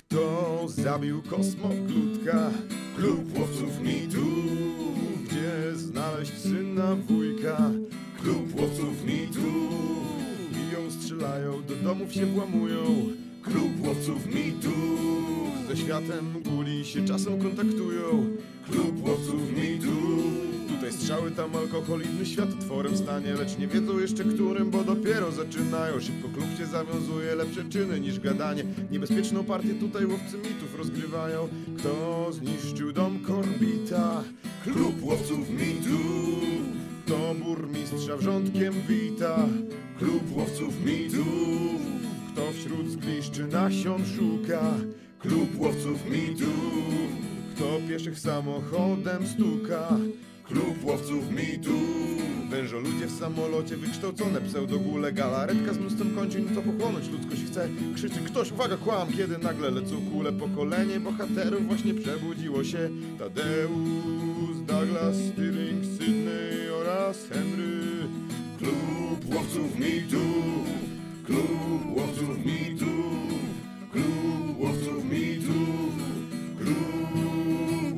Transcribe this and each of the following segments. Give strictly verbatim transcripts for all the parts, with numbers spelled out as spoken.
Kto zabił kosmoklutka? Klub łowców mitu. Gdzie znaleźć syna wujka? Klub łowców mitu. Biją, strzelają, do domów się włamują. Klub łowców mitu. Ze światem guli się czasem kontaktują. Klub łowców mitu. Tutaj strzały, tam alkohol, inny świat otworem stanie. Lecz nie wiedzą jeszcze którym, bo dopiero zaczynają. Szybko klub się zawiązuje, lepsze czyny niż gadanie. Niebezpieczną partię tutaj łowcy mitów rozgrywają. Kto zniszczył dom Korbita? Klub łowców mitów. Kto burmistrza wrzątkiem wita? Klub łowców mitów. Kto wśród zgliszczy nasion szuka? Klub łowców mitów. Kto pieszych samochodem stuka? Klub łowców mitów. Wężoludzie w samolocie, wykształcone pseudogule, galaretka z mnóstwem kończyn, co pochłonąć ludzkość chce. Krzyczy ktoś, uwaga, kłam, kiedy nagle lecą kule. Pokolenie bohaterów właśnie przebudziło się. Tadeusz, Douglas, Stirling, Sydney oraz Henry. Klub łowców mitów. Klub łowców mitów. Klub łowców mitów. Klub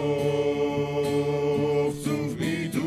łowców mitów.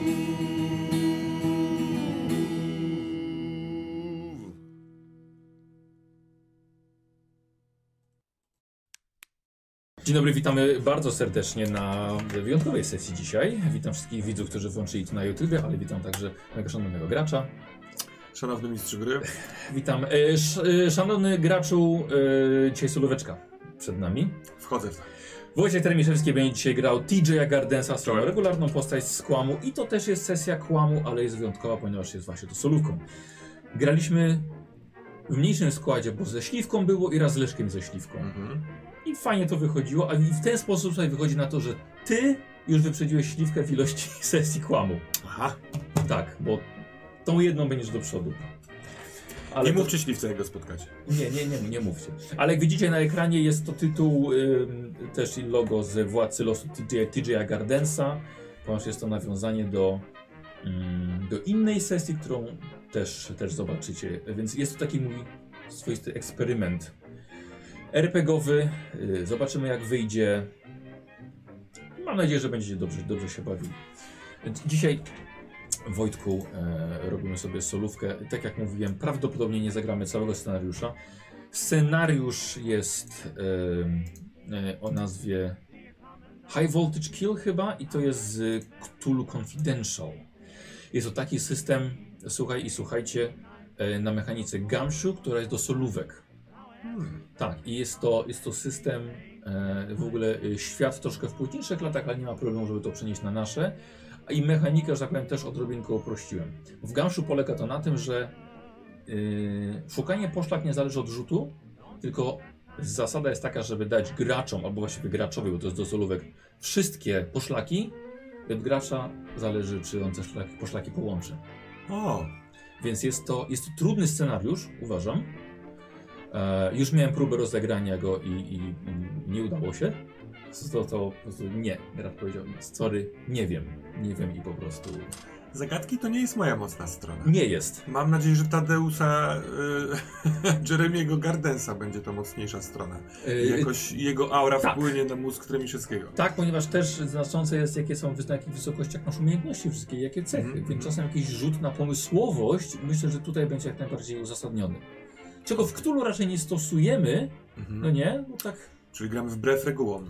Dzień dobry, witamy bardzo serdecznie na wyjątkowej sesji dzisiaj. Witam wszystkich widzów, którzy włączyli to na YouTubie, ale witam także mojego szanownego gracza. Szanowny mistrzu gry. Witam. E, sz, e, szanowny graczu, e, dzisiaj solóweczka przed nami. Wchodzę w to. Wojciech Termiszewski będzie dzisiaj grał T J Gardensa, swoją regularną postać z Kłamu, i to też jest sesja Kłamu, ale jest wyjątkowa, ponieważ jest właśnie to solówką. Graliśmy w mniejszym składzie, bo ze Śliwką było i raz z Leszkiem ze Śliwką. Mhm. I fajnie to wychodziło, a w ten sposób tutaj wychodzi na to, że ty już wyprzedziłeś Śliwkę w ilości sesji Kłamu. Aha. Tak, bo tą jedną będziesz do przodu. Ale nie to... mówcie Śliwce, jak go spotkacie. Nie, nie, nie, nie mówcie. Ale jak widzicie na ekranie, jest to tytuł, ym, też i logo z Władcy Losu T J Gardensa, ponieważ jest to nawiązanie do, ym, do innej sesji, którą też, też zobaczycie. Więc jest to taki mój swoisty eksperyment er pe gie owy. Yy, zobaczymy, jak wyjdzie. Mam nadzieję, że będziecie dobrze, dobrze się bawili. Dzisiaj, Wojtku, e, robimy sobie solówkę. Tak jak mówiłem, prawdopodobnie nie zagramy całego scenariusza. Scenariusz jest e, e, o nazwie High Voltage Kill chyba, i to jest z Cthulhu Confidential. Jest to taki system, słuchaj i słuchajcie, e, na mechanice Gumshoe, która jest do solówek. Hmm. Tak, i jest to, jest to system, e, w ogóle e, świat troszkę w późniejszych latach, ale nie ma problemu, żeby to przenieść na nasze. I mechanikę, że tak powiem, też odrobinkę uprościłem. W Gumshoe polega to na tym, że yy, szukanie poszlak nie zależy od rzutu, tylko zasada jest taka, żeby dać graczom, albo właściwie graczowi, bo to jest do solówek, wszystkie poszlaki, i od gracza zależy, czy on te poszlaki, poszlaki połączy. O. Więc jest to, jest to trudny scenariusz, uważam. E, już miałem próbę rozegrania go i, i, i nie udało się. To, to po prostu nie. Gracz powiedział, sorry, nie wiem, nie wiem i po prostu... Zagadki to nie jest moja mocna strona. Nie jest. Mam nadzieję, że Tadeusza y, Jeremiego Gardensa będzie to mocniejsza strona. Yy, Jakoś jego aura tak. wpłynie na mózg Tremiszewskiego. Tak, ponieważ też znaczące jest, jakie są, na jakich wysokościach masz umiejętności wszystkie, jakie cechy. Mm -hmm. Więc czasem jakiś rzut na pomysłowość, myślę, że tutaj będzie jak najbardziej uzasadniony. Czego w Cthulhu raczej nie stosujemy, mm -hmm. no nie? No tak. Czyli gramy wbrew regułom.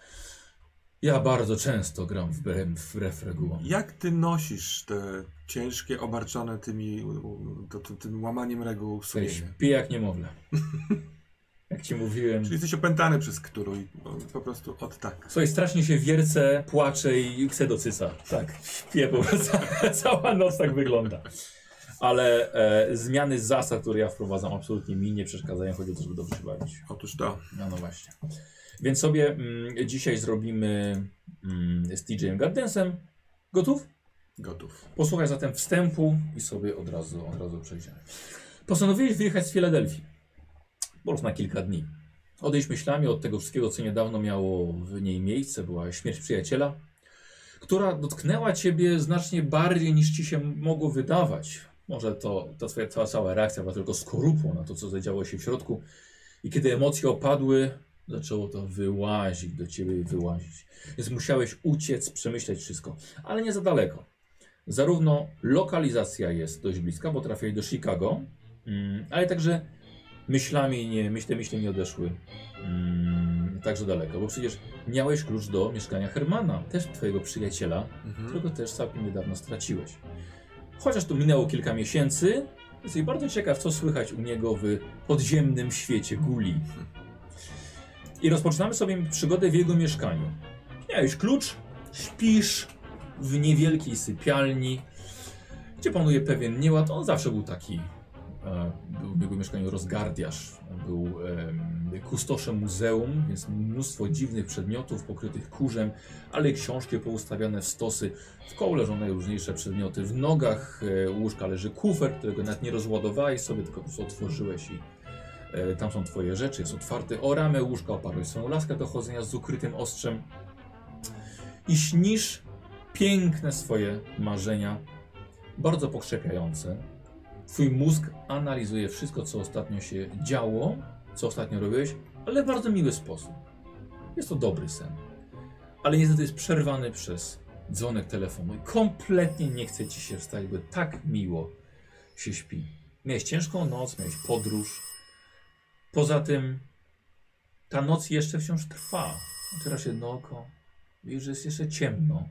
Ja bardzo często gram wbrew, wbrew regułom. Jak ty nosisz te ciężkie, obarczone tymi, to, to, tym łamaniem reguł sumienia? Śpię jak niemowlę. Jak ci mówiłem. Czyli jesteś opętany przez Cthulhu i po prostu od tak. Słuchaj, strasznie się wiercę, płaczę i chcę do cyca. Tak, śpię, bo cała noc tak wygląda. Ale e, zmiany zasad, które ja wprowadzam, absolutnie mi nie przeszkadzają. Chodzi o to, żeby dobrze się bawić. Otóż to. No, no właśnie. Więc sobie mm, dzisiaj zrobimy mm, z T J Gardensem. Gotów? Gotów. Posłuchaj zatem wstępu i sobie od razu, od razu przejdziemy. Postanowiłeś wyjechać z Filadelfii. Po prostu na kilka dni. Odejść myślami od tego wszystkiego, co niedawno miało w niej miejsce. Była śmierć przyjaciela, która dotknęła ciebie znacznie bardziej niż ci się mogło wydawać. Może to ta twoja cała reakcja była tylko skorupą na to, co zadziało się w środku. I kiedy emocje opadły, Zaczęło to wyłazić do ciebie i wyłazić. Więc musiałeś uciec, przemyśleć wszystko. Ale nie za daleko. Zarówno lokalizacja jest dość bliska, bo trafiłeś do Chicago, mm, ale także myślami nie, myśle, myśli nie odeszły mm, także daleko. Bo przecież miałeś klucz do mieszkania Hermana, też twojego przyjaciela, mhm. którego też całkiem niedawno straciłeś. Chociaż tu minęło kilka miesięcy, jesteś bardzo ciekaw, co słychać u niego w podziemnym świecie guli. I rozpoczynamy sobie przygodę w jego mieszkaniu. Miałeś klucz, śpisz w niewielkiej sypialni, gdzie panuje pewien nieład. On zawsze był taki, e, był w jego mieszkaniu rozgardiarz, był e, kustoszem muzeum, więc mnóstwo dziwnych przedmiotów pokrytych kurzem, ale książki poustawiane w stosy, w koło leżą najróżniejsze przedmioty. W nogach e, łóżka leży kufer, którego nawet nie rozładowałeś sobie, tylko po prostu otworzyłeś i e, tam są twoje rzeczy. Jest otwarty o ramę łóżka, oparłeś swoją laskę do chodzenia z ukrytym ostrzem i śnisz piękne swoje marzenia, bardzo pokrzepiające. Twój mózg analizuje wszystko, co ostatnio się działo, co ostatnio robiłeś, ale w bardzo miły sposób. Jest to dobry sen. Ale niestety jest przerwany przez dzwonek telefonu i kompletnie nie chce ci się wstać, bo tak miło się śpi. Miałeś ciężką noc, miałeś podróż. Poza tym ta noc jeszcze wciąż trwa. Otwierasz jedno oko, widzisz, że jest jeszcze ciemno.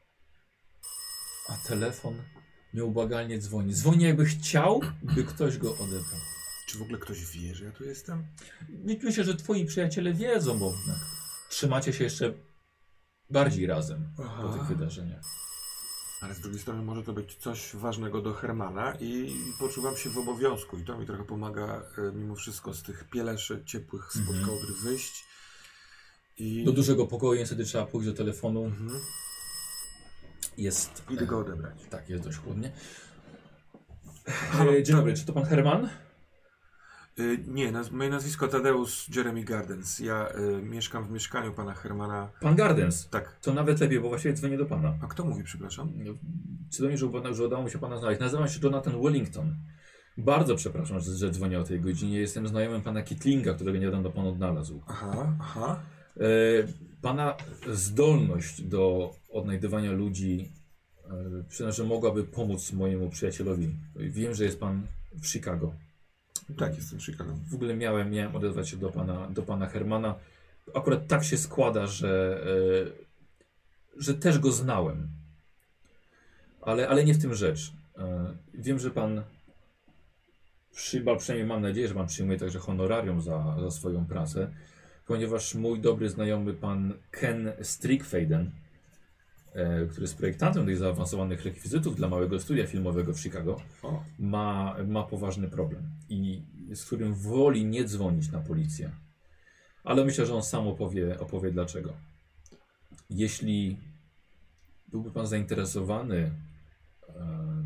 A telefon nieubłagalnie dzwoni. Dzwoni, jakby chciał, by ktoś go odebrał. Czy w ogóle ktoś wie, że ja tu jestem? Myślę, że twoi przyjaciele wiedzą, bo trzymacie się jeszcze bardziej razem Aha. po tych wydarzeniach. Ale z drugiej strony może to być coś ważnego do Hermana i poczuwam się w obowiązku i to mi trochę pomaga e, mimo wszystko z tych pieleszy ciepłych spod mm-hmm. kołdry wyjść. I... Do dużego pokoju niestety trzeba pójść do telefonu. Mm-hmm. Jest... Idę go odebrać. Tak, jest dość chłodnie. E, dzień dobry, czy to pan Herman? Y, nie, naz moje nazwisko Tadeusz Jeremy Gardens. Ja y, mieszkam w mieszkaniu pana Hermana. Pan Gardens? Tak. To nawet lepiej, bo właściwie dzwonię do pana. A kto mówi, przepraszam? Cudownie, że, że udało mi się pana znaleźć. Nazywam się Jonathan Wellington. Bardzo przepraszam, że, że dzwonię o tej godzinie. Jestem znajomym pana Kitlinga, którego niedawno pan odnalazł. Aha, aha. E, pana zdolność do odnajdywania ludzi e, przyznam, że mogłaby pomóc mojemu przyjacielowi. Wiem, że jest pan w Chicago. Tak, jestem w Chicago. W ogóle miałem, miałem odezwać się do pana, do pana Hermana. Akurat tak się składa, że, e, że też go znałem. Ale, ale nie w tym rzecz. E, wiem, że pan, przy, przynajmniej mam nadzieję, że pan przyjmuje także honorarium za, za swoją pracę, ponieważ mój dobry znajomy pan Ken Strickfaden, e, który jest projektantem tych zaawansowanych rekwizytów dla małego studia filmowego w Chicago, ma, ma poważny problem i z którym woli nie dzwonić na policję. Ale myślę, że on sam opowie, opowie dlaczego. Jeśli byłby pan zainteresowany e,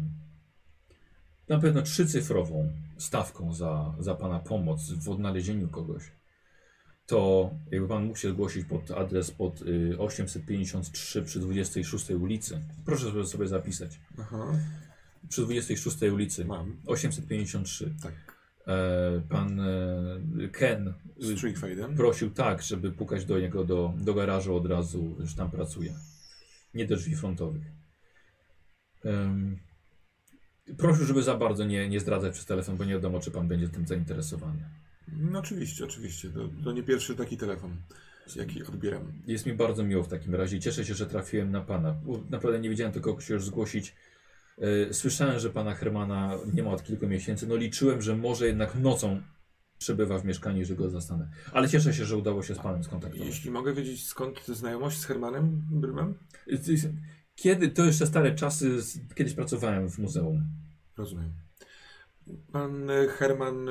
na pewno trzycyfrową stawką za, za pana pomoc w odnalezieniu kogoś, to jakby pan mógł się zgłosić pod adres pod y, osiemset pięćdziesiąt trzy przy dwudziestej szóstej ulicy. Proszę sobie zapisać. Aha. Przy dwudziestej szóstej ulicy. Mam. osiemset pięćdziesiąt trzy. Tak. E, pan e, Ken Strickfaden prosił tak, żeby pukać do niego do, do garażu od razu, że tam pracuje. Nie do drzwi frontowych. Um, prosił, żeby za bardzo nie, nie zdradzać przez telefon, bo nie wiadomo, czy pan będzie tym zainteresowany. No oczywiście, oczywiście. To, to nie pierwszy taki telefon, jaki odbieram. Jest mi bardzo miło w takim razie. Cieszę się, że trafiłem na pana. Naprawdę nie wiedziałem tylko, się już zgłosić. Słyszałem, że pana Hermana nie ma od kilku miesięcy. No liczyłem, że może jednak nocą przebywa w mieszkaniu i że go zastanę. Ale cieszę się, że udało się z panem skontaktować. Jeśli mogę wiedzieć, skąd znajomość z Hermanem Brymem? Kiedy? To jeszcze stare czasy. Kiedyś pracowałem w muzeum. Rozumiem. Pan Herman...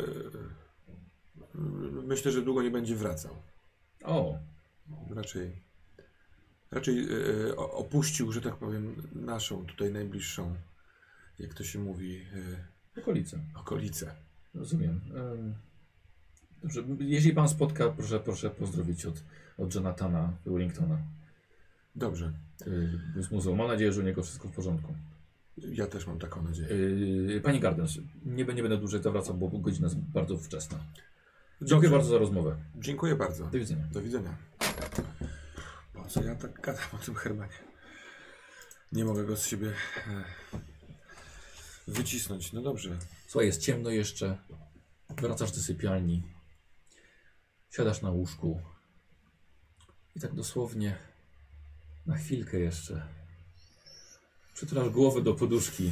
Myślę, że długo nie będzie wracał. O. Raczej, raczej e, opuścił, że tak powiem, naszą tutaj najbliższą, jak to się mówi, e, okolicę. Okolicę. Rozumiem. Dobrze, jeśli pan spotka, proszę, proszę pozdrowić od, od Jonathana Wellingtona. Dobrze. Z muzeum. Mam nadzieję, że u niego wszystko w porządku. Ja też mam taką nadzieję. Pani Gardens, nie, nie będę dłużej zawracał, bo godzina jest bardzo wczesna. Dziękuję Dobrze. bardzo za rozmowę. Dziękuję bardzo. Do widzenia. Do widzenia. Po co ja tak gadam o tym Hermanie? Nie mogę go z siebie e, wycisnąć. No dobrze. Słuchaj, jest ciemno jeszcze. Wracasz do sypialni. Siadasz na łóżku. I tak dosłownie na chwilkę jeszcze przytulasz głowę do poduszki.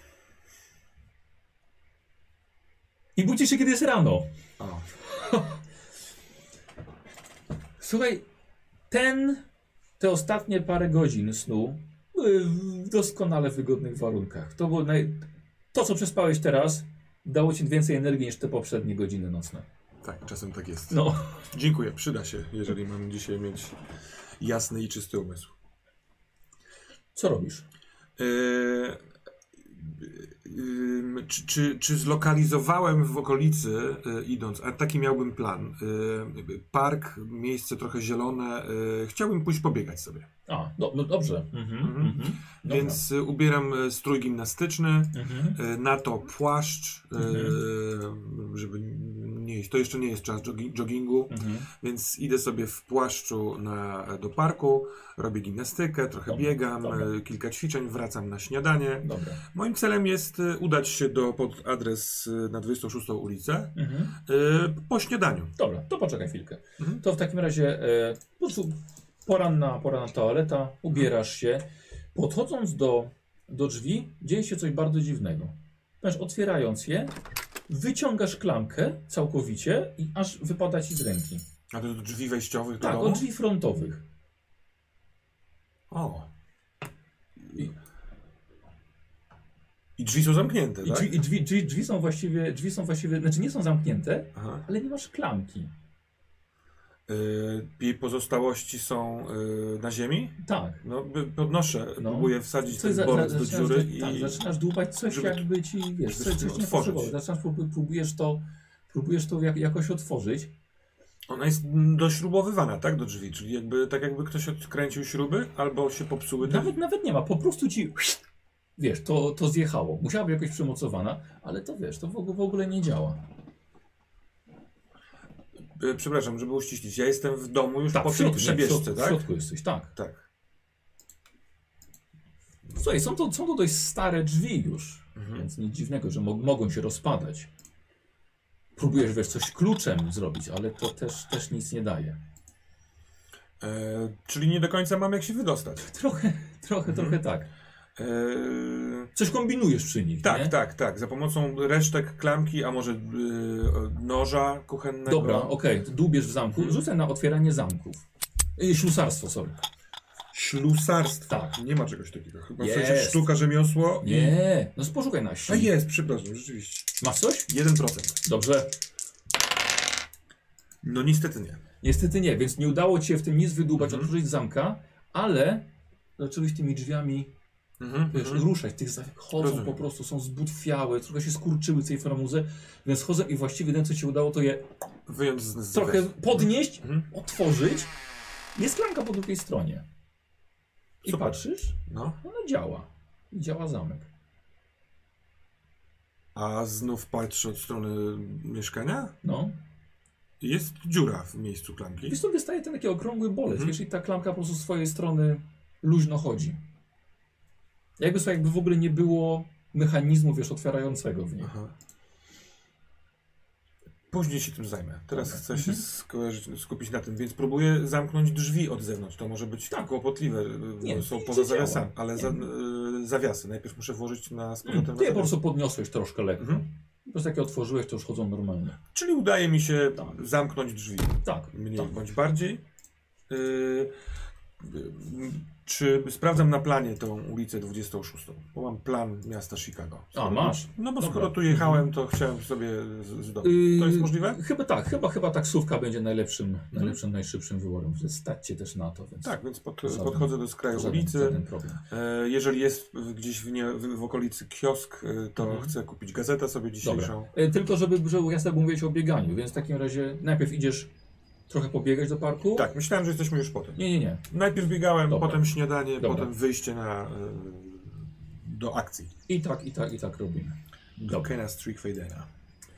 I budzisz się, kiedy jest rano. O. Słuchaj, ten, te ostatnie parę godzin snu były w doskonale wygodnych warunkach. To było naj... To, co przespałeś teraz, dało ci więcej energii niż te poprzednie godziny nocne. Tak, czasem tak jest. No. Dziękuję, przyda się, jeżeli mam dzisiaj mieć jasny i czysty umysł. Co robisz? Yy, yy, czy, czy, czy zlokalizowałem w okolicy, yy, idąc, a taki miałbym plan, yy, park, miejsce trochę zielone, yy, chciałbym pójść pobiegać sobie. A, no, no dobrze. Mhm, Mhm. mhm. Więc y, ubieram y, strój gimnastyczny, Mhm. y, na to płaszcz, y, Mhm. żeby nie iść, to jeszcze nie jest czas joggi- joggingu, Mhm. więc idę sobie w płaszczu na, do parku, robię gimnastykę, trochę Dobra, biegam, dobra. y, kilka ćwiczeń, wracam na śniadanie. Dobra. Moim celem jest y, udać się do, pod adres y, na dwudziestą szóstą ulicę Mhm. y, po śniadaniu. Dobra, to poczekaj chwilkę. Mhm. To w takim razie e, po prostu poranna, poranna toaleta, ubierasz się. Podchodząc do, do drzwi, dzieje się coś bardzo dziwnego. Ponieważ otwierając je, wyciągasz klamkę całkowicie i aż wypada ci z ręki. A to do drzwi wejściowych do Tak, domu? od drzwi frontowych. O. I- I drzwi są zamknięte, I tak? drzwi, i drzwi, drzwi, drzwi są właściwie, drzwi są właściwie, znaczy nie są zamknięte, Aha. ale nie masz klamki. Yy, jej pozostałości są yy, na ziemi? Tak. No, by- podnoszę, No. próbuję wsadzić Coś ten za, borec za, do zaczynasz, dziury tak, i... zaczynasz dłubać coś, żeby- jakby ci, wiesz, żeby coś, to coś nie otworzyć. pasowało. Zaczynasz, prób- próbujesz to, próbujesz to jak, jakoś otworzyć. Ona jest dośrubowywana, tak, do drzwi, czyli jakby, tak jakby ktoś odkręcił śruby, albo się popsuły te... Nawet, nawet nie ma, po prostu ci, wiesz, to, to zjechało. Musiała być jakoś przymocowana, ale to wiesz, to w ogóle, w ogóle nie działa. Yy, Przepraszam, żeby uściślić, ja jestem w domu już Tak, po w tej środku, nie, w przebieżce, środku, w tak? środku jesteś, tak. Tak. Słuchaj, są to, są to dość stare drzwi już, Mhm. więc nic dziwnego, że mo mogą się rozpadać. Próbujesz, wiesz, coś kluczem zrobić, ale to też, też nic nie daje. E, czyli nie do końca mam jak się wydostać. Trochę, trochę, Mhm. trochę tak. E, Coś kombinujesz przy nich, tak, nie? tak, tak. Za pomocą resztek klamki, a może y, noża kuchennego. Dobra, okej, okay. Dłubiesz w zamku, Mhm. rzucę na otwieranie zamków. Yy, ślusarstwo, sorry. Ślusarstwo. Tak. Nie ma czegoś takiego. Chyba w Jest. sensie sztuka, rzemiosło. i- Nie, no poszukaj na A siłę. jest, przepraszam, rzeczywiście. Masz coś? jeden procent. Dobrze. No niestety nie. Niestety nie, więc nie udało ci się w tym nic wydłubać, Mhm. otworzyć zamka, ale zacząłeś tymi drzwiami, Mhm, wiesz, mhm. ruszać. Tych zamków chodzą Rozumiem. po prostu, są zbutwiałe, trochę się skurczyły w tej framudze, więc chodzą i właściwie ten, co ci udało, to je Wyjąć z, z trochę podnieść, Mhm. otworzyć. Jest klamka po drugiej stronie. I Super. patrzysz, No. ona działa. I działa zamek. A znów patrzę od strony mieszkania. No. Jest dziura w miejscu klamki. I sobie staje ten taki okrągły bolec, Mhm. wiesz, i ta klamka po prostu z swojej strony luźno chodzi. Jakby, słuchaj, jakby w ogóle nie było mechanizmu, wiesz, otwierającego w niej. Aha. Później się tym zajmę. Teraz Dobra. chcę się Mhm. skojarzyć, skupić na tym, więc próbuję zamknąć drzwi od zewnątrz. To może być Tak. kłopotliwe, Nie, bo są nie poza działa. zawiasami, ale Nie. za, y, zawiasy. Najpierw muszę włożyć na z powrotem Hmm, na ty je po zawiasy. prostu podniosłeś troszkę lekko. Mhm. Po prostu jak je otworzyłeś, to już chodzą normalnie. Czyli udaje mi się Tak. zamknąć drzwi. Tak, Mniej tak. bądź bardziej. Y, y, czy sprawdzam na planie tą ulicę dwudziestą szóstą? Bo mam plan miasta Chicago. A, masz? No bo Dobra. skoro tu jechałem, to chciałem sobie z, z domu. Yy, To jest możliwe? Chyba tak, chyba, chyba taksówka będzie najlepszym, najlepszym, najszybszym wyborem. Stać cię też na to, więc Tak, więc pod, Żaden- podchodzę do skraju żaden, ulicy. żaden problem. E, jeżeli jest w- gdzieś w, nie, w, w okolicy kiosk, e, to Mhm. chcę kupić gazetę sobie dzisiejszą. E, Tylko żeby, żeby ja sobie mówić o bieganiu, więc w takim razie najpierw idziesz trochę pobiegać do parku? Tak, myślałem, że jesteśmy już potem. Nie, nie, nie. Najpierw biegałem, Dobra. potem śniadanie, Dobra. potem wyjście na, e, do akcji. I tak, i tak, i tak robimy. Do Dobra. Kena Strickfadena.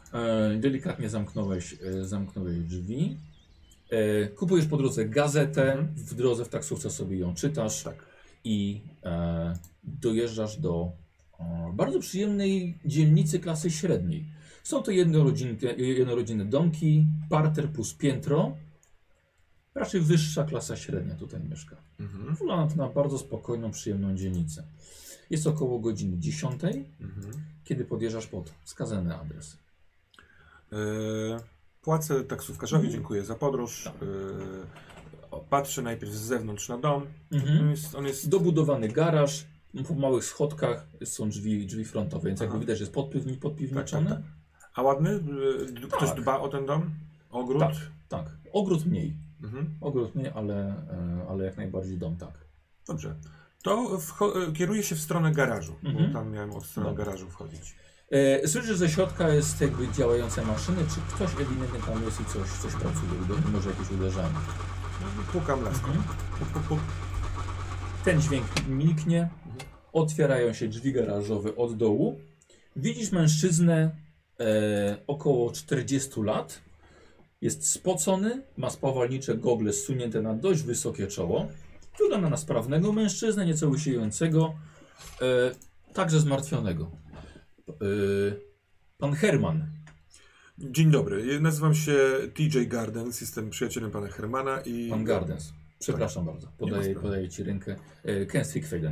E, delikatnie zamknąłeś, e, zamknąłeś drzwi. E, kupujesz po drodze gazetę, Mhm. w drodze w taksówce sobie ją czytasz Tak. i e, dojeżdżasz do e, bardzo przyjemnej dzielnicy klasy średniej. Są to jednorodzinne, jednorodzinne domki, parter plus piętro. Raczej wyższa klasa średnia tutaj mieszka. Mhm. Wygląda to na bardzo spokojną, przyjemną dzielnicę. Jest około godziny dziesiątej, Mhm. kiedy podjeżdżasz pod wskazany adres. E, płacę taksówkarzowi, Mhm. dziękuję za podróż. Tak. E, o, patrzę najpierw z zewnątrz na dom. Mhm. On jest, on jest Dobudowany garaż, po małych schodkach są drzwi, drzwi frontowe, więc jakby Aha. widać, że jest podpiwni, podpiwniczony. Tak, tak, A ładny? E, d- Ktoś Tak. dba o ten dom? Ogród? Tak, tak. Ogród mniej. Mhm. Ogród mniej, ale, e, ale jak najbardziej dom tak. Dobrze. To wcho- kieruję się w stronę garażu, Mhm. bo tam miałem od strony Dobra. garażu wchodzić. E, słyszysz, że ze środka jest jakby działające maszyny, czy ktoś ewidentnie tam jest i coś, coś pracuje, ude- może jakieś uderzenie. Pukam laską. Mhm. Puk, puk, puk. Ten dźwięk milknie, otwierają się drzwi garażowe od dołu. Widzisz mężczyznę e, około czterdziestu lat. Jest spocony, ma spawalnicze gogle zsunięte na dość wysokie czoło. Wygląda na sprawnego mężczyznę, nieco łysiejącego, e, także zmartwionego. E, pan Herman. Dzień dobry, nazywam się T J Gardens, jestem przyjacielem pana Hermana i... Pan Gardens. Przepraszam bardzo. Nie ma Podaję, sprawy. podaję ci rękę. E, Ken Strickfaden.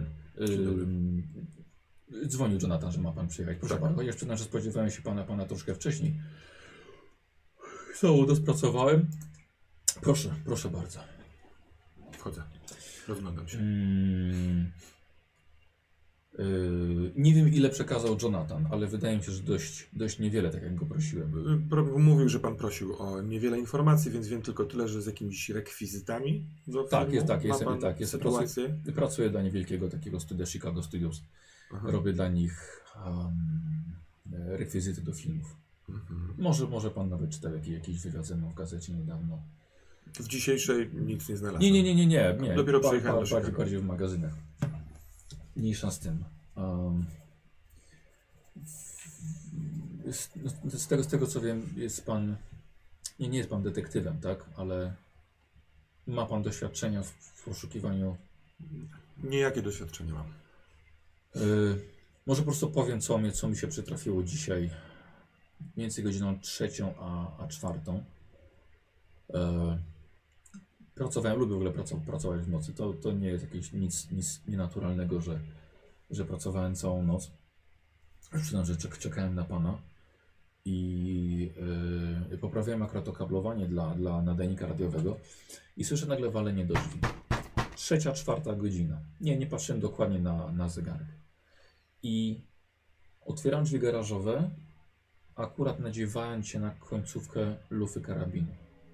E, dzwonił Jonathan, że ma pan przyjechać. Proszę Tak. pana, chociaż przyznam, że spodziewałem się pana, pana troszkę wcześniej. Cało dospracowałem. Proszę, proszę bardzo. Wchodzę, rozglądam się. Mm, yy, nie wiem, ile przekazał Jonathan, ale wydaje mi się, że dość, dość niewiele, tak jak go prosiłem. Y, pro- Mówił, że pan prosił o niewiele informacji, więc wiem tylko tyle, że z jakimiś rekwizytami do Tak, filmu jest, tak, ma jest, pan tak, jest. sytuację. Pracuję dla niewielkiego takiego studia Chicago Studios. Aha. Robię dla nich um, rekwizyty do filmów. Mhm. Może, może pan nawet czytał jakiś, jakiś wywiad ze mną w gazecie niedawno. W dzisiejszej nic nie znalazłem. Nie, nie, nie, nie, nie. nie. Dopiero Ba- przyjechałem ba- do bardziej, Chicago. bardziej w magazynach. Mniejsza z tym. Um, z, z, tego, z tego co wiem, jest pan. Nie, nie jest pan detektywem, tak? Ale ma pan doświadczenia w, w poszukiwaniu. Niejakie doświadczenie mam. Yy, może po prostu powiem, co, mnie, co mi się przytrafiło dzisiaj. Mniej więcej godziną trzecią, a, a czwartą. Yy, pracowałem, lubię w ogóle pracować, pracować w nocy. To, to nie jest jakieś nic, nic nienaturalnego, że, że pracowałem całą noc. Przyznam, że czek, czekałem na pana i yy, poprawiałem akurat to kablowanie dla, dla nadajnika radiowego i słyszę nagle walenie do drzwi. Trzecia, czwarta godzina. Nie, nie patrzyłem dokładnie na, na zegarek. I otwieram drzwi garażowe, akurat nadziewając się na końcówkę lufy karabinu.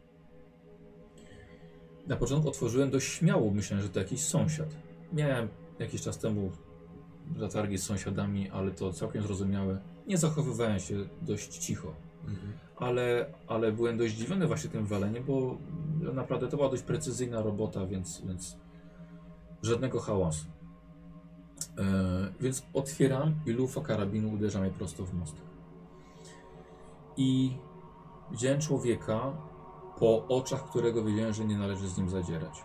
Na początku otworzyłem dość śmiało, myślałem, że to jakiś sąsiad. Miałem jakiś czas temu zatargi z sąsiadami, ale to całkiem zrozumiałe. Nie zachowywałem się dość cicho, Mhm. ale, ale byłem dość zdziwiony właśnie tym waleniem, bo naprawdę to była dość precyzyjna robota, więc, więc żadnego hałasu. E, więc otwieram i lufa karabinu uderza mnie prosto w most. I widziałem człowieka, po oczach którego wiedziałem, że nie należy z nim zadzierać.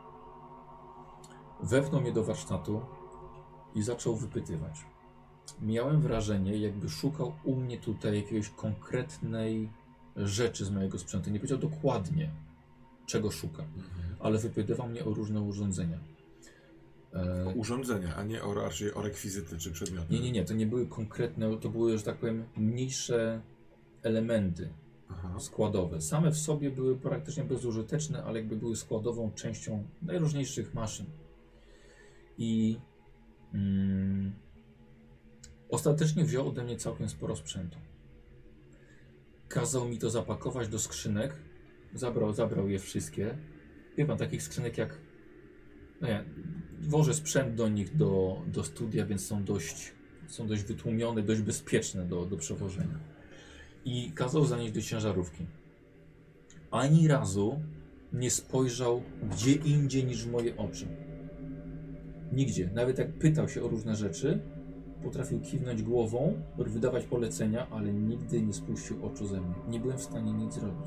Wepchnął mnie do warsztatu i zaczął wypytywać. Miałem wrażenie, jakby szukał u mnie tutaj jakiejś konkretnej rzeczy z mojego sprzętu. Nie powiedział dokładnie, czego szuka, Mhm. ale wypytywał mnie o różne urządzenia. E, Urządzenia, a nie o, raczej o rekwizyty czy przedmioty. nie, nie, nie, to nie były konkretne, to były, że tak powiem, mniejsze elementy Aha. składowe. Same w sobie były praktycznie bezużyteczne, ale jakby były składową częścią najróżniejszych maszyn. I mm, ostatecznie wziął ode mnie całkiem sporo sprzętu. Kazał mi to zapakować do skrzynek. Zabrał, zabrał je wszystkie. Wie pan, takich skrzynek jak... No ja wożę sprzęt do nich do, do studia, więc są dość, są dość wytłumione, dość bezpieczne do, do przewożenia. I kazał zanieść do ciężarówki. Ani razu nie spojrzał gdzie indziej niż w moje oczy. Nigdzie. Nawet jak pytał się o różne rzeczy, potrafił kiwnąć głową, wydawać polecenia, ale nigdy nie spuścił oczu ze mnie. Nie byłem w stanie nic zrobić.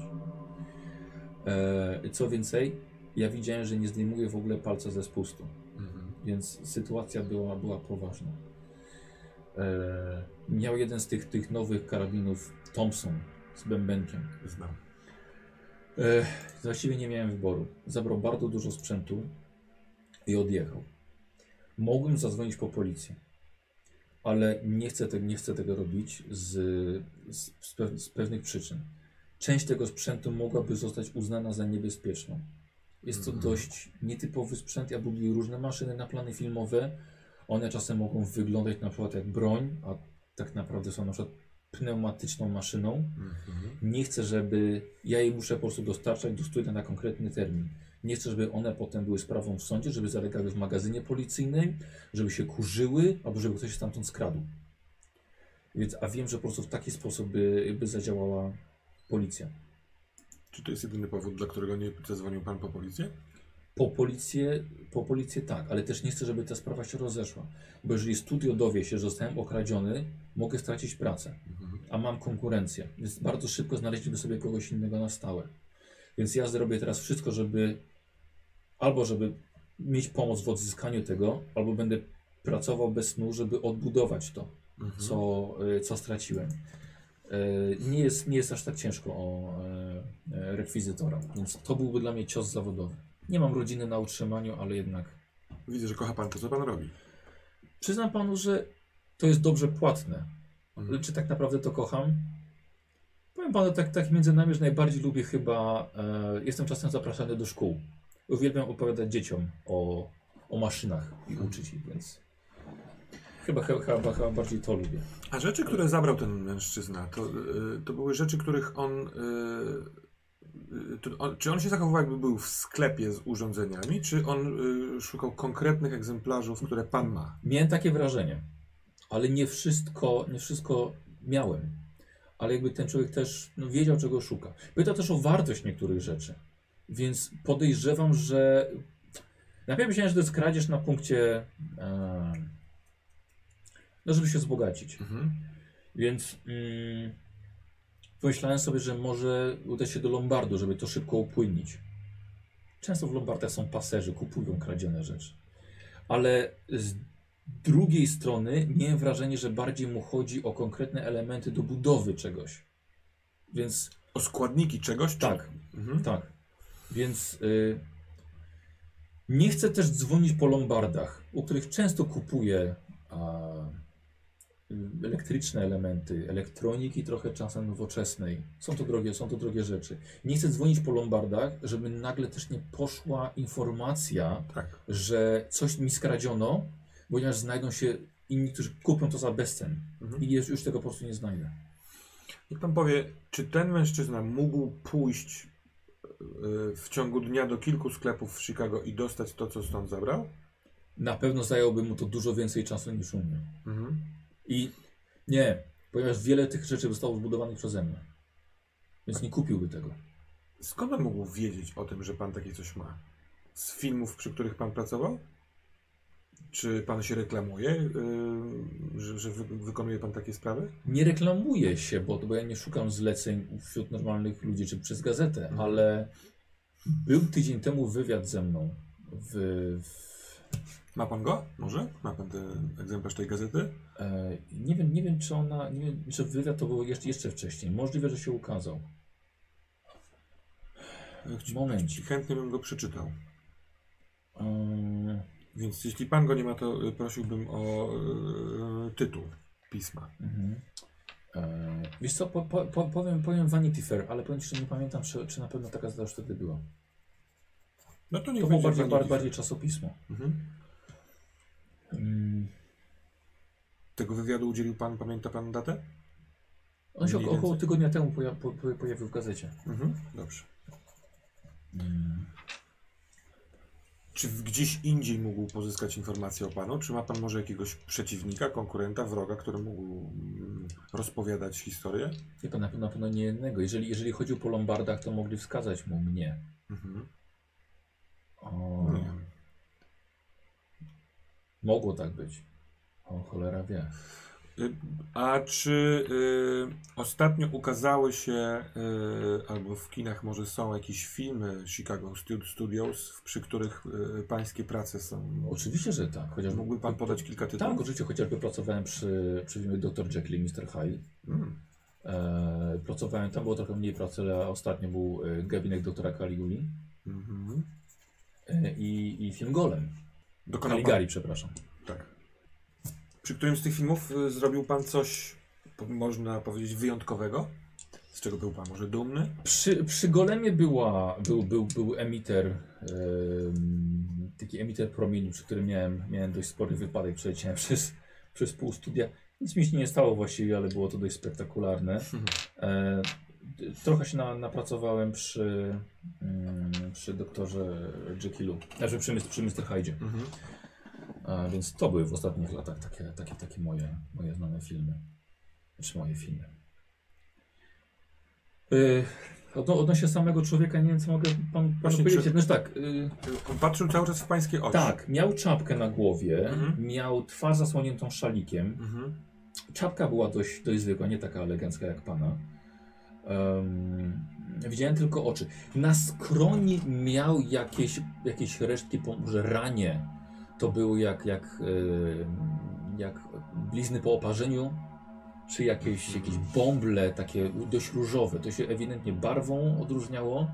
E, co więcej, ja widziałem, że nie zdejmuje w ogóle palca ze spustu. Mhm. Więc sytuacja była, była poważna. E, miał jeden z tych, tych nowych karabinów Thompson z bębenkiem. Znam. E, właściwie nie miałem wyboru. Zabrał bardzo dużo sprzętu i odjechał. Mogłem zadzwonić po policję, ale nie chcę, te, nie chcę tego robić z, z, z, pew, z pewnych przyczyn. Część tego sprzętu mogłaby zostać uznana za niebezpieczną. Jest to mm. dość nietypowy sprzęt. Ja buduję różne maszyny na plany filmowe. One czasem mogą wyglądać na przykład jak broń, a tak naprawdę są na przykład pneumatyczną maszyną. Mm-hmm. Nie chcę, żeby ja jej muszę po prostu dostarczać do studia na konkretny termin. Nie chcę, żeby one potem były sprawą w sądzie, żeby zalegały w magazynie policyjnym, żeby się kurzyły, albo żeby ktoś się stamtąd skradł. Więc, a wiem, że po prostu w taki sposób by, by zadziałała policja. Czy to jest jedyny powód, dla którego nie zadzwonił pan po policję? Po policję, po policję tak, ale też nie chcę, żeby ta sprawa się rozeszła. Bo jeżeli studio dowie się, że zostałem okradziony, mogę stracić pracę, mhm. a mam konkurencję. Więc bardzo szybko znaleźliby sobie kogoś innego na stałe. Więc ja zrobię teraz wszystko, żeby albo żeby mieć pomoc w odzyskaniu tego, albo będę pracował bez snu, żeby odbudować to, mhm. co, co straciłem. Nie jest, nie jest aż tak ciężko o rekwizytora, więc to byłby dla mnie cios zawodowy. Nie mam rodziny na utrzymaniu, ale jednak... Widzę, że kocha pan to, co pan robi. Przyznam panu, że to jest dobrze płatne. Mhm. Czy tak naprawdę to kocham? Powiem panu tak, tak między nami, że najbardziej lubię chyba... E, jestem czasem zapraszany do szkół. Uwielbiam opowiadać dzieciom o, o maszynach i mhm. uczyć ich, więc... Chyba, chyba, chyba bardziej to lubię. A rzeczy, które zabrał ten mężczyzna, to, to były rzeczy, których on... To on, czy on się zachowywał, jakby był w sklepie z urządzeniami, czy on y, szukał konkretnych egzemplarzów, które pan ma? Miałem takie wrażenie, ale nie wszystko, nie wszystko miałem. Ale jakby ten człowiek też no, wiedział, czego szuka. Pytał też o wartość niektórych rzeczy, więc podejrzewam, że najpierw myślałem, że to jest kradzież na punkcie, e, no żeby się wzbogacić. Mhm. Więc... Mm, Pomyślałem sobie, że może udać się do Lombardu, żeby to szybko upłynnić. Często w Lombardach są paserzy, kupują kradzione rzeczy. Ale z drugiej strony miałem wrażenie, że bardziej mu chodzi o konkretne elementy do budowy czegoś. Więc... O składniki czegoś? Tak, mhm. tak. Więc y, nie chcę też dzwonić po Lombardach, u których często kupuję a, elektryczne elementy, elektroniki trochę czasem nowoczesnej. Są to drogie, są to drogie rzeczy. Nie chcę dzwonić po Lombardach, żeby nagle też nie poszła informacja, tak. że coś mi skradziono, ponieważ znajdą się inni, którzy kupią to za bezcen. Mhm. I jest, już tego po prostu nie znajdę. Niech pan powie, czy ten mężczyzna mógł pójść yy, w ciągu dnia do kilku sklepów w Chicago i dostać to, co stąd zabrał? Na pewno zajęłoby mu to dużo więcej czasu niż u mnie. Mhm. I nie, ponieważ wiele tych rzeczy zostało zbudowanych przeze mnie. Więc nie kupiłby tego. Skąd on mógł wiedzieć o tym, że pan takie coś ma? Z filmów, przy których pan pracował? Czy pan się reklamuje, yy, że, że wy, wykonuje pan takie sprawy? Nie reklamuję się, bo, bo ja nie szukam zleceń wśród normalnych ludzi, czy przez gazetę, mhm. ale był tydzień temu wywiad ze mną w... w Ma pan go? Może? Ma pan ten egzemplarz tej gazety? E, nie wiem, nie wiem, czy ona, nie wiem, czy wywiad to było jeszcze, jeszcze wcześniej. Możliwe, że się ukazał. Momencik. Chętnie bym go przeczytał. Um... Więc jeśli pan go nie ma, to prosiłbym o e, tytuł pisma. Mhm. E, wiesz co, po, po, powiem, powiem Vanity Fair, ale powiem ci, że nie pamiętam, czy, czy na pewno taka zada już wtedy była. No to nie to było bardziej, bardziej, bardziej czasopismo. Mhm. Hmm. Tego wywiadu udzielił pan, pamięta pan datę? On się około więcej? tygodnia temu poja po, po, pojawił w gazecie. Mhm. Dobrze. Hmm. Czy gdzieś indziej mógł pozyskać informacje o panu? Czy ma pan może jakiegoś przeciwnika, konkurenta, wroga, który mógł mm, rozpowiadać historię? Nie, to na pewno, na pewno nie jednego. Jeżeli, jeżeli chodził po Lombardach, to mogli wskazać mu mnie. Mhm. O... Nie. Mogło tak być. O, cholera wie. Y, A czy y, ostatnio ukazały się, y, albo w kinach może są jakieś filmy Chicago Stud- Studios, przy których y, pańskie prace są? Oczywiście, że tak. Chociaż Mógłby pan podać kilka tytułów? Tak, oczywiście, chociażby pracowałem przy, przy filmie doktor Jekyll i mister Hyde. Mm. E, pracowałem, tam było trochę mniej pracy, ale ostatnio był e, gabinet doktora Caliguli Mhm. e, i, i film Golem. Dokonał pan- Caligari, przepraszam. Tak. Przy którymś z tych filmów y, zrobił pan coś, po- można powiedzieć, wyjątkowego? Z czego był pan może dumny? Przy, przy Golemie była, był, był, był emiter, em, taki emiter promieni, przy którym miałem, miałem dość spory wypadek, przeleciałem przez, przez pół studia. Nic mi się nie stało właściwie, ale było to dość spektakularne. E, d- trochę się na, napracowałem przy, mm, przy doktorze Jekyllu, znaczy przy, mis- przy mister Hydzie. Mhm. A, więc to były w ostatnich latach takie, takie, takie moje, moje znane filmy. Znaczy moje filmy. Yy, odno, odnośnie samego człowieka, nie wiem co mogę pan, panu Właśnie, powiedzieć. czy- Znaczy tak, yy, On patrzył cały czas w pańskie oczy. tak, miał czapkę na głowie, Mhm. miał twarz zasłoniętą szalikiem. Mhm. Czapka była dość, dość zwykła, nie taka elegancka jak pana. Em, widziałem tylko oczy. Na skroni miał jakieś, jakieś resztki po może ranie. To były jak, jak, em, jak blizny po oparzeniu, czy jakieś, jakieś bąble takie dość różowe. To się ewidentnie barwą odróżniało.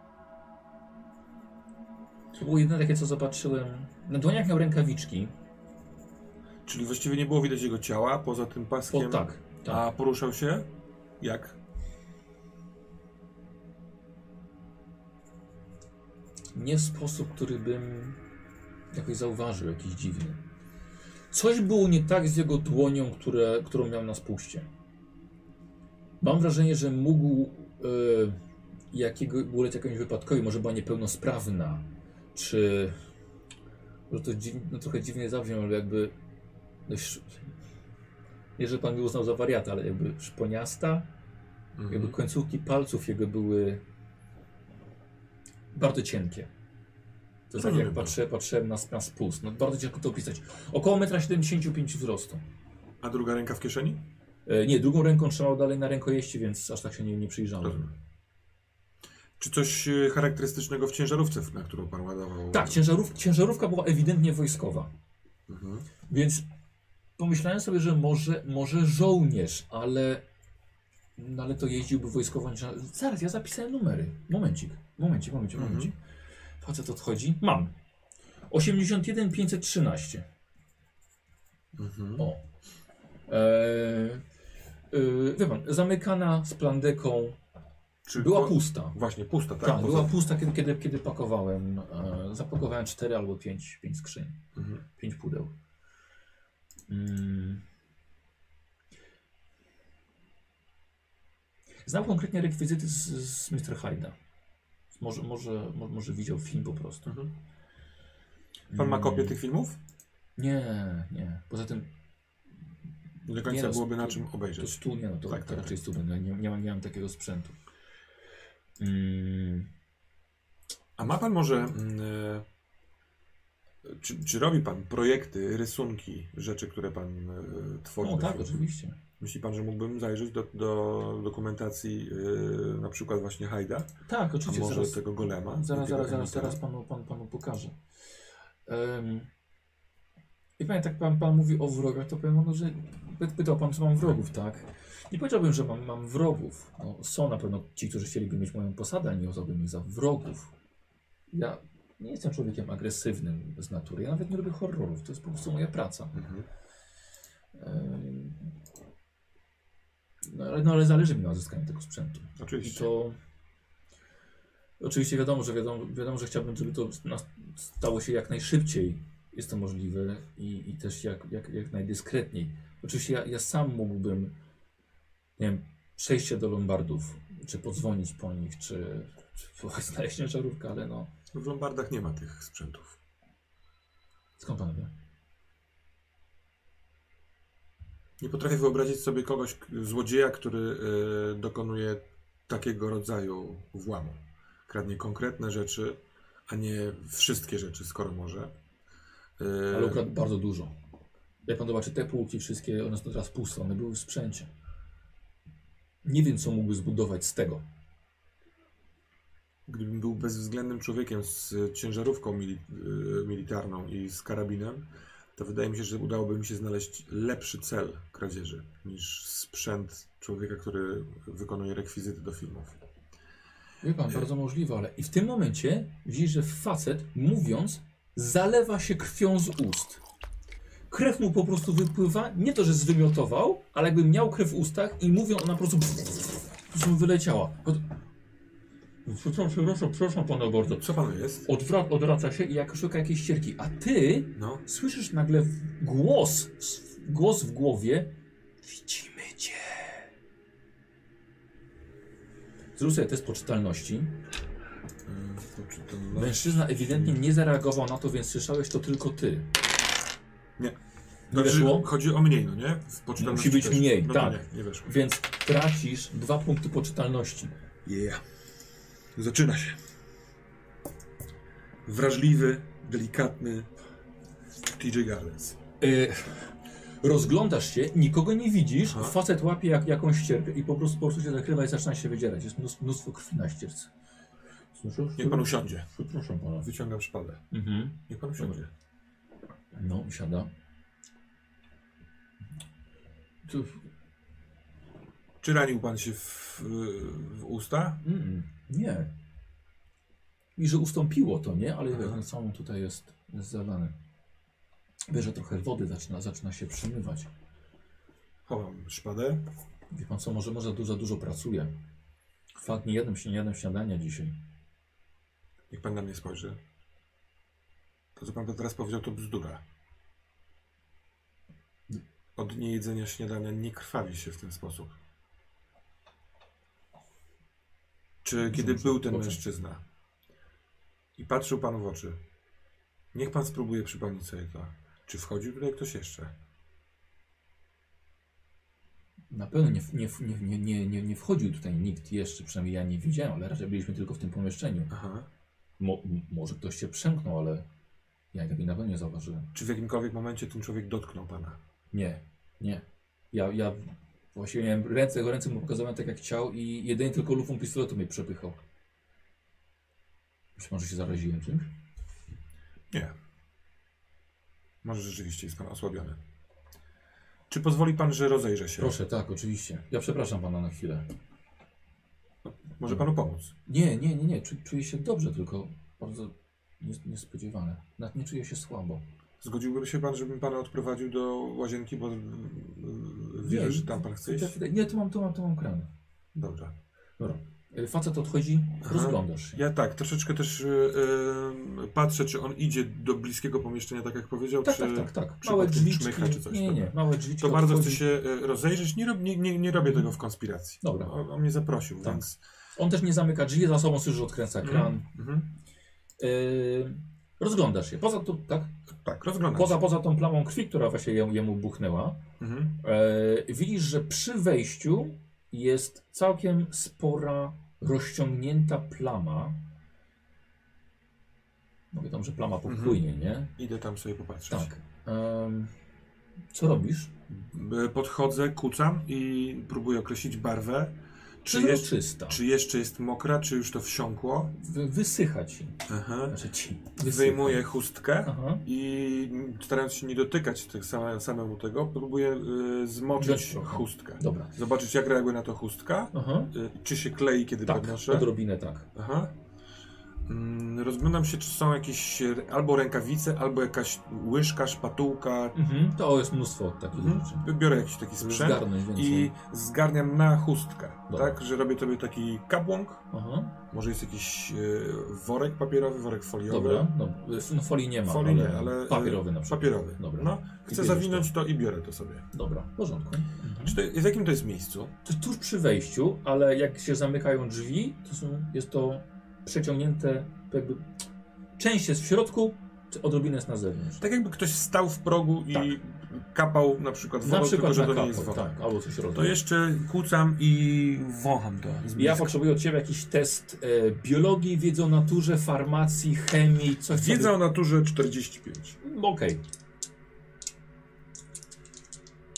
To było jedyne takie, co zobaczyłem. Na dłoniach miał rękawiczki. Czyli właściwie nie było widać jego ciała, poza tym paskiem. O, tak, tak. A poruszał się? Jak? Nie w sposób, który bym jakoś zauważył, jakiś dziwny. Coś było nie tak z jego dłonią, które, którą miał na spuście. Mam wrażenie, że mógł e, jakiego, ulec jakiemuś wypadkowi, może była niepełnosprawna, czy może to dziw, no, trochę dziwnie zabrzmiał, ale jakby dość, nie, że pan mnie uznał za wariata, ale jakby szponiasta, Mhm. jakby końcówki palców jego były bardzo cienkie. To jest tak jak Rozumiem. patrzę, patrzyłem na, na spust. No, bardzo ciężko to opisać. Około metra siedemdziesiąt pięć wzrostu. A druga ręka w kieszeni? E, nie, drugą ręką trzymał dalej na rękojeści, więc aż tak się nie, nie przyjrzałem. Rozumiem. Czy coś e, charakterystycznego w ciężarówce, na którą pan ładował? Tak, ciężarów, ciężarówka była ewidentnie wojskowa. Mhm. Więc pomyślałem sobie, że może, może żołnierz, ale, no, ale to jeździłby wojskowo. niż- Zaraz, ja zapisałem numery. Momencik, momencik, momencik, Mhm. momencik. Facet odchodzi. Mam. osiemdziesiąt jeden pięćset trzynaście. Mhm. O. Eee, yy, wie pan, zamykana z plandeką. Czy Była ko- pusta. Właśnie, pusta, tak? Tak, Poza- była pusta, kiedy, kiedy, kiedy pakowałem. E, zapakowałem cztery albo pięć, pięć skrzyń. Mhm. Pięć pudeł. Mm. Znam konkretnie rekwizyty z, z mister Hyde'a. Może, może, mo- może widział film po prostu. Mhm. Pan ma Mm. kopię tych filmów? Nie, nie. Poza tym Nie do Nie końca no, byłoby to- na czym to obejrzeć. stu, nie no, to, Tak, to tak, raczej tak. stu, no, nie, nie, mam, nie mam takiego sprzętu. Mm. A ma pan może... mm, e, Czy, czy robi pan projekty, rysunki, rzeczy, które pan e, tworzy? No do tak, filmu? oczywiście. Myśli pan, że mógłbym zajrzeć do, do dokumentacji e, na przykład właśnie Hyde'a? Tak, A oczywiście. może zaraz, tego golema? zaraz, takiego zaraz, zaraz, emitera? zaraz panu, pan, panu pokażę. Um, I panie, tak pan, pan mówi o wrogach, to powiem panu, że py- pytał pan, czy mam wrogów, tak? Nie powiedziałbym, że mam, mam wrogów. No, są na pewno ci, którzy chcieliby mieć moją posadę, ale nie uznałbym ich za wrogów. Ja nie jestem człowiekiem agresywnym z natury. Ja nawet nie lubię horrorów. To jest po prostu moja praca. Mhm. Ym, No ale, no ale zależy mi na odzyskaniu tego sprzętu. I Oczywiście. to oczywiście wiadomo, że wiadomo, wiadomo, że chciałbym, żeby to nas- stało się jak najszybciej. Jest to możliwe i, i też jak, jak, jak najdyskretniej. Oczywiście ja, ja sam mógłbym, nie wiem, przejść się do Lombardów, czy podzwonić po nich, czy, czy znaleźć ciężarówkę, ale no, W Lombardach nie ma tych sprzętów. skąd pan wie? Nie potrafię wyobrazić sobie kogoś, k- złodzieja, który e, dokonuje takiego rodzaju włamu. Kradnie konkretne rzeczy, a nie wszystkie rzeczy, skoro może. E, Ale ukradł bardzo dużo. Jak pan zobaczy, te półki wszystkie, one są teraz puste, one były w sprzęcie. Nie wiem, co mógłby zbudować z tego. Gdybym był bezwzględnym człowiekiem z ciężarówką mili militarną i z karabinem, to wydaje mi się, że udałoby mi się znaleźć lepszy cel kradzieży niż sprzęt człowieka, który wykonuje rekwizyty do filmów. Wie pan, bardzo możliwe, ale i w tym momencie widzisz, że facet, mówiąc, zalewa się krwią z ust. Krew mu po prostu wypływa, nie to, że zwymiotował, ale jakby miał krew w ustach i mówią, ona po prostu, po prostu wyleciała. Przepraszam, przepraszam, przepraszam pana bardzo. Co panu jest? Odwra odwraca się i jak szuka jakiejś ścierki, a ty No. słyszysz nagle głos, głos w głowie. Widzimy cię. Zrób sobie test poczytalności. Yy, poczytalności. Mężczyzna ewidentnie nie zareagował na to, więc słyszałeś to tylko ty. Nie. Nie weszło? Chodzi o mniej, no nie? W poczytalności Musi być też. mniej, no tak. Nie, nie weszło. Więc tracisz dwa punkty poczytalności. Yeah. Zaczyna się. Wrażliwy, delikatny T J Gardens. Yy, rozglądasz się, nikogo nie widzisz, Aha. facet łapie jak, jakąś ścierkę i po prostu, po prostu się zakrywa i zaczyna się wydzierać. Jest mnóstwo, mnóstwo krwi na ścierce. Słyszysz? Niech pan usiądzie. Przepraszam pana. Wyciągam szpadę. Mhm. Niech pan usiądzie. No, siada. Tu... Czy ranił pan się w, w usta? Mm, nie. I że ustąpiło to, nie? Ale Aha. ten całą tutaj jest, jest zalany. Wiesz, że trochę wody zaczyna, zaczyna się przemywać. Chowam szpadę. Wie pan co, może, może za dużo pracuje. Fakt, nie jadłem, nie jadłem śniadania dzisiaj. Niech pan na mnie spojrzy. To, co pan teraz powiedział, to bzdura. Od niejedzenia śniadania nie krwawi się w ten sposób. Czy kiedy Dobrze, był ten dobrze. mężczyzna i patrzył panu w oczy, niech pan spróbuje przypomnieć sobie to. Czy wchodził tutaj ktoś jeszcze? Na pewno nie, nie, nie, nie, nie, nie wchodził tutaj nikt jeszcze, przynajmniej ja nie widziałem, ale raczej byliśmy tylko w tym pomieszczeniu. Aha. Mo, może ktoś się przemknął, ale ja tego na pewno nie zauważyłem. Czy w jakimkolwiek momencie ten człowiek dotknął pana? Nie, nie. Ja, ja właściwie miałem ręce, jego ręce mu pokazałem tak jak chciał i jedynie tylko lufą pistoletu mnie przepychał. Czy może się zaraziłem czymś? Nie. Może rzeczywiście jest pan osłabiony. Czy pozwoli pan, że rozejrzę się? Proszę, tak, oczywiście. Ja przepraszam pana na chwilę. Może panu pomóc? Nie, nie, nie, nie. Czu, czuję się dobrze, tylko bardzo nies niespodziewane. Nawet nie czuję się słabo. Zgodziłby się pan, żebym pana odprowadził do łazienki, bo yy, wierzę, Nie, że tam pan chce iść? Nie, tu mam, tu mam, tu mam kran. Dobrze. Dobra. Facet odchodzi, Aha. rozglądasz się. Ja tak, troszeczkę też yy, yy, patrzę, czy on idzie do bliskiego pomieszczenia, tak jak powiedział, Tak, czy tak, tak, tak. Małe przypadkiem drzwiczki. czmycha, czy coś. Nie, nie, Dobra. małe drzwiczki. To bardzo chcę odchodzi. się yy, rozejrzeć. Nie, rob, nie, nie, nie robię tego w konspiracji. Dobra. On, on mnie zaprosił, Tak. więc... On też nie zamyka drzwi, za sobą słyszy, że odkręca kran. Mhm. Yy, rozglądasz się. Poza to, tak? Tak, rozglądam Poza, się. poza tą plamą krwi, która właśnie jemu, jemu buchnęła, Mhm. yy, widzisz, że przy wejściu jest całkiem spora, rozciągnięta plama. Mówię tam, że plama popłynie, nie? Idę tam sobie popatrzeć. Tak. Ym, co robisz? Y, Podchodzę, kucam i próbuję określić barwę. Czy, jeszcze, Przezroczysta. czy jeszcze jest mokra, czy już to wsiąkło? Wy, wysycha ci. Aha. Znaczy ci. Wysycha. Wyjmuję chustkę Aha. i starając się nie dotykać tych same, samemu tego, próbuję y, zmoczyć Wziąć trochę. chustkę. Dobra. Zobaczyć, jak reaguje na to chustka. Aha. Y, czy się klei, kiedy Tak, podnoszę. odrobinę tak. Aha. Mm, rozglądam się, czy są jakieś r- albo rękawice, albo jakaś łyżka, szpatułka. Mhm. To jest mnóstwo takich Mhm. rzeczy. Biorę jakiś taki Żeby sprzęt zgarnąć więcej. i zgarniam na chustkę. Dobra. Tak, że robię sobie taki kapłąk. Aha. Może jest jakiś y, worek papierowy, worek foliowy. Dobra. No, no folii nie ma, Folii ale, nie, ale papierowy na przykład. papierowy. Dobra. No, I chcę bierzesz zawinąć to. i biorę to sobie. Dobra, w porządku. Mhm. Czy to, w jakim to jest miejscu? To tuż przy wejściu, ale jak się zamykają drzwi, to są, jest to przeciągnięte, jakby część jest w środku, odrobinę jest na zewnątrz. Tak jakby ktoś stał w progu i Tak. kapał na przykład wodą, Na przykład tylko że na to nie kapą, jest woda. tak, albo coś robi. To jeszcze kucam i wącham to. z Ja bliska. potrzebuję od Ciebie jakiś test e, biologii, wiedzy o naturze, farmacji, chemii, coś Wiedza o naturze czterdzieści pięć. sobie... Okej.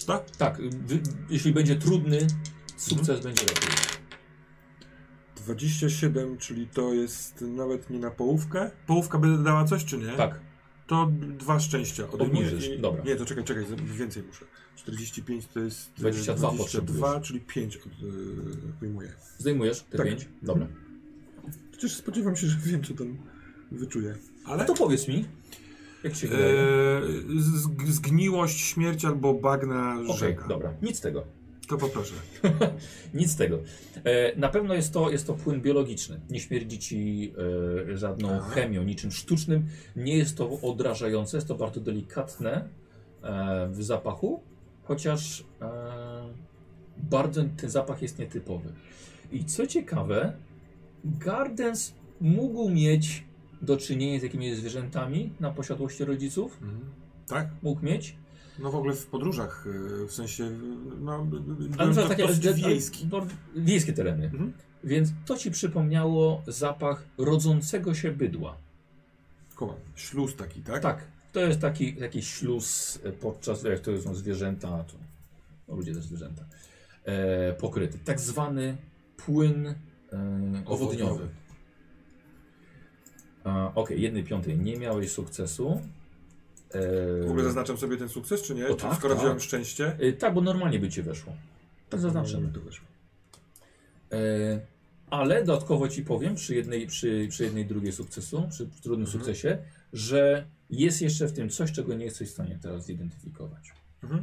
szósta? Tak, wy, jeśli będzie trudny, sukces mhm. będzie lepiej. dwadzieścia siedem, czyli to jest nawet nie na połówkę. Połówka by dała coś, czy nie? Tak. To dwa szczęścia. Obniżysz, i... dobra. Nie, to czekaj, czekaj, więcej muszę. czterdzieści pięć to jest dwadzieścia dwa, dwadzieścia dwa czyli pięć od, yy, ujmuję. Zdejmujesz te tak. pięć? Dobra. Przecież spodziewam się, że wiem, co tam wyczuję. Ale... A to powiedz mi, jak się wydaje? Eee, z, zgniłość, śmierć albo bagna Okej, rzeka. dobra. Nic z tego. To poproszę. Nic z tego. E, na pewno jest to, jest to płyn biologiczny. Nie śmierdzi ci e, żadną Aha. chemią, niczym sztucznym. Nie jest to odrażające, jest to bardzo delikatne e, w zapachu, chociaż e, bardzo ten zapach jest nietypowy. I co ciekawe, Gardens mógł mieć do czynienia z jakimiś zwierzętami na posiadłości rodziców. Mhm. Tak? Mógł mieć. No w ogóle w podróżach, w sensie, no, ale to takie wiejski. No, wiejskie tereny. Mhm. Więc to ci przypomniało zapach rodzącego się bydła. Koła. Śluz taki, tak? Tak. To jest taki, taki śluz podczas, jak to są zwierzęta, to no, ludzie też zwierzęta, e, pokryty. Tak zwany płyn e, owodniowy. Okej, okay, jednej piątej nie miałeś sukcesu. W ogóle zaznaczam sobie ten sukces, czy nie? O, czy tak, skoro tak. wziąłem szczęście? Yy, tak, bo normalnie by ci weszło. Tak zaznaczymy. To weszło. Yy, ale dodatkowo ci powiem przy jednej, przy, przy jednej drugiej sukcesu, przy trudnym mhm. sukcesie, że jest jeszcze w tym coś, czego nie jesteś w stanie teraz zidentyfikować. Mhm.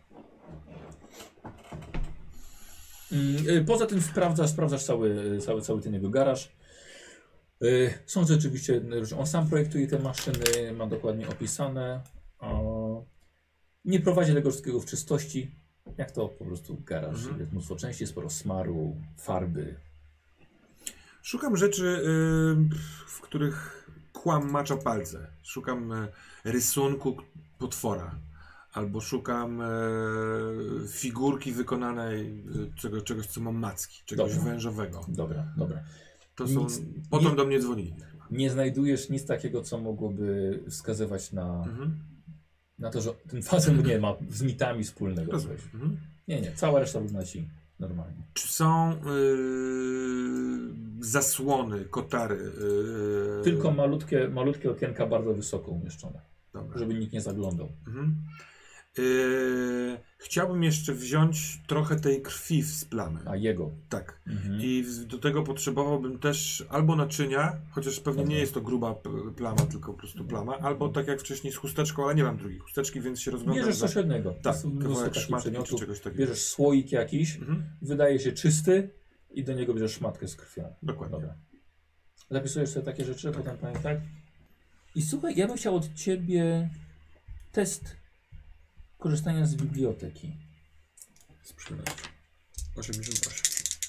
Yy, poza tym sprawdzasz, sprawdzasz cały, cały, cały ten jego garaż. Yy, są rzeczywiście, on sam projektuje te maszyny, ma dokładnie opisane. O, nie prowadzi tego wszystkiego w czystości, jak to po prostu garaż. Mhm. Jest mnóstwo części, sporo smaru, farby. Szukam rzeczy, yy, w których kłam macza palce. Szukam yy, rysunku potwora. Albo szukam yy, figurki wykonanej yy, czego, czegoś, co ma macki, czegoś dobra. wężowego. Dobra, dobra. To są, nic, potem nie, do mnie dzwonili. Nie znajdujesz nic takiego, co mogłoby wskazywać na, mhm. na to, że ten facet nie ma z mitami wspólnego. Mhm. Nie, nie, cała reszta wygląda ci normalnie. Czy są yy, zasłony, kotary? Yy... Tylko malutkie, malutkie okienka bardzo wysoko umieszczone, dobra. Żeby nikt nie zaglądał. Mhm. Yy, chciałbym jeszcze wziąć trochę tej krwi z plamy. A jego? Tak. Mhm. I do tego potrzebowałbym też albo naczynia, chociaż pewnie mhm. nie jest to gruba plama, tylko po prostu plama, mhm. albo tak jak wcześniej z chusteczką, ale nie mam drugiej chusteczki, więc się rozglądam. Bierzesz coś jednego. Tak, kawałek szmatki czy czegoś takiego. Bierzesz słoik jakiś, mhm. wydaje się czysty i do niego bierzesz szmatkę z krwią. Dokładnie. Dobra. Zapisujesz sobie takie rzeczy, potem pamiętaj. I słuchaj, ja bym chciał od ciebie test korzystania z biblioteki. Sprzedać. osiemdziesiąt osiem.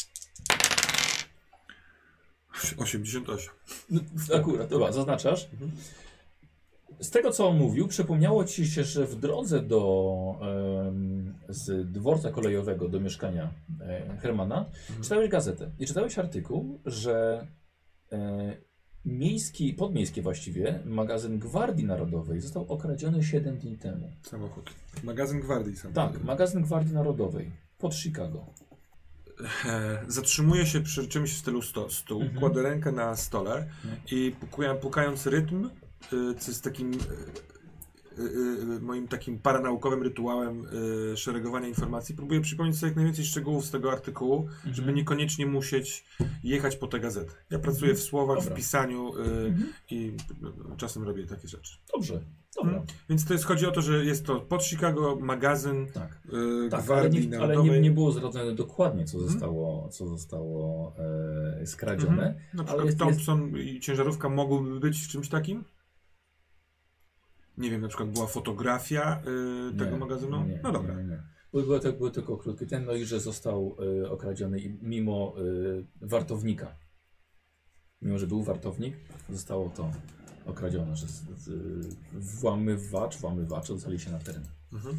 osiemdziesiąt osiem. No, akurat, dobra, zaznaczasz. Mhm. Z tego, co on mówił, przypomniało ci się, że w drodze do um, z dworca kolejowego do mieszkania e, Hermana mhm. czytałeś gazetę i czytałeś artykuł, że e, miejski, podmiejski właściwie, magazyn Gwardii Narodowej został okradziony siedem dni temu. Samochód. Magazyn Gwardii sam. Tak, magazyn Gwardii Narodowej pod Chicago. E, zatrzymuję się przy czymś w stylu sto, stół, mhm. kładę rękę na stole mhm. i pukuję, pukając rytm, y, co jest takim y, y, y, moim takim paranaukowym rytuałem y, szeregowania informacji, próbuję przypomnieć sobie jak najwięcej szczegółów z tego artykułu, mhm. żeby niekoniecznie musieć jechać po tę gazetę. Ja pracuję w słowach, Dobra. w pisaniu y, mhm. i y, czasem robię takie rzeczy. Dobrze. Dobra. Hmm. Więc to jest, chodzi o to, że jest to pod Chicago magazyn tak. y, tak, Gwardii ale nie, Narodowej. Ale nie, nie było zdradzone dokładnie, co zostało, hmm. co zostało e, skradzione. Hmm. Na przykład jest, Thompson jest... i ciężarówka mogłyby być w czymś takim? Nie wiem, na przykład była fotografia y, tego nie, magazynu? Nie, no dobra. Nie, nie. Były, to, były tylko krótkie ten, no i że został y, okradziony i mimo y, wartownika. Mimo, że był wartownik, zostało to okradzione, że z, z, włamywacz, włamywacze dostali się na teren. Mhm.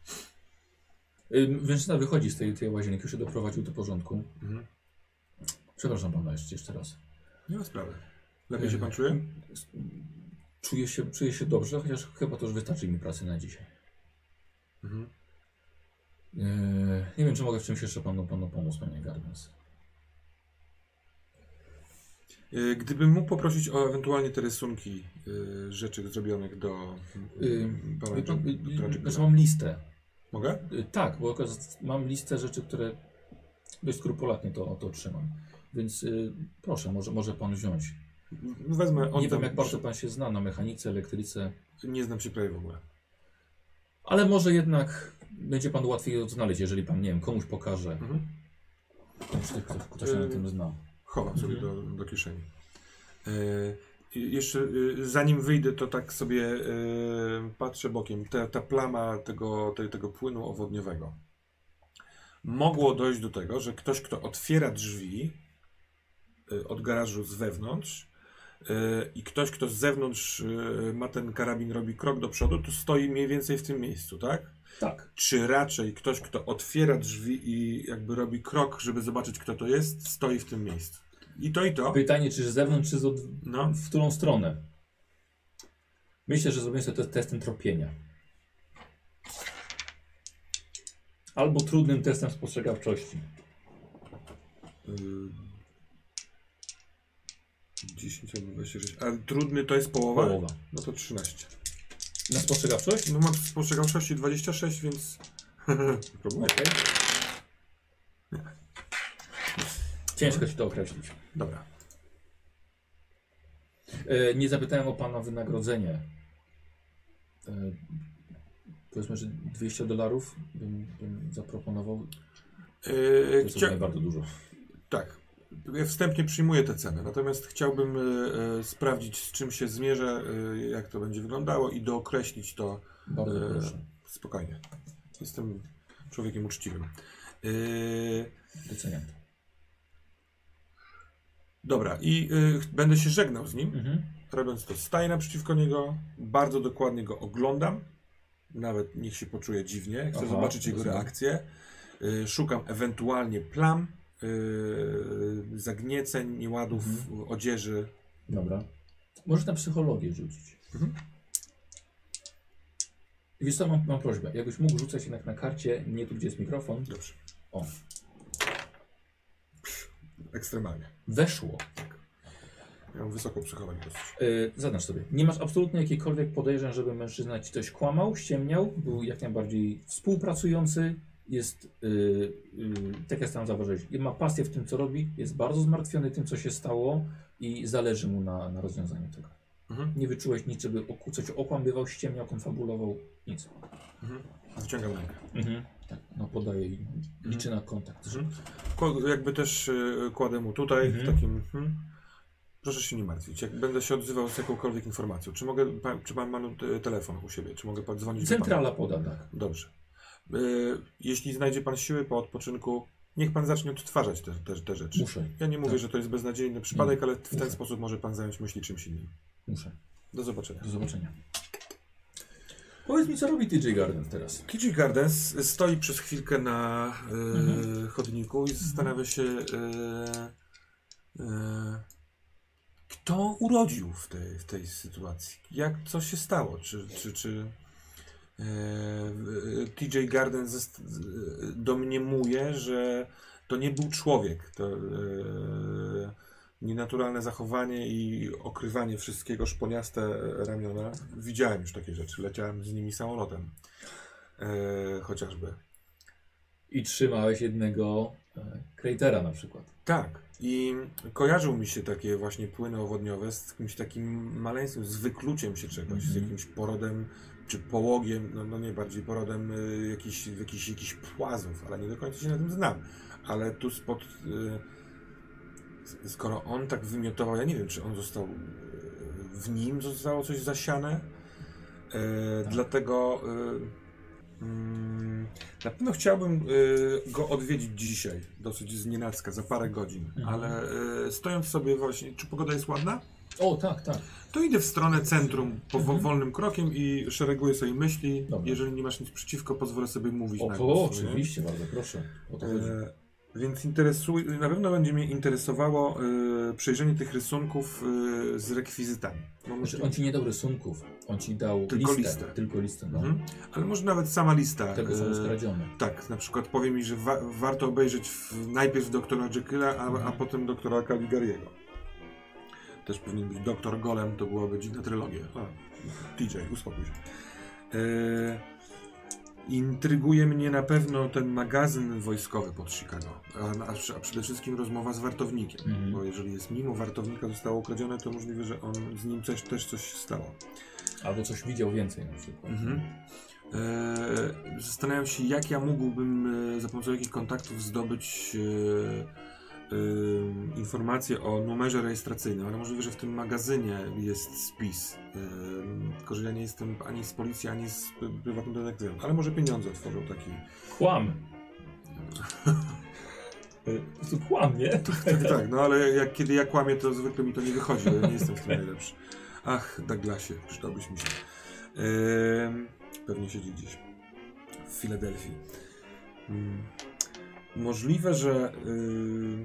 Y, Mężczyzna wychodzi z tej, tej łazienki, już się doprowadził do porządku. Mhm. Przepraszam pana jeszcze, jeszcze raz. Nie ma sprawy. Lepiej się pan czuje? Czuję się, czuję się dobrze, chociaż chyba to już wystarczy mi pracy na dzisiaj. Mhm. Yy, nie wiem, czy mogę w czymś jeszcze panu, panu pomóc, panie Gardens. Yy, Gdybym mógł poprosić o ewentualnie te rysunki yy, rzeczy zrobionych do yy, pana Yy, John- yy, doktora yy, Jekylla. znaczy mam listę. Mogę? Yy, tak, bo akurat mam listę rzeczy, które dość skrupulatnie to, to trzymam. Więc yy, proszę, może, może pan wziąć. Wezmę. On Nie wiem, tam- jak bardzo pan się zna na mechanice, elektryce. Nie znam się prawie w ogóle. Ale może jednak będzie pan łatwiej je odnaleźć, jeżeli pan, nie wiem, komuś pokaże. Mhm. Ktoś, ktoś, ktoś się na tym zna. Chowam sobie Mhm. do, do kieszeni. Yy, i jeszcze yy, zanim wyjdę, to tak sobie yy, patrzę bokiem. Ta, ta plama tego, te, tego płynu owodniowego. Mogło dojść do tego, że ktoś, kto otwiera drzwi yy, od garażu z wewnątrz yy, i ktoś, kto z zewnątrz yy, ma ten karabin, robi krok do przodu, to stoi mniej więcej w tym miejscu, tak? Tak. Czy raczej ktoś, kto otwiera drzwi i jakby robi krok, żeby zobaczyć, kto to jest, stoi w tym miejscu? I to, i to. Pytanie, czy z zewnątrz, czy z od... No. w którą stronę? Myślę, że zrobimy sobie test, testem tropienia. Albo trudnym testem spostrzegawczości. Yy, dziesięć albo dwadzieścia sześć. A trudny to jest połowa? Połowa. No to trzynaście. Na spostrzegawczość? No mam spostrzegawczości dwadzieścia sześć, więc... Próbuję. Okej. Ciężko ci to określić. Dobra. E, nie zapytałem o pana wynagrodzenie. E, powiedzmy, że dwieście dolarów bym, bym zaproponował. To Yy, jest chcia... bardzo dużo. Tak. Ja wstępnie przyjmuję te ceny, natomiast chciałbym y, y, sprawdzić, z czym się zmierzę, y, jak to będzie wyglądało i dookreślić to Bardzo y, proszę. spokojnie. Jestem człowiekiem uczciwym. Y, Doceniam to. dobra, i y, będę się żegnał z nim. Mhm. Robiąc to, staję naprzeciwko niego, bardzo dokładnie go oglądam. Nawet niech się poczuje dziwnie. Chcę Aha, zobaczyć jego rozumiem. reakcję. Y, szukam ewentualnie plam, y, zagnieceń, nieładów, Mhm. odzieży. Dobra. Możesz na psychologię rzucić. Mhm. Wiesz co, mam, mam prośbę. Jakbyś mógł rzucać jednak na karcie, nie tu, gdzie jest mikrofon. Dobrze. O, Ekstremalnie. weszło. Ja mam wysoką psychologię dosyć. Yy, zaznacz sobie. Nie masz absolutnie jakichkolwiek podejrzeń, żeby mężczyzna ci coś kłamał, ściemniał. Był jak najbardziej współpracujący. Jest, yy, yy, tak jak sam zauważyłeś, ma pasję w tym, co robi. Jest bardzo zmartwiony tym, co się stało i zależy mu na, na rozwiązaniu tego. Mhm. Nie wyczułeś nic, żeby oku- coś okłamywał, ściemniał, konfabulował. Nic. Mhm. Wyciągam rękę. Mhm. Tak, no podaję i liczy na kontakt. Mhm. Ko- jakby też y, kładę mu tutaj Mhm. w takim... Hmm, proszę się nie martwić. Jak będę się odzywał z jakąkolwiek informacją, czy mogę, pa, czy pan ma y, telefon u siebie, czy mogę pan dzwonić do pana? Centrala poda, tak. Dobrze. Y, jeśli znajdzie pan siły po odpoczynku, niech pan zacznie odtwarzać te, te, te rzeczy. Muszę. Ja nie mówię, Tak. że to jest beznadziejny przypadek, Nie. ale w ten Muszę. sposób może pan zająć myśli czymś innym. Muszę. Do zobaczenia. Do zobaczenia. Powiedz mi, co robi T J Garden teraz? T J Gardens stoi przez chwilkę na y, Mhm. chodniku i zastanawia się, y, y, kto urodził w tej, w tej sytuacji. Jak, co się stało? Czy, czy, czy y, y, T J Gardens zest- y, domniemuje, że to nie był człowiek. To y, nienaturalne zachowanie i okrywanie wszystkiego, szponiaste ramiona. Widziałem już takie rzeczy. Leciałem z nimi samolotem. E, chociażby. I trzymałeś jednego e, Kreitera na przykład. Tak. I kojarzył mi się takie właśnie płyny owodniowe z jakimś takim maleństwem, z wykluciem się czegoś, z Mhm. jakimś porodem, czy połogiem, no, no nie bardziej porodem y, jakichś jakiś, jakiś płazów, ale nie do końca się na tym znam. Ale tu spod... Y, skoro on tak wymiotował, ja nie wiem, czy on został... y, w nim zostało coś zasiane. E, Tak. Dlatego... Y, Mm, na pewno chciałbym y, go odwiedzić dzisiaj, dosyć znienacka, za parę godzin, Mhm. ale y, stojąc sobie właśnie, czy pogoda jest ładna? O, tak, tak. To idę w stronę centrum po Mhm. wolnym krokiem i szereguję sobie myśli. Dobra. Jeżeli nie masz nic przeciwko, pozwolę sobie mówić O, na to głos. nie? oczywiście, bardzo proszę. O to chodzi. E, Więc interesuje, na pewno będzie mnie interesowało y, przejrzenie tych rysunków y, z rekwizytami. Znaczy, on ci nie dał rysunków, on ci dał tylko listę. listę. Tylko listę, no. Mhm. Ale może nawet sama lista. Tego są y, skradzione. Tak, na przykład powie mi, że wa warto obejrzeć w, najpierw doktora Jekylla, a, Mhm. a potem doktora Caligariego. Też powinien być doktor Golem, to byłaby dziwna trylogia. A, T J, uspokój się. Y, Intryguje mnie na pewno ten magazyn wojskowy pod Chicago, a, a, a przede wszystkim rozmowa z wartownikiem, Mhm. bo jeżeli jest mimo wartownika zostało ukradzione, to możliwe, że on z nim też, też coś się stało. Albo coś widział więcej na przykład. Mhm. Eee, zastanawiam się, jak ja mógłbym e, za pomocą jakich kontaktów zdobyć e, e, informacje o numerze rejestracyjnym, ale możliwe, że w tym magazynie jest spis. E, tylko, że ja nie jestem ani z policji, ani z prywatnym detektywem, ale może pieniądze tworzą taki... Kłam! Po prostu kłam, nie? Tak, tak, no ale jak, kiedy ja kłamię, to zwykle mi to nie wychodzi, bo ja nie jestem w tym najlepszy. Ach, Douglasie, przydałbyś mi się. Ehm, pewnie siedzi gdzieś w Filadelfii. Hmm. Możliwe, że... Yy...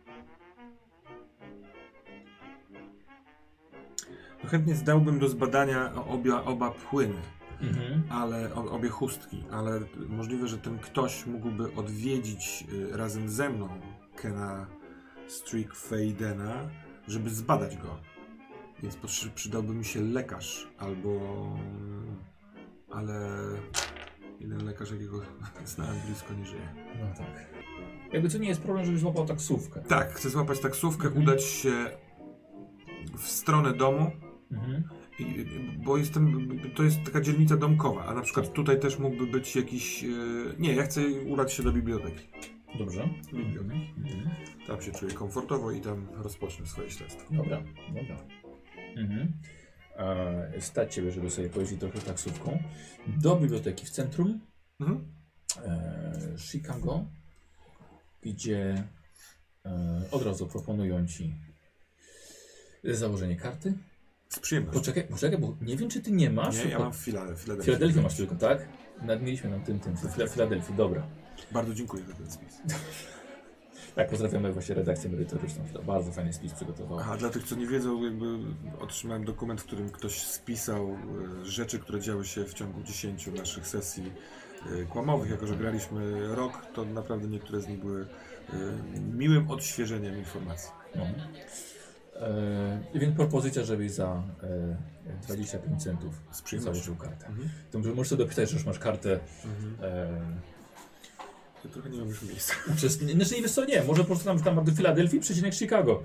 No chętnie zdałbym do zbadania obie, oba płyny, Mhm. ale o, obie chustki, ale możliwe, że ten ktoś mógłby odwiedzić y, razem ze mną Kena Strickfadena, żeby zbadać go. Więc przy, przydałby mi się lekarz, albo... Ale... Jeden lekarz, jakiego znałem blisko, nie żyje. No tak. Jakby to nie jest problem, żebyś złapał taksówkę. Tak, chcę złapać taksówkę, Mhm. udać się w stronę domu, Mhm. i, bo jestem, to jest taka dzielnica domkowa, a na przykład tutaj też mógłby być jakiś... e, Nie, ja chcę udać się do biblioteki. Dobrze. Biblioteki. Mhm. Tam się czuję komfortowo i tam rozpocznę swoje śledztwo. Dobra, dobra. Mhm. E, stać ciebie, żeby sobie pojeździć trochę taksówką do biblioteki w centrum Mhm. e, Chicago, gdzie e, od razu proponują ci założenie karty. Z przyjemnością. Poczekaj, poczekaj, bo nie wiem, czy ty nie masz. Nie, ja bo- mam w Fila- Filadelfii. Filadelfię masz tylko, tak? Nadmieniliśmy nam tym, tym, w Filadelfii, dobra. Bardzo dziękuję za ten spis. Tak, pozdrawiamy właśnie redakcję merytoryczną. Bardzo fajny spis przygotowała. Aha, dla tych, co nie wiedzą, jakby otrzymałem dokument, w którym ktoś spisał e, rzeczy, które działy się w ciągu dziesięciu naszych sesji e, kłamowych. Jako że graliśmy rok, to naprawdę niektóre z nich były e, miłym odświeżeniem informacji. No. E, więc propozycja, żebyś za e, dwadzieścia pięć centów Z przyjemnością. założył kartę. Mhm. To może możesz sobie dopisać, że już masz kartę. Mhm. E, Ja trochę nie mam już miejsca. uczestni- znaczy, wiesz co, nie, może po prostu tam, tam do Filadelfii, przecinek Chicago.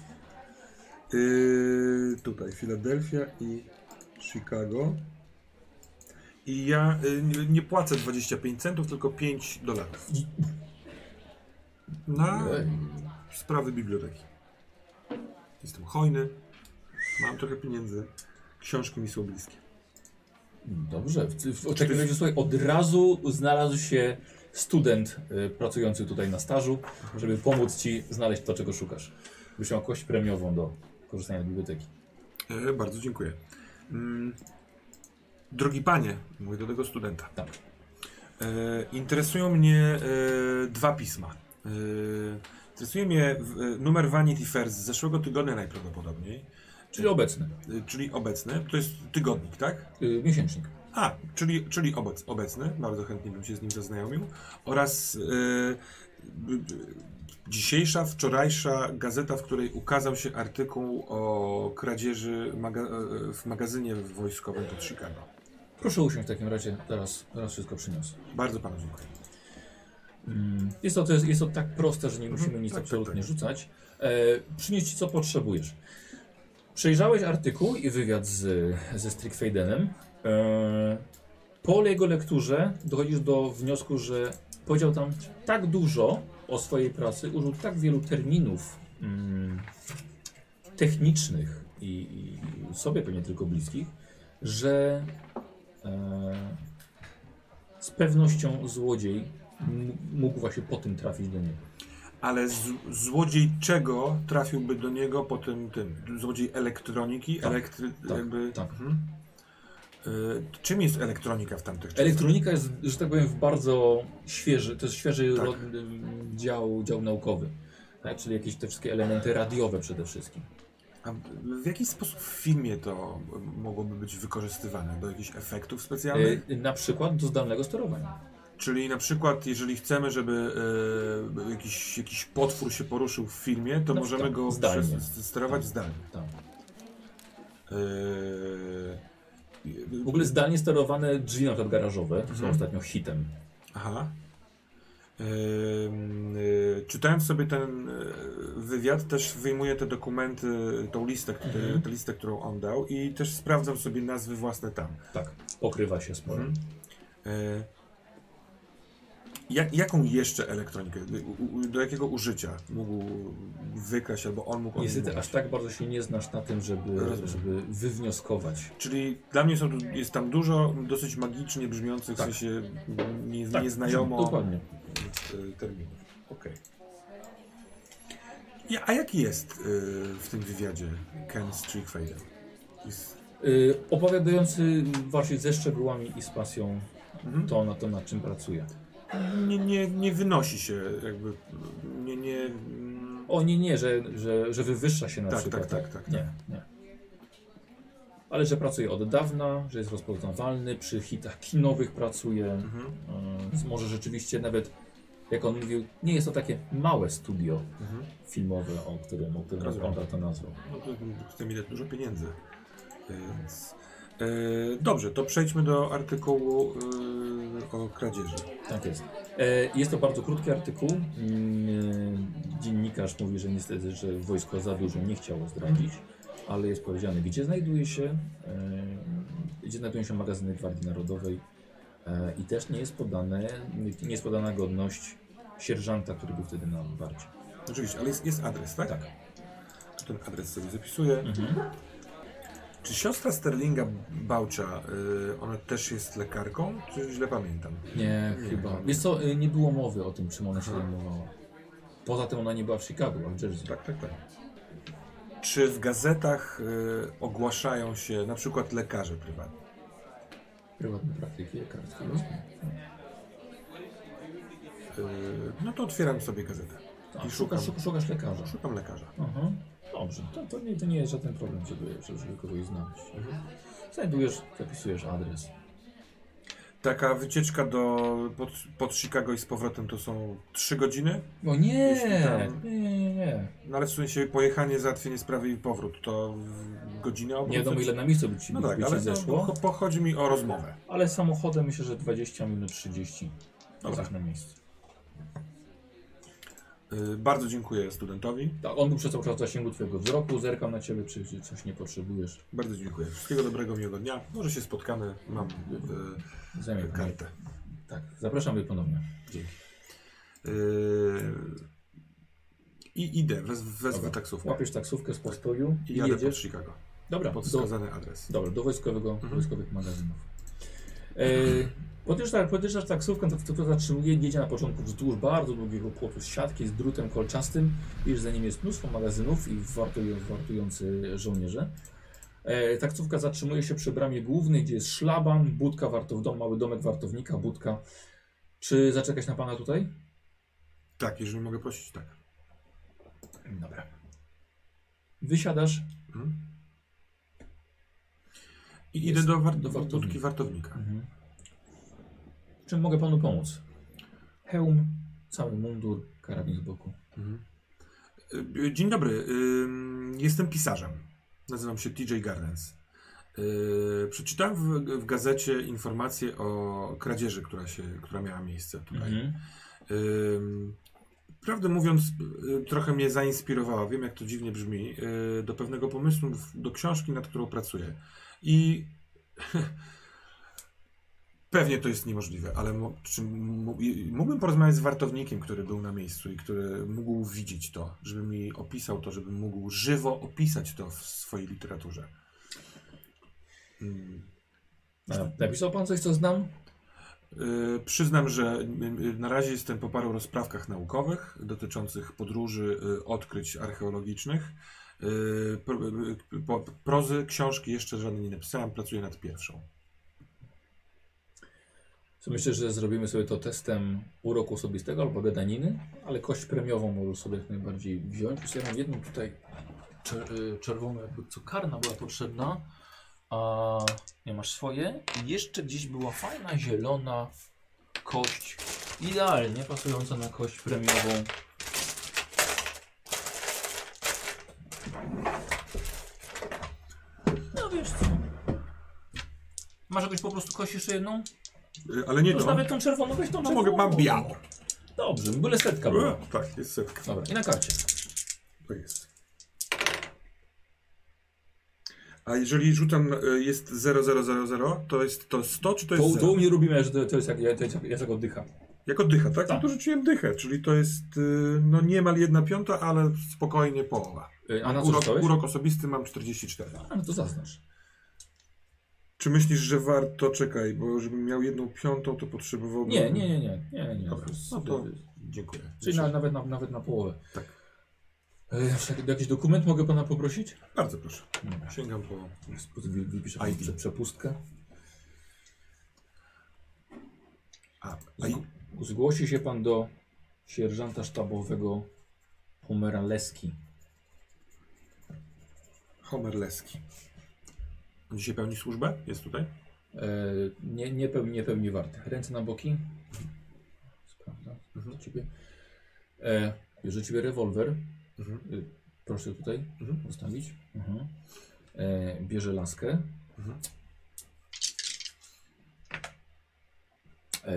Yy, tutaj Filadelfia i Chicago. I ja y, nie, nie płacę dwadzieścia pięć centów, tylko pięć dolarów. Na Ojej. sprawy biblioteki. Jestem hojny, mam trochę pieniędzy, książki mi są bliskie. Dobrze, w, w oczekiwaniu, słuchaj, od razu znalazł się student y, pracujący tutaj na stażu, żeby pomóc ci znaleźć to, czego szukasz. Byś miał kość premiową do korzystania z biblioteki. E, bardzo dziękuję. Mm, drogi panie, mówię do tego studenta. Tak. E, interesują mnie e, dwa pisma. E, interesuje mnie w, e, numer Vanity Fair z zeszłego tygodnia najprawdopodobniej, Czyli obecny, e, czyli obecny. To jest tygodnik, tak? y, miesięcznik. A, czyli, czyli obec, obecny, bardzo chętnie bym się z nim zaznajomił. Oraz e, b- b- dzisiejsza, wczorajsza gazeta, w której ukazał się artykuł o kradzieży maga e, w magazynie wojskowym pod Chicago. Proszę usiąść w takim razie, teraz, teraz wszystko przyniosę. Bardzo panu dziękuję. Mm, Jest to, to jest, jest to tak proste, że nie Mhm, musimy nic tak, absolutnie tak, tak. rzucać. E, przynieś ci, co potrzebujesz. Przejrzałeś artykuł i wywiad z, ze Strickfadenem. E, po jego lekturze dochodzisz do wniosku, że powiedział tam tak dużo o swojej pracy, użył tak wielu terminów mm, technicznych i, i sobie pewnie tylko bliskich, że e, z pewnością złodziej m- mógł właśnie po tym trafić do niego. Ale z, złodziej czego trafiłby do niego po tym, tym? Złodziej elektroniki? Tak, Elektry, tak, jakby, tak. Mhm. czym jest elektronika w tamtych czasach? Elektronika jest, że tak powiem, w bardzo świeży, to jest świeży Tak. rod, dział, dział naukowy. Tak? Czyli jakieś te wszystkie elementy radiowe przede wszystkim. A w jaki sposób w filmie to mogłoby być wykorzystywane? Do jakichś efektów specjalnych? E, na przykład do zdalnego sterowania. Czyli na przykład, jeżeli chcemy, żeby e, jakiś, jakiś potwór się poruszył w filmie, to Na możemy przykład go zdalnie. przez- sterować zdalnie. Tak. E, W ogóle zdalnie sterowane drzwi na przykład garażowe są Mhm. ostatnio hitem. Aha. E, e, czytając sobie ten e, wywiad, też wyjmuję te dokumenty, tą listę, który, Mhm. tę listę, którą on dał i też sprawdzam sobie nazwy własne tam. Tak, pokrywa się sporo. Mhm. E, jak, jaką jeszcze elektronikę, u, u, do jakiego użycia mógł wykraść albo on mógł Niestety odnieść? aż tak bardzo się nie znasz na tym, żeby, Rozumiem. żeby wywnioskować. Czyli dla mnie są, tu- jest tam dużo dosyć magicznie brzmiących, Tak. w sensie nie, Tak, nieznajomo dokładnie. e, terminów. Okej. Ja, a jaki jest e, w tym wywiadzie Ken Strickfaden? Jest... Yy, opowiadający właśnie ze szczegółami i z pasją Mhm. to na to, nad czym pracuje. Nie, nie, nie wynosi się jakby, nie, nie... mm, O nie, nie, że, że, że wywyższa się na Tak, przykład. tak, tak, tak, Nie, nie. Ale że pracuje od dawna, że jest rozpoznawalny, przy hitach kinowych pracuje. Mhm. Yy, może rzeczywiście nawet, jak on mówił, nie jest to takie małe studio Mhm. filmowe, o którym, o którym Rozumiem. on tak to nazwał. No to chcę mieć dużo pieniędzy. Więc... E, dobrze, to przejdźmy do artykułu e, o kradzieży. Tak jest. E, jest to bardzo krótki artykuł. Mm, dziennikarz mówi, że niestety, że wojsko za dużo nie chciało zdradzić, ale jest powiedziane, gdzie znajduje się, e, gdzie znajdują się magazyny Gwardii Narodowej e, i też nie jest podane, nie jest podana godność sierżanta, który był wtedy na warcie. Oczywiście, ale jest, jest adres, tak? Tak. Ten adres sobie zapisuję. Mhm. Czy siostra Sterlinga Boucha, y, ona też jest lekarką? Czy źle pamiętam? Nie, Nie. chyba. Wiesz co, y, nie było mowy o tym, czym ona się zajmowała. Poza tym ona nie była w Chicago, a w Jersey. Tak, tak, tak. Czy w gazetach y, ogłaszają się na przykład lekarze prywatni? Prywatne praktyki lekarskie. Y, no to otwieram sobie gazetę. A, I szukasz, szukam. szukasz lekarza. Szukam lekarza. Aha. Dobrze, to, to, nie, to nie jest żaden problem, żeby, żeby kogoś znaleźć. Mhm. Znajdujesz, zapisujesz adres. Taka wycieczka do, pod, pod Chicago i z powrotem to są trzy godziny? O nie, Jeśli tam- nie, nie, nie. No ale w sensie pojechanie, załatwienie sprawy i powrót to w godzinę obrót? Nie wiadomo ile na miejscu by ci, No by tak, ci ale zeszło. no, po, chodzi mi o rozmowę. Ale samochodem myślę, że dwadzieścia minut, trzydzieści. Dobra. Jesteś na miejscu. Y, bardzo dziękuję studentowi. Tak, on był przez cały czas w zasięgu twojego wzroku, zerkał na ciebie, czy czy coś nie potrzebujesz. Bardzo dziękuję. Wszystkiego dobrego, miłego dnia. Może się spotkamy. Mam y, Zajmie y, kartę. Tak, zapraszam cię ponownie. Dzięki. Y, I idę, wez, wezwę Dobra. taksówkę. Łapiesz taksówkę z postoju I i jadę pod jedziesz. Chicago. Dobra, Pod do, wskazany adres. dobra, do wojskowego, Mhm. wojskowych magazynów. E, podjeżdżasz, podjeżdżasz taksówką, to, to zatrzymuje, jedzie na początku wzdłuż bardzo długiego płotu z siatki, z drutem kolczastym. Widzisz, za nim jest mnóstwo magazynów i wartują, wartujący żołnierze. E, taksówka zatrzymuje się przy bramie głównej, gdzie jest szlaban, budka, wartow, dom, mały domek wartownika, budka. Czy zaczekać na pana tutaj? Tak, jeżeli mogę prosić, tak. Dobra. Wysiadasz. Mhm. I Jest idę do, war do do wartownika. budki wartownika. Mhm. Czym mogę panu pomóc? Hełm, cały mundur, karabin z boku. Mhm. Y, Dzień dobry. Ym, Jestem pisarzem. Nazywam się T J Gardens. Y, Przeczytałem w, w gazecie informację o kradzieży, która, się, która miała miejsce tutaj. Mhm. Ym, Prawdę mówiąc, y, trochę mnie zainspirowała, wiem jak to dziwnie brzmi, y, do pewnego pomysłu, w- do książki, nad którą pracuję. I pewnie to jest niemożliwe, ale mo, czy m- i- mógłbym porozmawiać z wartownikiem, który był na miejscu i który mógł widzieć to, żeby mi opisał to, żebym mógł żywo opisać to w swojej literaturze. Mm. A, napisał pan coś, co znam? Yy, przyznam, że yy, na razie jestem po paru rozprawkach naukowych dotyczących podróży, yy, odkryć archeologicznych. Yy, pro, yy, po, prozy, książki jeszcze żadnej nie napisałem, pracuję nad pierwszą. To myślę, że zrobimy sobie to testem uroku osobistego albo gadaniny, ale kość premiową możesz sobie jak najbardziej wziąć. Już ja mam jedną tutaj czer y, czerwoną, jakby co karna była potrzebna. A nie masz swoje? I jeszcze gdzieś była fajna zielona kość, idealnie pasująca na kość premiową. No wiesz co? Masz jakąś po prostu kość jeszcze jedną? Y, Ale nie Już to. nawet tą czerwoną, weź tą No czerwoną. mogę, mam białą. Dobrze, byle setka była. E, Tak, jest setka. Dobra, i na karcie. To jest. A jeżeli rzucam, y, jest zero zero zero zero, to jest to sto, czy to jest To, zero? to u mnie robimy, że to, to jest jak, to jest jak, jest jak oddycha. Jako dycha, tak? Tak. No to rzuciłem dychę, czyli to jest y, no niemal jedna piąta, ale spokojnie połowa. Y, A na co urok, rzucałeś? urok osobisty mam czterdzieści cztery. A no to zaznacz. Czy myślisz, że warto, czekaj, bo żebym miał jedną piątą, to potrzebowałbym... Nie, nie, nie, nie, nie, nie. Dobra, jest- no to dziękuję. Czyli na, nawet, na, nawet na połowę. Tak. E, jakiś dokument mogę pana poprosić? Bardzo proszę. Dobra. Sięgam po... Wy- Wypiszę panu I D. prze- przepustkę. A, a i... Zgłosi się pan do sierżanta sztabowego Homera Leski. Homer Leski. On dzisiaj pełni służbę? Jest tutaj? E, nie, nie, pełni, nie pełni warty. Ręce na boki. Sprawdzam. Mhm. Do ciebie. E, bierze ciebie rewolwer. Mhm. Y, proszę tutaj Mhm. postawić. Mhm. E, bierze laskę. Mhm. E,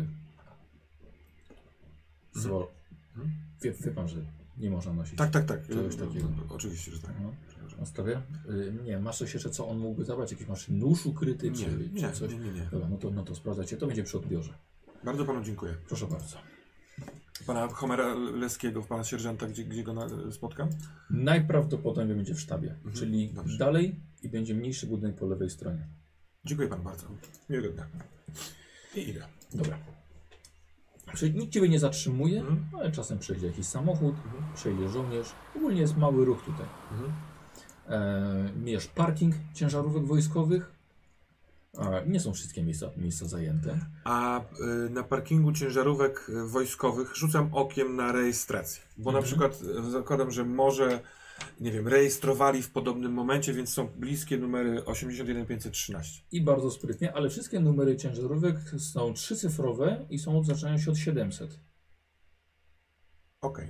zwo, Mhm. wie, wie pan, że nie można nosić. Tak, tak, tak. Czegoś takiego. No, oczywiście, że tak. Mhm. Nastawię. Y, nie, masz coś jeszcze, co on mógłby zabrać? Jakiś masz nóż ukryty, Nie, czy, nie, czy coś? nie, nie, nie. Dobra, no to, no to sprawdzajcie. To będzie przy odbiorze. Bardzo panu dziękuję. Proszę bardzo. Pana Homera Leskiego, pana sierżanta, gdzie, gdzie go na, spotkam? Najprawdopodobniej będzie w sztabie, Mhm, czyli dobrze. dalej i będzie mniejszy budynek po lewej stronie. Dziękuję panu bardzo. Miłego dnia. I idę. Dobra. Czyli nikt ciebie nie zatrzymuje, Mhm. ale czasem przejdzie jakiś samochód, Mhm. przejdzie żołnierz. Ogólnie jest mały ruch tutaj. Mhm. E, mijasz parking ciężarówek wojskowych. E, nie są wszystkie miejsca, miejsca zajęte. A y, na parkingu ciężarówek y, wojskowych rzucam okiem na rejestrację. Bo na Mhm. przykład y, zakładam, że może, nie wiem, rejestrowali w podobnym momencie, więc są bliskie numery osiemdziesiąt jeden pięćset trzynaście. I bardzo sprytnie, ale wszystkie numery ciężarówek są trzycyfrowe i są zaczynają się od siedemset. Okej.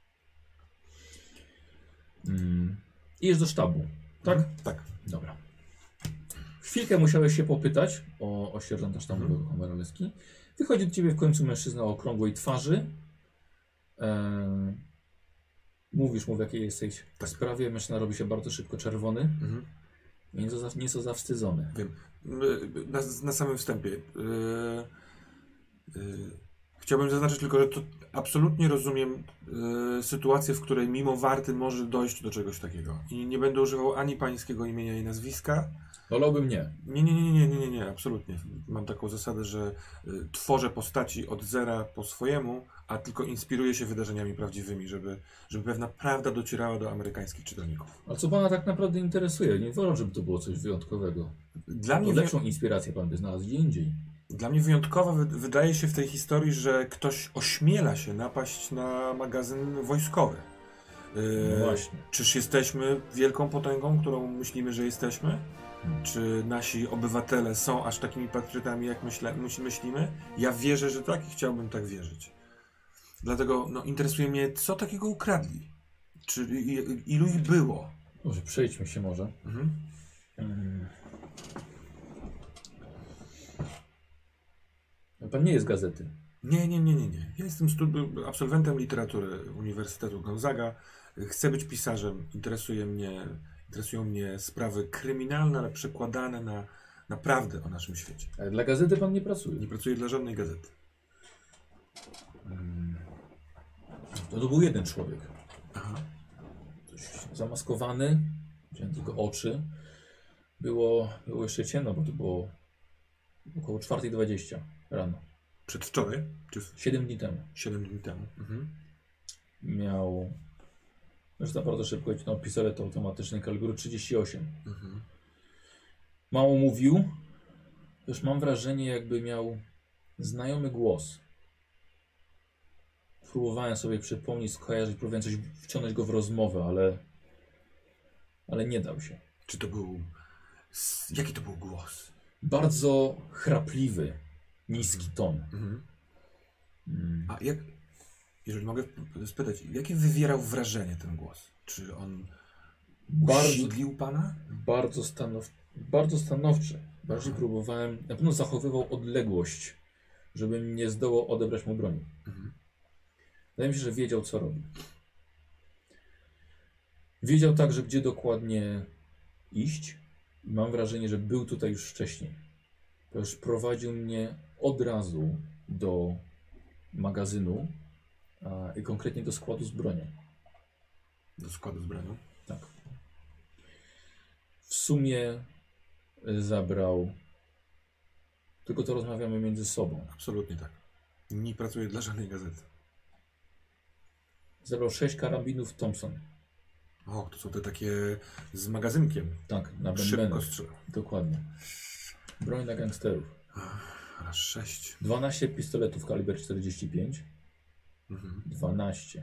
Mm. I jest do sztabu, tak? Mhm. Tak. Dobra. Chwilkę musiałeś się popytać o, o sierżanta sztabowego Mhm. Homera Leski. Wychodzi do ciebie w końcu mężczyzna o okrągłej twarzy. E, mówisz mu, w jakiej jesteś Tak. sprawie. Mężczyzna robi się bardzo szybko czerwony. Mhm. Nieco, za, nieco zawstydzony. Wiem. Y, Na, na samym wstępie. y, y, Chciałbym zaznaczyć tylko, że to absolutnie rozumiem y, sytuację, w której mimo warty może dojść do czegoś takiego. I nie będę używał ani pańskiego imienia i nazwiska. Wolałbym nie. Nie, nie, nie, nie, nie, nie, nie, absolutnie. Mam taką zasadę, że y, tworzę postaci od zera po swojemu, a tylko inspiruję się wydarzeniami prawdziwymi, żeby, żeby pewna prawda docierała do amerykańskich czytelników. Ale co pana tak naprawdę interesuje? Nie wolno, żeby to było coś wyjątkowego. Dla To mnie, lepszą inspirację pan by znalazł gdzie indziej. Dla mnie wyjątkowo wy wydaje się w tej historii, że ktoś ośmiela się napaść na magazyn wojskowy. Yy, No właśnie. Czyż jesteśmy wielką potęgą, którą myślimy, że jesteśmy? Hmm. Czy nasi obywatele są aż takimi patriotami, jak myśle, myśl, myślimy? Ja wierzę, że tak i chciałbym tak wierzyć. Dlatego no, interesuje mnie, co takiego ukradli? Czy i, ilu ich było? Może przejdźmy się może. Mhm. Hmm. Pan nie jest gazety. Nie, nie, nie, nie, nie. Ja jestem studi- absolwentem literatury Uniwersytetu Gonzaga. Chcę być pisarzem. Interesuje mnie, interesują mnie sprawy kryminalne, ale przekładane na, na prawdę o naszym świecie. Ale dla gazety pan nie pracuje. Nie pracuję dla żadnej gazety. Hmm. To, to był jeden człowiek. Aha. Dość zamaskowany. Widziałem tylko oczy. Było, było jeszcze ciemno, bo to było około czwarta dwadzieścia rano. Przedwczoraj? Czy siedem dni temu. siedem dni temu? Mhm. Miał... Zresztą bardzo szybko wyciągnął pistolet automatyczny kalibru trzydzieści osiem. Mhm. Mało mówił. Też mam wrażenie, jakby miał Znajomy głos. Próbowałem sobie przypomnieć, skojarzyć, próbowałem coś wciągnąć go w rozmowę, ale, ale nie dał się. Czy to był... Jaki to był głos? Bardzo chrapliwy, niski ton. Mhm. Mm. A jak... Jeżeli mogę spytać, jakie wywierał wrażenie ten głos? Czy on Bardzo, usidlił pana? bardzo, stanow, bardzo stanowczy. Bardziej Aha. próbowałem, na pewno zachowywał odległość, żebym nie zdołał odebrać mu broni. Mhm. Wydaje mi się, że wiedział, co robi. Wiedział także, gdzie dokładnie iść. I mam wrażenie, że był tutaj już wcześniej. Ponieważ prowadził mnie od razu do magazynu a, i konkretnie do składu z bronią. Do składu z bronią? Tak. W sumie y, zabrał... Tylko to rozmawiamy między sobą. Absolutnie tak. Nie pracuję dla żadnej gazety. Zabrał sześć karabinów Thompson. O, to są te takie z magazynkiem. Tak, na Szybko bębenach. strzela. Dokładnie. Broń dla gangsterów. Raz sześć. dwanaście pistoletów kaliber czterdzieści pięć. Mhm. dwanaście.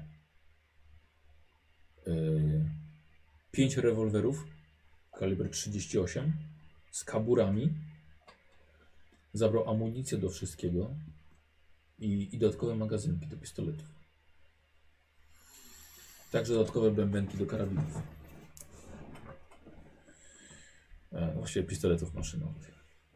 Yy, pięć rewolwerów kaliber trzydzieści osiem z kaburami. Zabrał amunicję do wszystkiego i, i dodatkowe magazynki do pistoletów. Także dodatkowe bębenki do karabinów. E, właściwie pistoletów maszynowych.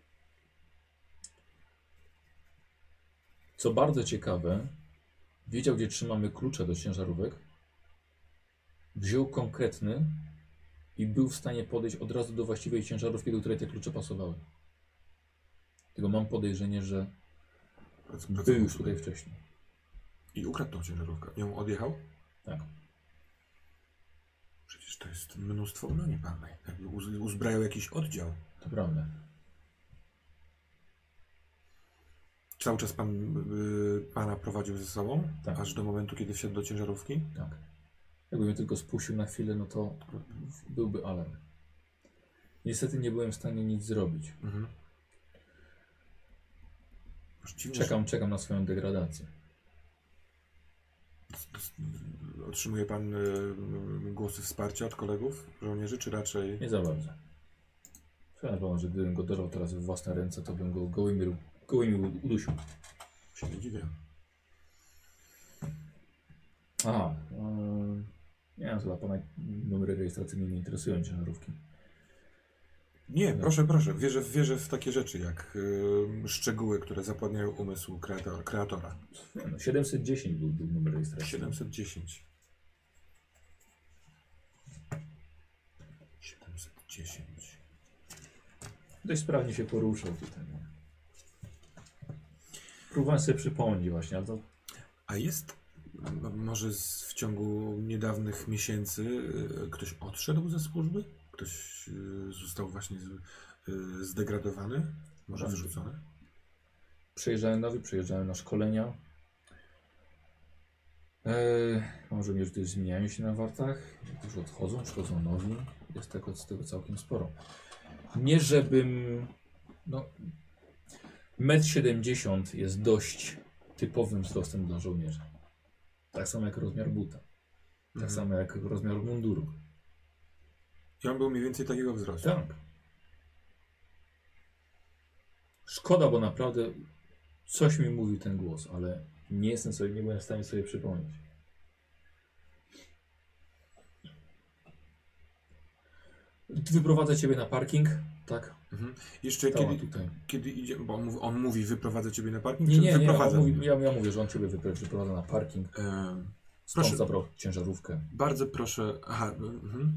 Co bardzo ciekawe, wiedział, gdzie trzymamy klucze do ciężarówek. Wziął konkretny i był w stanie podejść od razu do właściwej ciężarówki, do której te klucze pasowały. Tylko mam podejrzenie, że Prac- był już tutaj wcześniej. I ukradł tą ciężarówkę. Ją odjechał? Tak. Przecież to jest mnóstwo broni palnej. Jakby uz- uzbrajał jakiś oddział. To prawda. Cały czas pan y, pana prowadził ze sobą? Tak. Aż do momentu, kiedy wsiadł do ciężarówki? Tak. Jakby mnie tylko spuścił na chwilę, no to byłby alarm. Niestety nie byłem w stanie nic zrobić. Mhm. Aż dziwne, Czekam, czekam na swoją degradację. że- s- s- Otrzymuje pan y, y, głosy wsparcia od kolegów, żołnierzy, czy raczej... Nie za bardzo. Przepraszam, że gdybym go dorwał teraz w własne ręce, to bym go gołymi, gołymi udusił. Się nie dziwię. Aha. Yy, nie wiem, chyba pana numery rejestracyjne nie interesują ciężarówki. Nie, proszę, proszę. Wierzę, wierzę w takie rzeczy, jak y, szczegóły, które zapładniają umysł kreatora. kreatora. Nie, no, siedemset dziesięć był, był numer rejestracyjny. siedemset dziesięć. siedemset dziesięć. Dość sprawnie się poruszał tutaj. No. Próbowałem sobie przypomnieć właśnie, ale to A jest, m- może z, w ciągu niedawnych miesięcy y, ktoś odszedł ze służby? Ktoś y, został właśnie z, y, zdegradowany? Może Dobrze. wyrzucony? przyjeżdżają nowi, przyjeżdżają na szkolenia. Eee, może już też zmieniają się na wartach, już odchodzą, przychodzą nowi. Jest tego, z tego całkiem sporo. Nie żebym... No, metr siedemdziesiąt jest dość typowym wzrostem dla żołnierza. Tak samo jak rozmiar buta. Tak Mhm. samo jak rozmiar munduru. I on był mniej więcej takiego wzrostu. Tak. Szkoda, bo naprawdę coś mi mówił ten głos, ale nie jestem sobie, nie byłem w stanie sobie przypomnieć. Wyprowadzę ciebie na parking, tak? Mhm. Jeszcze Stała kiedy, tutaj. kiedy idzie, bo on, mówi- on mówi wyprowadza ciebie na parking, Nie, czy nie, nie, wyprowadza on mówi, mnie? ja, ja mówię, że on ciebie wypro- wyprowadza na parking. Em, Stąd proszę. zabrał ciężarówkę. Bardzo proszę. Aha. Mhm.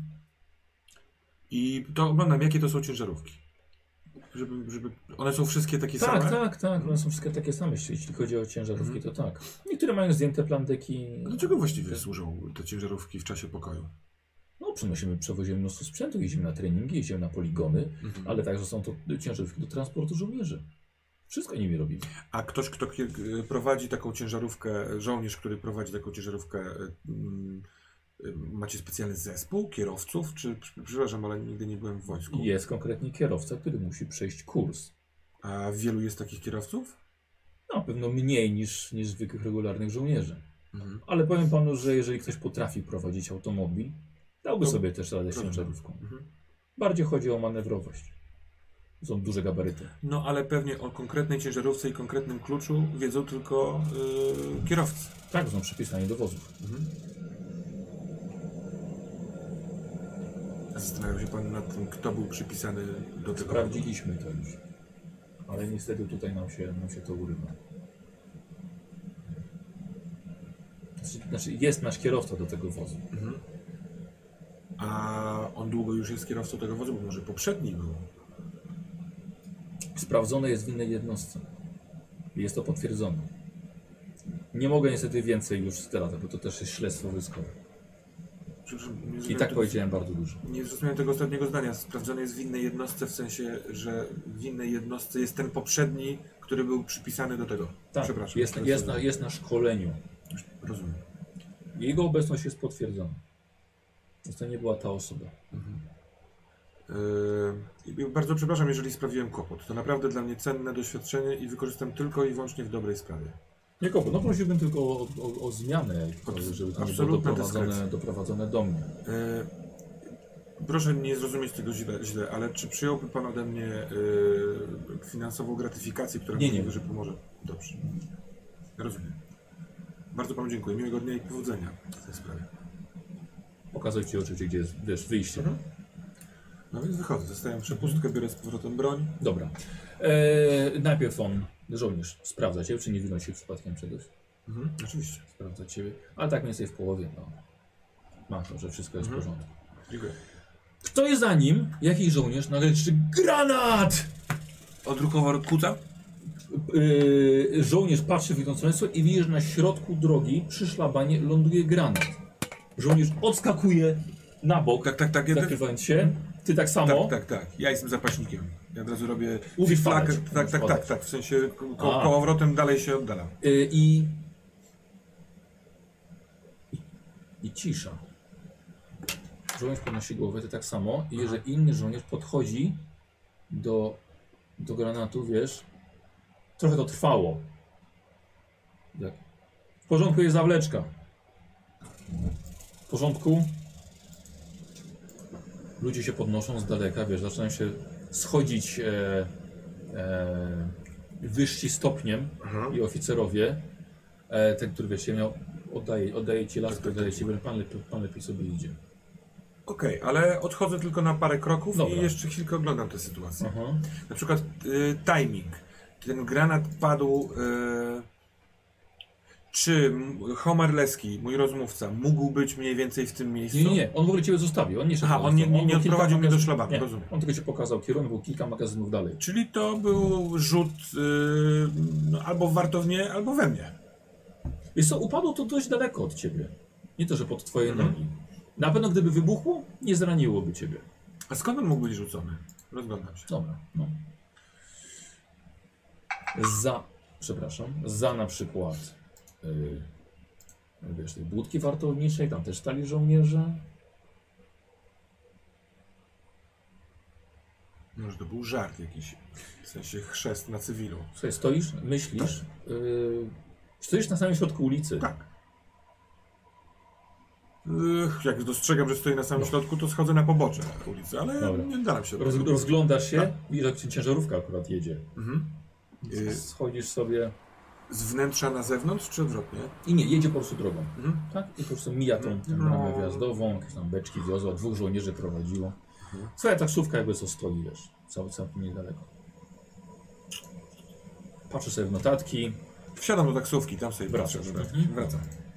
I to oglądam, jakie to są ciężarówki. Żeby, żeby... One są wszystkie takie Tak, same? tak, tak, one są wszystkie takie same, jeśli jeśli chodzi o ciężarówki, Mhm. to tak. Niektóre mają zdjęte plandeki. Dlaczego właściwie służą te ciężarówki w czasie pokoju? No, przenosimy, przewozimy mnóstwo sprzętu, jeździmy na treningi, jeździmy na poligony, Mhm. ale także są to ciężarówki do transportu żołnierzy. Wszystko nimi robimy. A ktoś, kto kie- prowadzi taką ciężarówkę, żołnierz, który prowadzi taką ciężarówkę, mm, y, macie specjalny zespół kierowców? Czy, przepraszam, ale nigdy nie byłem w wojsku. Jest konkretnie kierowca, który musi przejść kurs. A wielu jest takich kierowców? Na pewno mniej niż, niż zwykłych regularnych żołnierzy. Mhm. Ale powiem panu, że jeżeli ktoś potrafi prowadzić automobil, dałby To- sobie też radę z rozumiem. ciężarówką. Mhm. Bardziej chodzi o manewrowość. Są duże gabaryty. No ale pewnie o konkretnej ciężarówce i konkretnym kluczu wiedzą tylko yy, kierowcy. Tak, są przypisani do wozów. Mhm. Zastanawiał się pan nad tym, kto był przypisany do tego. Sprawdziliśmy to już. Ale niestety tutaj nam się, nam się to urywa. Znaczy- Znaczy jest nasz kierowca do tego wozu. Mhm. A on długo już jest kierowcą tego wozu, bo może poprzedni był. Sprawdzone jest w innej jednostce. Jest to potwierdzone. Nie mogę niestety więcej już zdradzać, bo to też jest śledztwo wojskowe. Przepraszam, nie I zrozumiałem tak tego- powiedziałem bardzo dużo. Nie zrozumiałem tego ostatniego zdania. Sprawdzony jest w innej jednostce, w sensie, że w innej jednostce jest ten poprzedni, który był przypisany do tego. Tak, Przepraszam. jest, teraz jest, na, rozumiem. jest na szkoleniu. Rozumiem. Jego obecność jest potwierdzona. Więc to nie była ta osoba. Yy, bardzo przepraszam, jeżeli sprawiłem kłopot. To naprawdę dla mnie cenne doświadczenie i wykorzystam tylko i wyłącznie w dobrej sprawie. Nie kłopot, no prosiłbym tylko o, o, o zmianę, Od- żeby to nie było absolutna doprowadzone, dyskrecja. doprowadzone do mnie. Yy, proszę nie zrozumieć tego źle, źle, ale czy przyjąłby Pan ode mnie yy, finansową gratyfikację, która Nie, możliwe, nie. że pomoże? Dobrze. Rozumiem. Bardzo Panu dziękuję. Miłego dnia i powodzenia w tej sprawie. Pokazuję Ci oczywiście, gdzie jest, wiesz, wyjście. Mhm. No więc wychodzę, zostawiam przepustkę, biorę z powrotem broń. Dobra. Eee, najpierw on, żołnierz, sprawdza Cię, czy nie wynosił się przypadkiem czegoś. Mhm. Oczywiście. Sprawdza Ciebie, ale tak mniej więcej w połowie, no. Ma to, że wszystko jest Mhm. w porządku. Dziękuję. Kto jest za nim? Jakiś żołnierz nagle krzyczy granat! Odruchowo kuca? Yy, żołnierz patrzy w jedną stronę i widzi, że na środku drogi przy szlabanie ląduje granat. Żołnierz odskakuje na bok, Tak, tak, tak. Ja też, zakrywając się. Ty tak samo? tak, tak, tak. Ja jestem zapaśnikiem. Ja od razu robię Umiesz flakę. padać, Tak, umiesz tak, tak, padać. tak. W sensie ko ko A. kołowrotem dalej się oddalam. Yy, i... I cisza. Żołnierz podnosi głowę, ty tak samo. I że inny żołnierz podchodzi do, do granatu, wiesz, trochę to trwało. Jak? W porządku, jest zawleczka. W porządku. Ludzie się podnoszą z daleka, wiesz, zaczynają się schodzić e, e, wyżsi stopniem i oficerowie. E, ten, który wiesz, się miał, oddaje, oddaje ci laskę, Tak, tak, oddaje tak. ci, pan lepiej, pan lepiej sobie idzie. Okej, ale odchodzę tylko na parę kroków Dobra. i jeszcze chwilkę oglądam tę sytuację. Aha. Na przykład y, timing. Ten granat padł. Y, czy M- Homerleski, mój rozmówca, mógł być mniej więcej w tym miejscu? Nie, nie, nie, on w ogóle ciebie zostawił, on nie szedł. Aha, za on nie- tobą. nie- nie był kilka odprowadził mnie do magazyn- szlabanu, nie, rozumiem. On tylko ci pokazał kierunek, był kilka magazynów dalej. Czyli to był rzut y, no, albo w wartownię, albo we mnie. Wiesz co, upadło to dość daleko od ciebie. Nie to, że pod twoje Mhm. nogi. Na pewno gdyby wybuchło, nie zraniłoby ciebie. A skąd on mógł być rzucony? Rozglądam się. Dobra, no. Za, przepraszam, za na przykład yy, wiesz, tej budki wartowniczej, tam też stali żołnierze. Może to był żart jakiś. W sensie chrzest na cywilu. Słuchaj, stoisz, myślisz, yy, stoisz na samym środku ulicy. Tak. Ych, jak dostrzegam, że stoi na samym No. środku, to schodzę na pobocze ulicy, ale Dobra. nie dalam się. Roz, rozglądasz się, Tak. widzisz, jak ciężarówka akurat jedzie. Mhm. Y, Schodzisz sobie z wnętrza na zewnątrz, czy odwrotnie? i nie, jedzie po prostu drogą. Mhm. Tak? I po prostu mija tą, tą No. bramę wjazdową, jakieś tam beczki wiozła, dwóch żołnierzy prowadziło. Mhm. Twoja taksówka jakby co stoi, wiesz, cał, całkiem niedaleko. Patrzę sobie w notatki. Wsiadam do taksówki, tam sobie Wracasz, patrzę, tak? żeby- Wracam.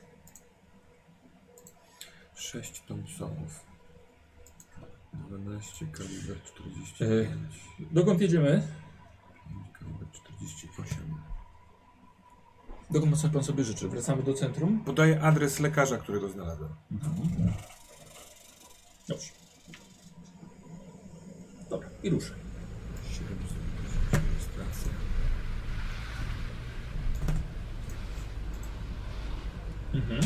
sześć Thompsonów. dwanaście, kaliber czterdzieści pięć. Dokąd jedziemy? Kaliber czterdzieści osiem. Dokąd pan sobie życzy? Wracamy do centrum? Podaję adres lekarza, którego znalazłem. Dobrze. Dobra, i ruszę. siedemset rejestracja. Mhm.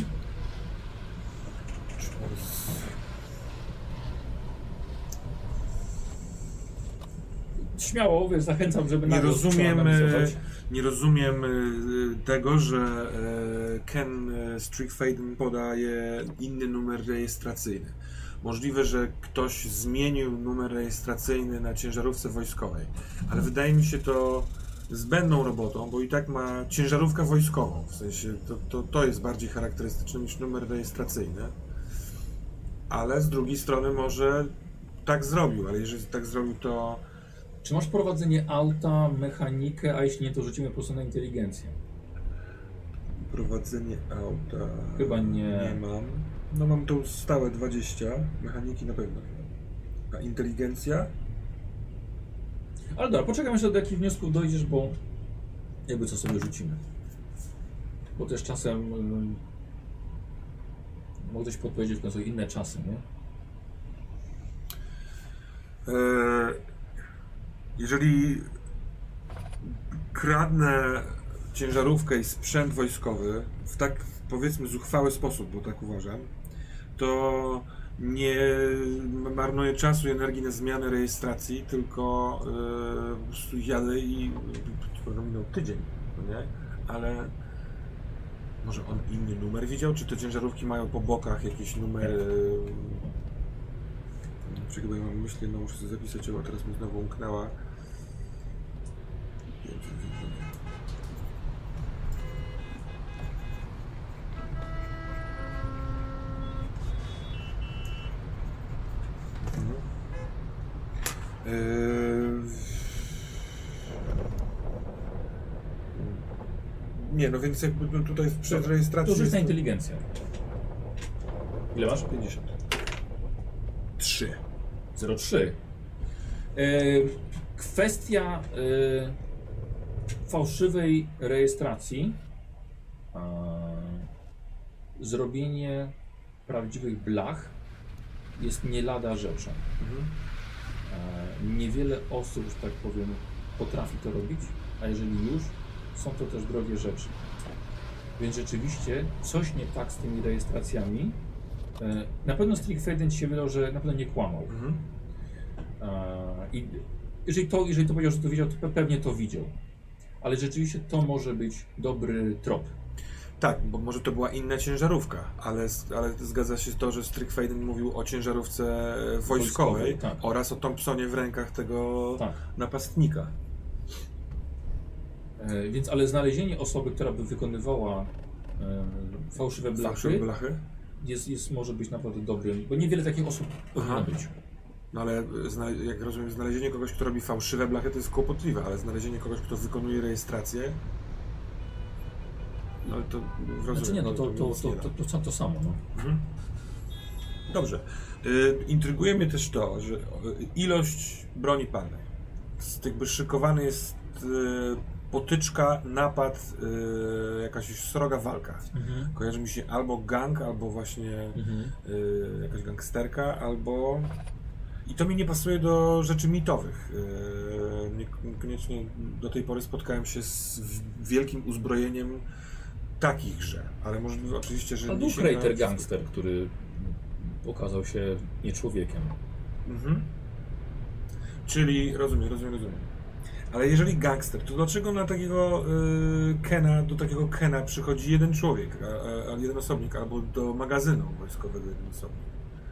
Śmiało, wiesz, zachęcam, żeby Nie nagle rozumiem, przeanalizować. nie rozumiem tego, że Ken Strickfaden podaje inny numer rejestracyjny. Możliwe, że ktoś zmienił numer rejestracyjny na ciężarówce wojskowej, ale wydaje mi się to zbędną robotą, bo i tak ma ciężarówkę wojskową, w sensie to, to, to jest bardziej charakterystyczne niż numer rejestracyjny, ale z drugiej strony może tak zrobił, ale jeżeli tak zrobił, to... Czy masz prowadzenie auta, mechanikę, a jeśli nie, to rzucimy po prostu na inteligencję? Prowadzenie auta... Chyba nie. Nie mam. No mam tą stałe dwadzieścia, mechaniki na pewno nie mam. A inteligencja? Ale dobra, poczekam jeszcze do jakich wniosków dojdziesz, bo jakby co sobie rzucimy. Bo też czasem um, mogę coś podpowiedzieć w końcu inne czasy, nie? Eee, jeżeli kradnę ciężarówkę i sprzęt wojskowy w tak, powiedzmy, zuchwały sposób, bo tak uważam, to nie marnuję czasu i energii na zmianę rejestracji, tylko yy, po prostu jadę i yy, minął tydzień, no nie? Ale może on inny numer widział? Czy te ciężarówki mają po bokach jakieś numery? Czekaj, bo ja mam myśli, no muszę sobie zapisać, bo teraz mi znowu umknęła. Yy... Nie, no więc jakby tutaj przed rejestracją... To rzuć na inteligencję. Ile masz? pięćdziesiąt. trzy. zero trzy. Yy, kwestia yy, fałszywej rejestracji. Yy, zrobienie prawdziwych blach jest nie lada rzeczą. Mhm. Yy, niewiele osób, że tak powiem, potrafi to robić, a jeżeli już, są to też drogie rzeczy. Więc rzeczywiście coś nie tak z tymi rejestracjami. Na pewno Strickfaden ci się wydał, że na pewno nie kłamał. Mhm. I jeżeli to, jeżeli to powiedział, że to widział, to pewnie to widział. Ale rzeczywiście to może być dobry trop. Tak, bo może to była inna ciężarówka, ale, ale zgadza się to, że Strickfaden mówił o ciężarówce wojskowej, Wojskowej, tak. Oraz o Thompsonie w rękach tego tak. napastnika. E, więc, ale znalezienie osoby, która by wykonywała e, fałszywe blachy, Fałszywe blachy? Jest, jest, może być naprawdę dobrym, bo niewiele takich osób powinno być. No ale jak rozumiem, znalezienie kogoś, kto robi fałszywe blachy, to jest kłopotliwe, ale znalezienie kogoś, kto wykonuje rejestrację, no ale to rozumiem. Znaczy nie, no to, to, to, to, to, to, to samo. No. Mhm. Dobrze. Y, intryguje mnie też to, że ilość broni palnej. Jakby szykowany jest y, potyczka, napad, y, jakaś sroga walka. Mhm. Kojarzy mi się albo gang, albo właśnie Mhm. y, jakaś gangsterka, albo... I to mi nie pasuje do rzeczy mitowych. Yy, niekoniecznie do tej pory spotkałem się z wielkim uzbrojeniem takichże, ale możliwe oczywiście, że... A był Crater Gangster, który okazał się nie człowiekiem. Mhm. Czyli, rozumiem, rozumiem, rozumiem. Ale jeżeli gangster, to dlaczego na takiego y, Kena, do takiego Kena przychodzi jeden człowiek, a, a jeden osobnik, albo do magazynu wojskowego jeden osobnik?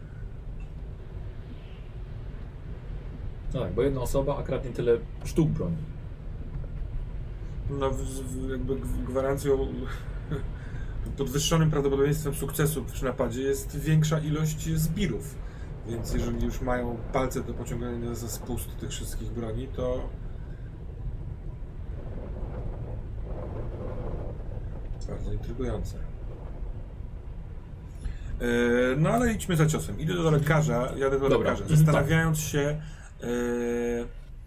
No tak, bo jedna osoba, a kradnie tyle sztuk broni. No, w, w, jakby gwarancją, podwyższonym prawdopodobieństwem sukcesu przy napadzie jest większa ilość zbirów. Więc jeżeli już mają palce do pociągania za spust tych wszystkich broni, to... Bardzo intrygujące. Yy, no ale idźmy za ciosem. Idę do lekarza, jadę do Dobra. lekarza, zastanawiając się, Yy,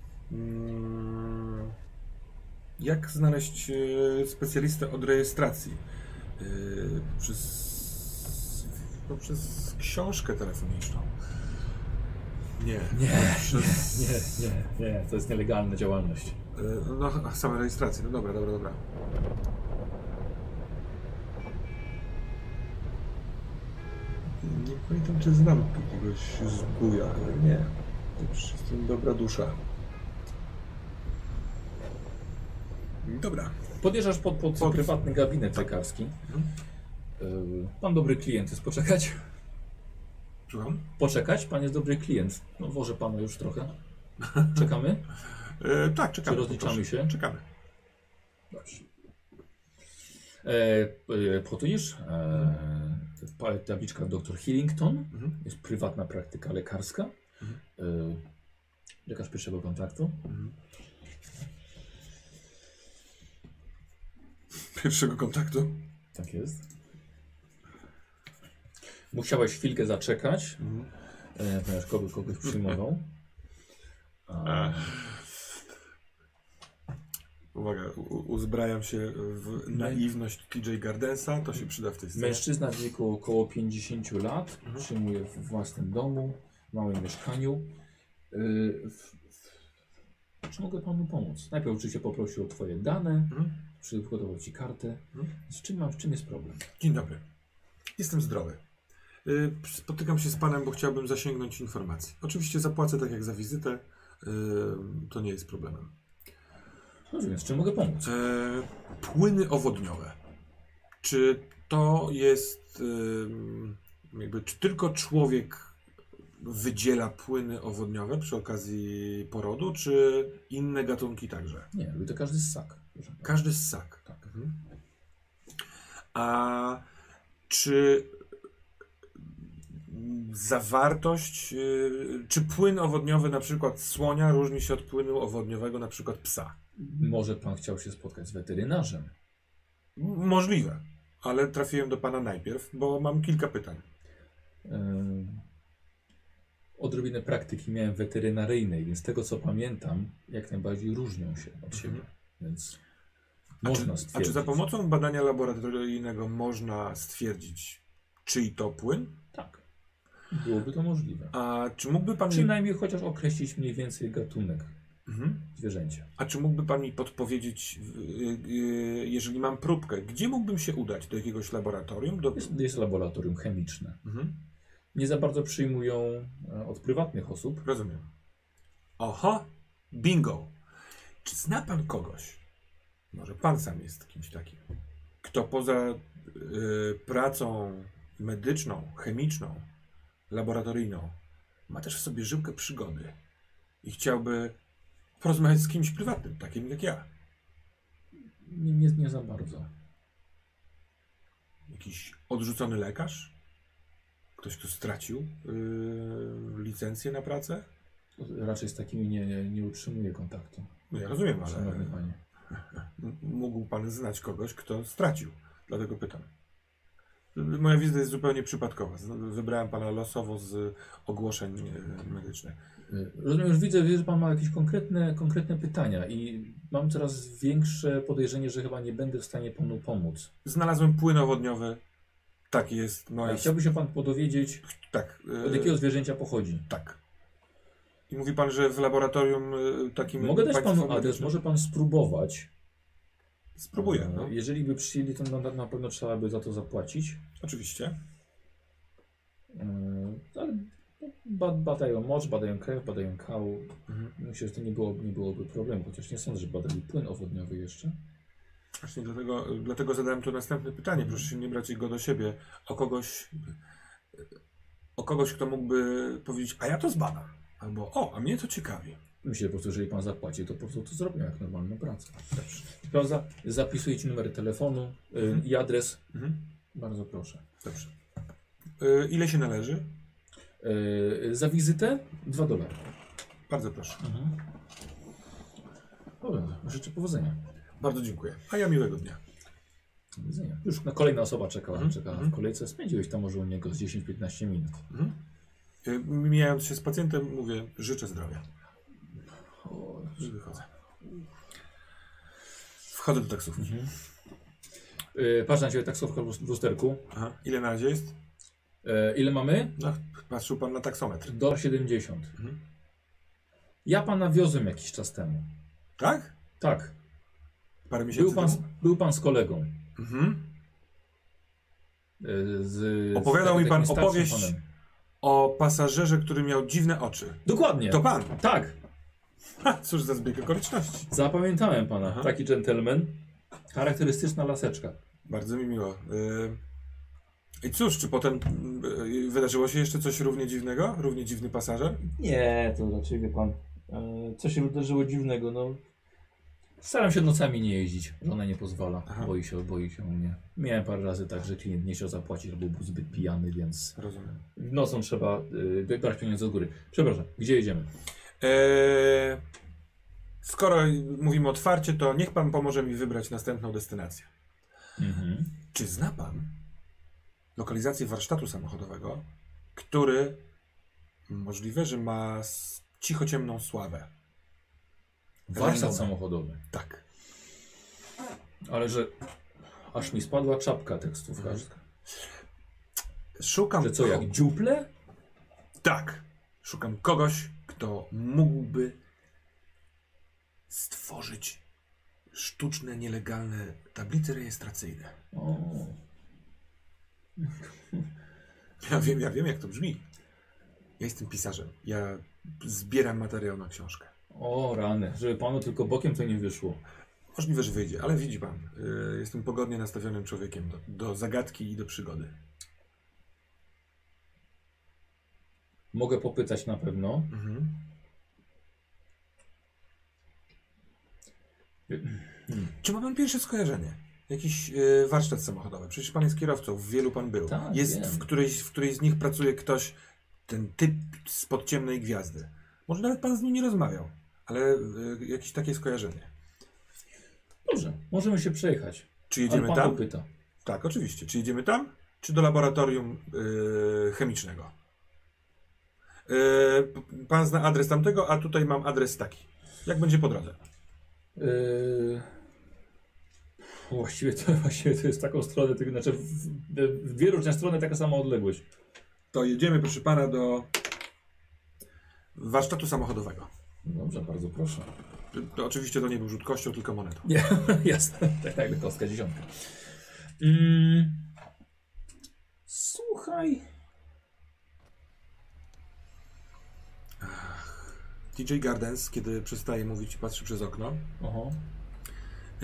yy, jak znaleźć yy, specjalistę od rejestracji yy, przez, no, przez książkę telefoniczną. Nie, Nie, przez... nie, nie, nie, to jest nielegalna działalność. Yy, no, same rejestracje, no dobra, dobra, dobra. Nie pamiętam, czy znam jakiegoś zbója, ale nie. To już jestem dobra dusza. Dobra. Podjeżdżasz pod, pod, Pod- prywatny gabinet lekarski. Mhm. Yy, pan dobry klient jest, poczekać? Słucham? Poczekać? Pan jest dobry klient. No wożę panu już trochę. Czekamy? E, tak, czekamy. Czy rozliczamy proszę. się? Czekamy. Dobrze. E, e, Podjedziesz? E, pa- tabliczka doktor Hillington. Mhm. Jest prywatna praktyka lekarska. Mhm. E, lekarz pierwszego kontaktu. Mhm. Pierwszego kontaktu. Tak jest. Musiałeś chwilkę zaczekać, Mhm. e, ponieważ kogoś, kogoś przyjmował. A, Uwaga, u- uzbrajam się w naiwność T J Gardensa, to się przyda w tej scenie. mężczyzna w wieku około pięćdziesięciu lat, Mhm. przyjmuje w własnym domu, w małym mieszkaniu. E, w, w, czy mogę panu pomóc? Najpierw oczywiście poprosił o twoje dane, Mhm. przygotował ci kartę. Mhm. Z czym, mam, z czym jest problem? Dzień dobry. Jestem zdrowy. Y, Spotykam się z panem, bo chciałbym zasięgnąć informacji. Oczywiście zapłacę tak jak za wizytę, y, to nie jest problemem. Rozumiem, z czym mogę pomóc? E, Płyny owodniowe. Czy to jest y, jakby, czy tylko człowiek wydziela płyny owodniowe przy okazji porodu, czy inne gatunki także? Nie, robi to każdy ssak. proszę pana. Każdy ssak. Tak. Mhm. A czy zawartość, yy, czy płyn owodniowy na przykład słonia różni się od płynu owodniowego na przykład psa? Może pan chciał się spotkać z weterynarzem? M- Możliwe, ale trafiłem do pana najpierw, bo mam kilka pytań. Yy, odrobinę praktyki miałem weterynaryjnej, więc z tego co pamiętam, jak najbardziej różnią się od siebie. Mhm. Więc A można czy, a stwierdzić. czy za pomocą badania laboratoryjnego można stwierdzić, czyj to płyn? Tak. Byłoby to możliwe. A czy mógłby pan mi... Przynajmniej chociaż określić mniej więcej gatunek Mhm. zwierzęcia. A czy mógłby pan mi podpowiedzieć, y, y, jeżeli mam próbkę, gdzie mógłbym się udać? Do jakiegoś laboratorium? Do... Jest, jest laboratorium chemiczne. Mhm. Nie za bardzo przyjmują e, od prywatnych osób. Rozumiem. Oho, bingo. Czy zna pan kogoś, może pan sam jest kimś takim, kto poza y, pracą medyczną, chemiczną, laboratoryjną, ma też w sobie żyłkę przygody i chciałby porozmawiać z kimś prywatnym, takim jak ja? Nie, nie, nie za bardzo. Jakiś odrzucony lekarz? Ktoś, kto stracił y, licencję na pracę? Raczej z takimi nie, nie, nie utrzymuję kontaktu. No ja rozumiem, ale Szanowny panie. m- mógł pan znać kogoś, kto stracił. Dlatego pytam. Moja wizyta jest zupełnie przypadkowa. Z- Wybrałem pana losowo z ogłoszeń e, medycznych. Y, Rozumiem, już widzę, że pan ma jakieś konkretne, konkretne pytania i mam coraz większe podejrzenie, że chyba nie będę w stanie panu pomóc. Znalazłem płyn owodniowy. Tak jest moja... Ale chciałby się pan podowiedzieć, Tak. e, od jakiego zwierzęcia pochodzi. Tak. I mówi pan, że w laboratorium e, takim... Mogę dać państwo panu adres, medycznym- może pan spróbować. Spróbuję, E, no. Jeżeli by przyjęli, to na, na pewno trzeba by za to zapłacić. Oczywiście. E, Ale ba- badają mocz, badają krew, badają kał. Mhm. Myślę, że to nie, było, nie byłoby problemu, chociaż nie sądzę, że badali płyn owodniowy jeszcze. Właśnie dlatego, dlatego zadałem to następne pytanie. Proszę się nie brać go do siebie. O kogoś, o kogoś, kto mógłby powiedzieć, a ja to zbadam. Albo, o, a mnie to ciekawi. Myślę po prostu, jeżeli pan zapłaci, to po prostu to zrobią jak normalną pracę. Prawda? Zapisuję ci numer telefonu y, Mhm. i adres. Mhm. Bardzo proszę. Dobrze. Y, ile się należy? Y, za wizytę dwa dolary. Bardzo proszę. Mhm. Dobra, życzę powodzenia. Bardzo dziękuję. A ja miłego dnia. Do widzenia. Już na kolejna osoba czekała, Mhm. czekała Mhm. w kolejce. Spędziłeś tam może u niego z dziesięć piętnaście minut. Mhm. Y, mijając się z pacjentem, mówię, życzę zdrowia. O, I wychodzę. Wchodzę do taksówki. mhm. y, patrz na ciebie, taksówka w lusterku. Aha. Ile na razie jest? Y, ile mamy? No, patrzył pan na taksometr. dolar siedemdziesiąt. Mhm. Ja pana wiozłem jakiś czas temu. Tak? Tak. Parę miesięcy Był pan, z- temu? był pan z kolegą. Mhm. y, Z, Opowiadał z mi pan takim starszym opowieść panem. o pasażerze, który miał dziwne oczy. Dokładnie. To pan. Tak. Ha, cóż za zbieg okoliczności. Zapamiętałem pana. Aha. Taki dżentelmen. Charakterystyczna laseczka. Bardzo mi miło. Yy... I cóż, czy potem yy, wydarzyło się jeszcze coś równie dziwnego? Równie dziwny pasażer? Nie, to raczej wie pan. E, co się wydarzyło dziwnego? No, staram się nocami nie jeździć. Żona nie pozwala. Aha. Boi się, boi się o mnie. Miałem parę razy tak, że klient nie chciał zapłacić albo był zbyt pijany, więc Rozumiem. nocą trzeba y, brać pieniądze z góry. Przepraszam, gdzie jedziemy? Eee, skoro mówimy otwarcie, to niech pan pomoże mi wybrać następną destynację. Mhm. Czy zna pan lokalizację warsztatu samochodowego, który możliwe, że ma s- cichociemną sławę? Warsztat Renomę. samochodowy. Tak. Ale że aż mi spadła czapka tekstówkarska. Szukam... Że co, jak dziuple? Tak. Szukam kogoś, kto mógłby stworzyć sztuczne, nielegalne tablice rejestracyjne. O, Ja wiem, ja wiem, jak to brzmi. Ja jestem pisarzem. Ja zbieram materiał na książkę. o rany, żeby panu tylko bokiem to nie wyszło. Możliwe, że wyjdzie, ale widzi pan, y, jestem pogodnie nastawionym człowiekiem do, do zagadki i do przygody. Mogę popytać na pewno. Mhm. Hmm. Czy ma pan pierwsze skojarzenie? Jakiś y, warsztat samochodowy? Przecież pan jest kierowcą, w wielu pan był. Tak, jest wiem. w którejś, w którejś z nich pracuje ktoś, ten typ spod ciemnej gwiazdy. Może nawet pan z nim nie rozmawiał, ale y, jakieś takie skojarzenie. Dobrze, możemy się przejechać. Czy Ale jedziemy pan tam? popyta. Tak, oczywiście. Czy jedziemy tam, czy do laboratorium y, chemicznego? Y, p- pan zna adres tamtego, a tutaj mam adres taki. Jak będzie po drodze? Yy... Właściwie to, właściwie to jest taką stronę, tylko znaczy w, w, w dwie różne strony taka sama odległość. To jedziemy, proszę pana, do warsztatu samochodowego. Dobrze, bardzo proszę. To oczywiście to nie był rzut kością, tylko monetą. Nie, jasne, tak jakby kostka dziesiątka. Mm. Słuchaj. T J Gardens, kiedy przestaje mówić i patrzy przez okno, Oho. yy,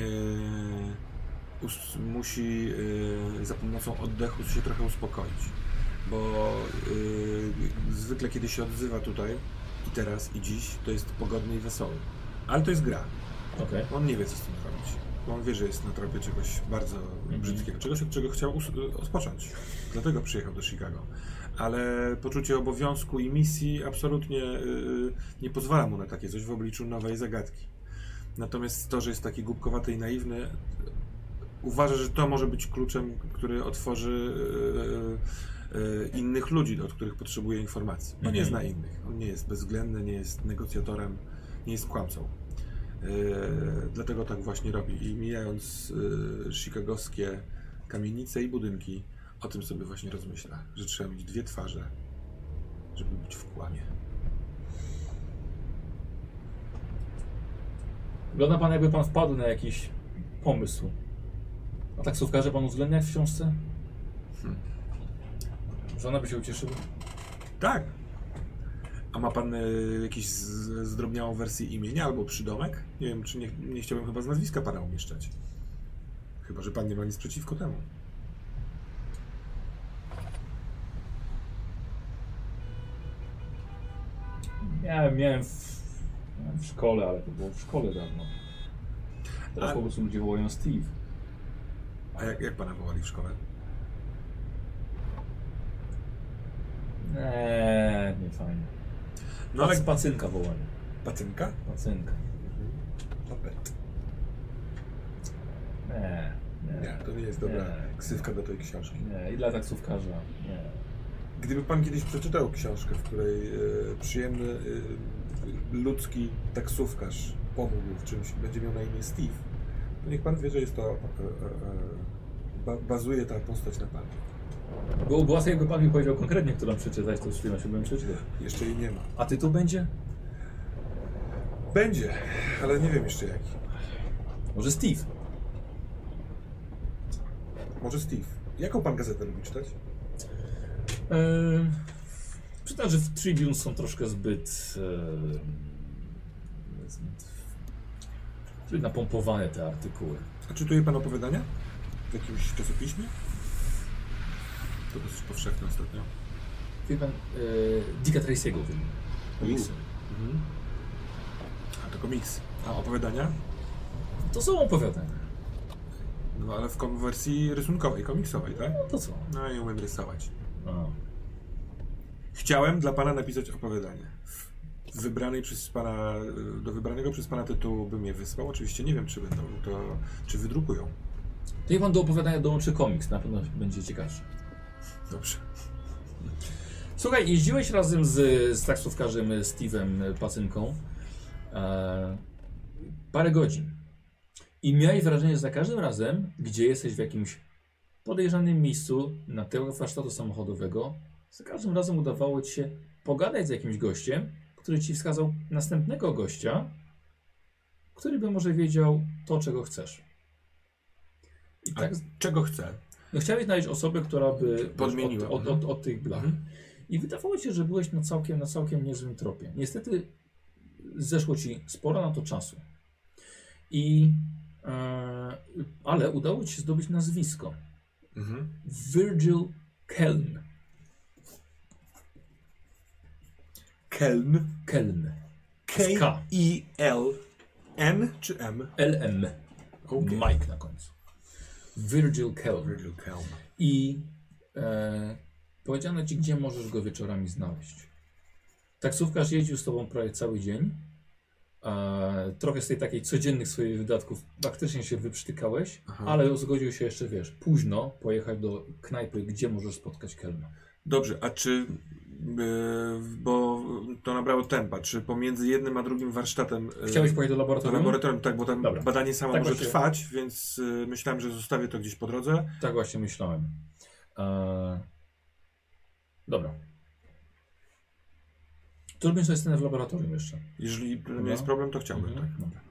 us, musi yy, za pomocą oddechu się trochę uspokoić. Bo yy, zwykle kiedy się odzywa tutaj, i teraz, i dziś, to jest pogodny i wesoły. Ale to jest gra. Okej. On nie wie, co z tym zrobić. Bo on wie, że jest na tropie czegoś bardzo Mhm. brzydkiego, czegoś, od czego chciał us- odpocząć. Dlatego przyjechał do Chicago. Ale poczucie obowiązku i misji absolutnie yy, nie pozwala mu na takie coś w obliczu nowej zagadki. Natomiast to, że jest taki głupkowaty i naiwny, uważa, że to może być kluczem, który otworzy yy, yy, innych ludzi, od których potrzebuje informacji. On nie Mhm. zna innych. On nie jest bezwzględny, nie jest negocjatorem, nie jest kłamcą. Yy, dlatego tak właśnie robi. I mijając yy, chicagowskie kamienice i budynki, o tym sobie właśnie rozmyśla, że trzeba mieć dwie twarze, żeby być w kłamie. Wygląda pan, jakby pan wpadł na jakiś pomysł. A taksówkarze pan uwzględnia w książce? Hmm. Żona by się ucieszyła. Tak. A ma pan y, jakiś z- zdrobniałą wersję imienia albo przydomek? Nie wiem, czy nie, nie chciałbym chyba z nazwiska pana umieszczać. Chyba, że pan nie ma nic przeciwko temu. Miałem, miałem, w, miałem w szkole, ale to było w szkole dawno. Teraz A- po prostu ludzie wołają Steve. A jak, jak pana wołali w szkole? Eee, nie fajnie. No ale... Pac- Pacynka wołali. Pacynka? Pacynka. Papet. Nie, nie. Nie, to nie jest dobra Nie. ksywka do tej książki. Nie, i dla taksówkarza. Nie. Gdyby pan kiedyś przeczytał książkę, w której e, przyjemny e, ludzki taksówkarz pomógł w czymś, będzie miał na imię Steve, to niech pan wie, że jest to, e, e, e, ba, bazuje ta postać na panu. Było, była jakby pan mi powiedział konkretnie, którą przeczytać, to z przyjemnością bym przeczytał. Jeszcze jej nie ma. A tytuł będzie? Będzie, ale nie wiem jeszcze jaki. Może Steve? Może Steve. Jaką pan gazetę lubi czytać? Eee, Czytam, że w Tribune są troszkę zbyt... Zbyt napompowane te artykuły. A czytuje pan opowiadania? W jakimś czasopiśmie? To dosyć powszechne ostatnio. Wie pan, yy, Dicka Tracy'ego wiem. Komiksy. Mhm. A to komiks. A opowiadania? To są opowiadania. No ale w kom- wersji rysunkowej, komiksowej, tak? No to co? No i umiem rysować. A. Chciałem dla pana napisać opowiadanie. W wybranej przez pana, do wybranego przez pana tytułu bym je wysłał. Oczywiście nie wiem, czy będą to, czy wydrukują. To niech pan do opowiadania dołączy komiks, na pewno będzie ciekawszy. Dobrze. Słuchaj, jeździłeś razem z, z taksówkarzem Steve'em Pacynką e, parę godzin i miałeś wrażenie, że za każdym razem, gdzie jesteś w jakimś podejrzanym miejscu na tyłach warsztatu samochodowego, za każdym razem udawało ci się pogadać z jakimś gościem, który ci wskazał następnego gościa, który by może wiedział to, czego chcesz. I A tak, czego chcę? no, chciałeś znaleźć osobę, która by Podmieniła. od, od, od, od tych blach. Mhm. I wydawało ci się, że byłeś na całkiem, na całkiem niezłym tropie. Niestety zeszło ci sporo na to czasu. I, e, ale udało ci się zdobyć nazwisko. Mhm. Virgil Kelm. Keln. Kelm. K I L N czy M? L M. Okay. Mike na końcu. Virgil Kelm. Virgil Kelm. I e, powiedziano ci, gdzie możesz go wieczorami znaleźć. Taksówkarz jeździł z tobą prawie cały dzień. E, trochę z tej takiej codziennych swoich wydatków faktycznie się wyprztykałeś, Aha. ale zgodził się jeszcze, wiesz, późno pojechać do knajpy, gdzie możesz spotkać Kelma. Dobrze, a czy, yy, bo to nabrało tempa, czy pomiędzy jednym a drugim warsztatem... Yy, Chciałeś pojechać do do laboratorium? laboratorium, tak, bo tam Dobra. badanie samo Tak może właśnie. trwać, więc yy, myślałem, że zostawię to gdzieś po drodze. Tak właśnie myślałem. E, dobra. To robimy sobie scenę w laboratorium jeszcze. Jeżeli Dobra. nie jest problem, to chciałbym, Mhm, tak. dobra.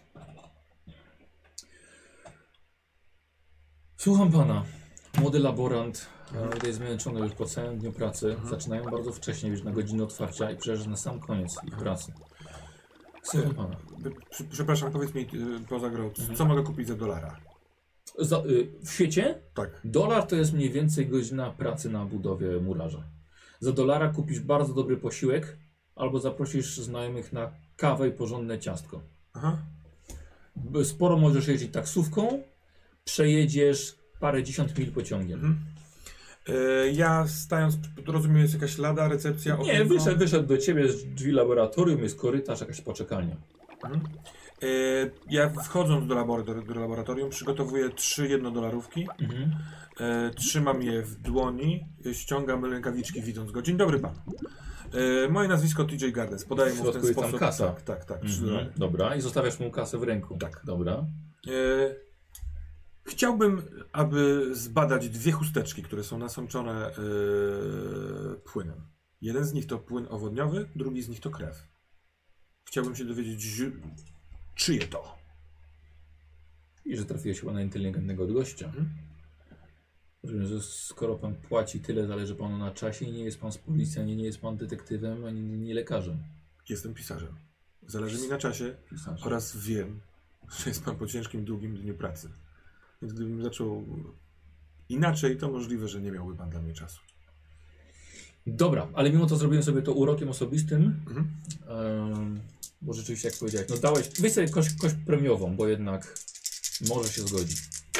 Słucham pana. Młody laborant, mhm. jest zmęczony już po całym dniu pracy. Mhm. Zaczynają bardzo wcześnie, już na godzinę otwarcia i przejeżdża na sam koniec ich pracy. Słucham pana. Prze- Przepraszam, powiedz mi yy, poza grą, Mhm. co mogę kupić za dolara? Za, y, w świecie Tak. dolar to jest mniej więcej godzina pracy na budowie murarza. Za dolara kupisz bardzo dobry posiłek albo zaprosisz znajomych na kawę i porządne ciastko. Aha. B- Sporo możesz jeździć taksówką, przejedziesz parę dziesiąt mil pociągiem. Mhm. Yy, ja stając, rozumiem, jest jakaś lada, recepcja, Nie, okienko? wyszedł, wyszedł do ciebie z drzwi laboratorium, jest korytarz, jakaś poczekalnia. Mhm. Yy, ja wchodząc do, labor- do laboratorium przygotowuję trzy jednodolarówki, Mhm. yy, trzymam je w dłoni, yy, ściągam rękawiczki widząc go. Dzień dobry pan. Yy, moje nazwisko T J Gardens, podaję W mu w ten środku jest tam sposób. kasa. Tak, tak, tak. trzy Mhm. dolary. Dobra, i zostawiasz mu kasę w ręku. Tak. Dobra. Yy, chciałbym, aby zbadać dwie chusteczki, które są nasączone yy, płynem. Jeden z nich to płyn owodniowy, drugi z nich to krew. Chciałbym się dowiedzieć, zi- czyje to. I że trafiłeś chyba na inteligentnego gościa. Mhm. Rozumiem, że skoro pan płaci tyle, zależy panu na czasie i nie jest pan z policji, ani nie jest pan detektywem, ani nie lekarzem. Jestem pisarzem. Zależy mi na czasie Pisarzem. oraz wiem, że jest pan po ciężkim, długim dniu pracy. Więc gdybym zaczął inaczej, to możliwe, że nie miałby pan dla mnie czasu. Dobra, ale mimo to zrobiłem sobie to urokiem osobistym, Mhm. em, bo rzeczywiście jak powiedziałeś, no dałeś, weź sobie kość, kość premiową, bo jednak może się zgodzi.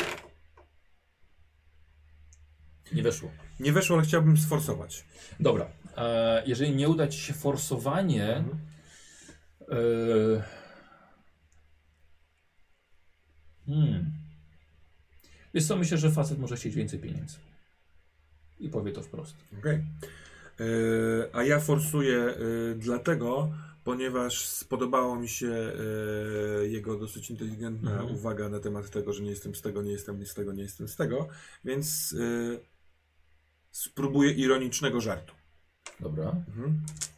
Nie weszło. Nie weszło, ale chciałbym sforsować. Dobra, e, jeżeli nie uda ci się forsowanie, Mhm. e, hmm, wiesz co, myślę, że facet może chcieć więcej pieniędzy. I powie to wprost. Okej. Yy, a ja forsuję yy, dlatego, ponieważ spodobało mi się yy, jego dosyć inteligentna Mhm. uwaga na temat tego, że nie jestem z tego, nie jestem z tego, nie jestem z tego, więc yy, spróbuję ironicznego żartu. Dobra. Mhm.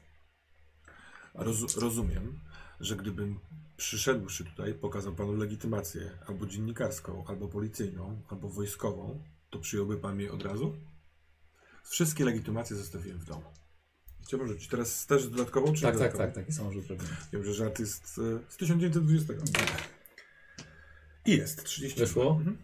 Roz, rozumiem, że gdybym przyszedłszy tutaj, pokazał panu legitymację albo dziennikarską, albo policyjną, albo wojskową, to przyjąłby pan mnie od razu? Wszystkie legitymacje zostawiłem w domu. Chciałbym rzucić. Teraz też dodatkową, czy Tak, tak, dodatkową? tak, taki sam rzut robimy. Wiem, że żart jest e, z tysiąc dziewięćset dwudziestego. I jest trzydzieści. Weszło? Mhm.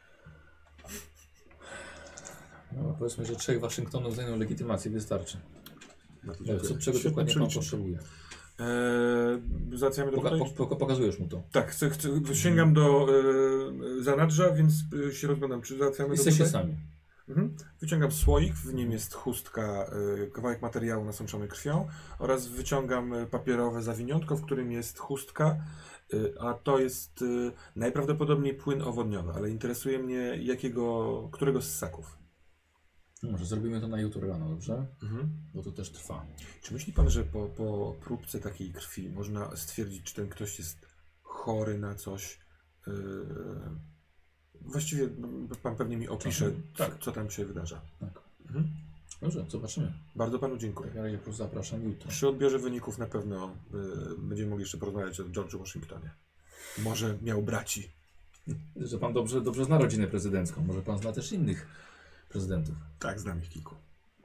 No, powiedzmy, że trzech Waszyngtonów za jedną legitymację wystarczy. Bardzo Co, dziękuję. czego Świetny dokładnie pan przelicznik. potrzebuje? Eee, Załatwiamy do Poka tutaj? po, po, pokazujesz mu to. Tak, chcę, chcę, sięgam do e, zanadrza, więc e, się rozglądam, czy załatwiamy do Jesteście tutaj? sami. Mhm. Wyciągam słoik, w nim jest chustka, y, kawałek materiału nasączony krwią oraz wyciągam y, papierowe zawiniątko, w którym jest chustka, y, a to jest y, najprawdopodobniej płyn owodniowy, ale interesuje mnie jakiego, którego z ssaków. No może zrobimy to na jutro rano, dobrze? Mhm. Bo to też trwa. Czy myśli pan, że po, po próbce takiej krwi można stwierdzić, czy ten ktoś jest chory na coś? Y, właściwie m, pan pewnie mi opisze, Tak. co, co tam się wydarza. Tak. Mhm. Dobrze, zobaczymy. Bardzo panu dziękuję. W takim razie po prostu zapraszam jutro. Przy odbiorze wyników na pewno y, będziemy mogli jeszcze porozmawiać o George'u Washingtonie. Może miał braci. Że pan dobrze, dobrze zna rodzinę prezydencką. Może pan zna też innych prezydentów. Tak, znam ich kilku.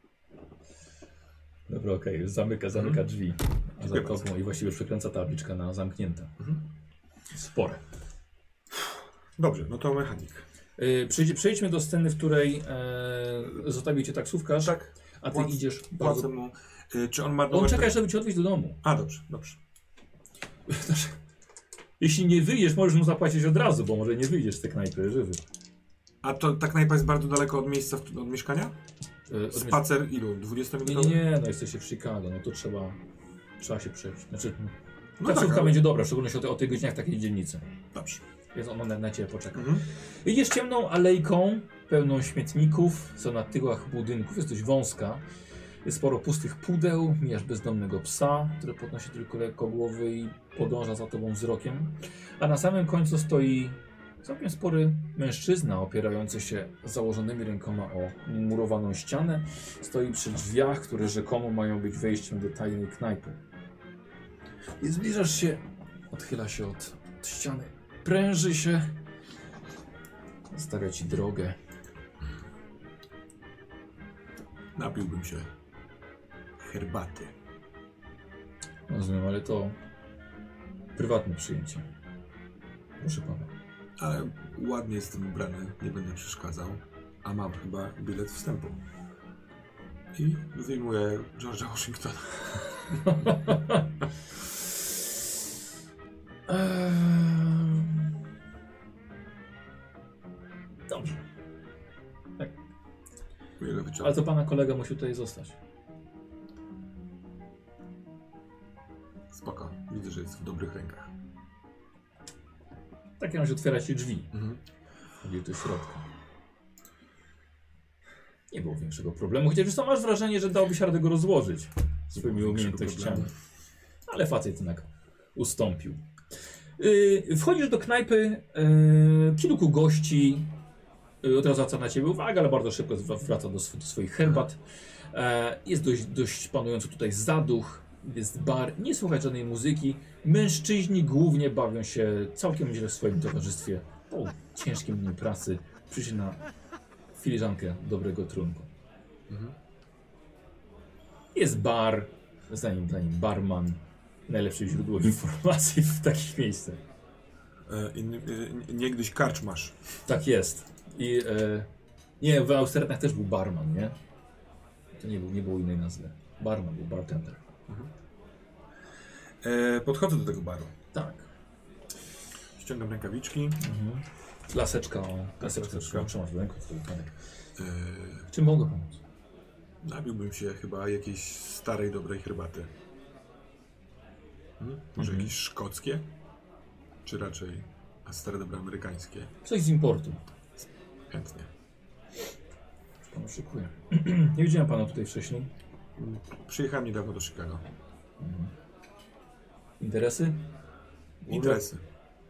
Dobra, okej, już zamyka, zamyka Mhm. drzwi. A za Dziękuję tobą i właściwie już przekręca tabliczka na zamknięta. Mhm. Spore. Dobrze, no to mechanik. Yy, przejdź, przejdźmy do sceny, w której e, zostawił cię taksówkarz, Tak, a ty płac- idziesz płacę bardzo... mu. Y, czy on ma On numer czeka, te- żeby cię odwieźć do domu. A, dobrze, dobrze. Znaczy, jeśli nie wyjdziesz, możesz mu zapłacić od razu, bo może nie wyjdziesz z tej knajpy żywy. A to tak najpierw jest bardzo daleko od miejsca, w- od mieszkania? Yy, odmierz- Spacer ilu? Nie, dwudziestominutowy? nie, nie, no jesteście w Chicago, no to trzeba, trzeba się przejść. Znaczy, No taksówka tak, ale- będzie dobra, w szczególności o, te, o tych godzinach takiej dzielnicy. Dobrze. Więc on na, na ciebie poczeka. Mhm. Idziesz ciemną alejką, pełną śmietników, co na tyłach budynków, jest dość wąska. Jest sporo pustych pudeł, mijasz bezdomnego psa, który podnosi tylko lekko głowy i podąża za tobą wzrokiem. A na samym końcu stoi całkiem spory mężczyzna, opierający się założonymi rękoma o murowaną ścianę. Stoi przy drzwiach, które rzekomo mają być wejściem do tajnej knajpy. I zbliżasz się, odchyla się od, od ściany, pręży się, stawia ci drogę. Napiłbym się herbaty. Rozumiem, ale to prywatne przyjęcie. Proszę pana. Ale ładnie jestem ubrany, nie będę przeszkadzał. A mam chyba bilet wstępu. I wyjmuję George'a Washingtona. Ehm. Dobrze, Ile wyciągnę. ale to pana kolega musi tutaj zostać. Spoko. Widzę, że jest w dobrych rękach. W takim razie otwiera się drzwi. Mhm. Wchodzi do środka. Nie było większego problemu, chociaż co masz wrażenie, że dałoby się radę go rozłożyć swoimi było większego umiejętnościami. problemu. Ale facet jednak ustąpił. Yy, wchodzisz do knajpy, yy, kilku gości yy, od razu zwraca na ciebie uwagę, ale bardzo szybko zwra- wraca do, sw do swoich herbat. E, jest dość, dość panujący tutaj zaduch, jest bar, nie słychać żadnej muzyki. Mężczyźni głównie bawią się całkiem nieźle w swoim towarzystwie po ciężkim dniu pracy. Przyjdzie na filiżankę dobrego trunku. Mhm. Jest bar, za nim, za nim barman. Najlepsze źródło informacji w takich miejscach. E, in, e, niegdyś karczmasz. Tak jest. I e, nie, w Austertach też był barman, nie? To nie, był, nie było innej nazwy. Barman był bartender. E, podchodzę do tego baru. Tak. Ściągam rękawiczki. Mhm. Laseczka o laseczkę Laseczka. trzymasz w ręku. Tak. E, Czym mogę pomóc? napiłbym się chyba jakiejś starej, dobrej herbaty. Hmm? Może Mhm. jakieś szkockie? Czy raczej a stare, dobre amerykańskie? Coś z importu. Chętnie. Już panu szykuję. Nie widziałem pana tutaj wcześniej. Mm, Przyjechałem niedawno do Chicago. Mhm. Interesy? Interesy.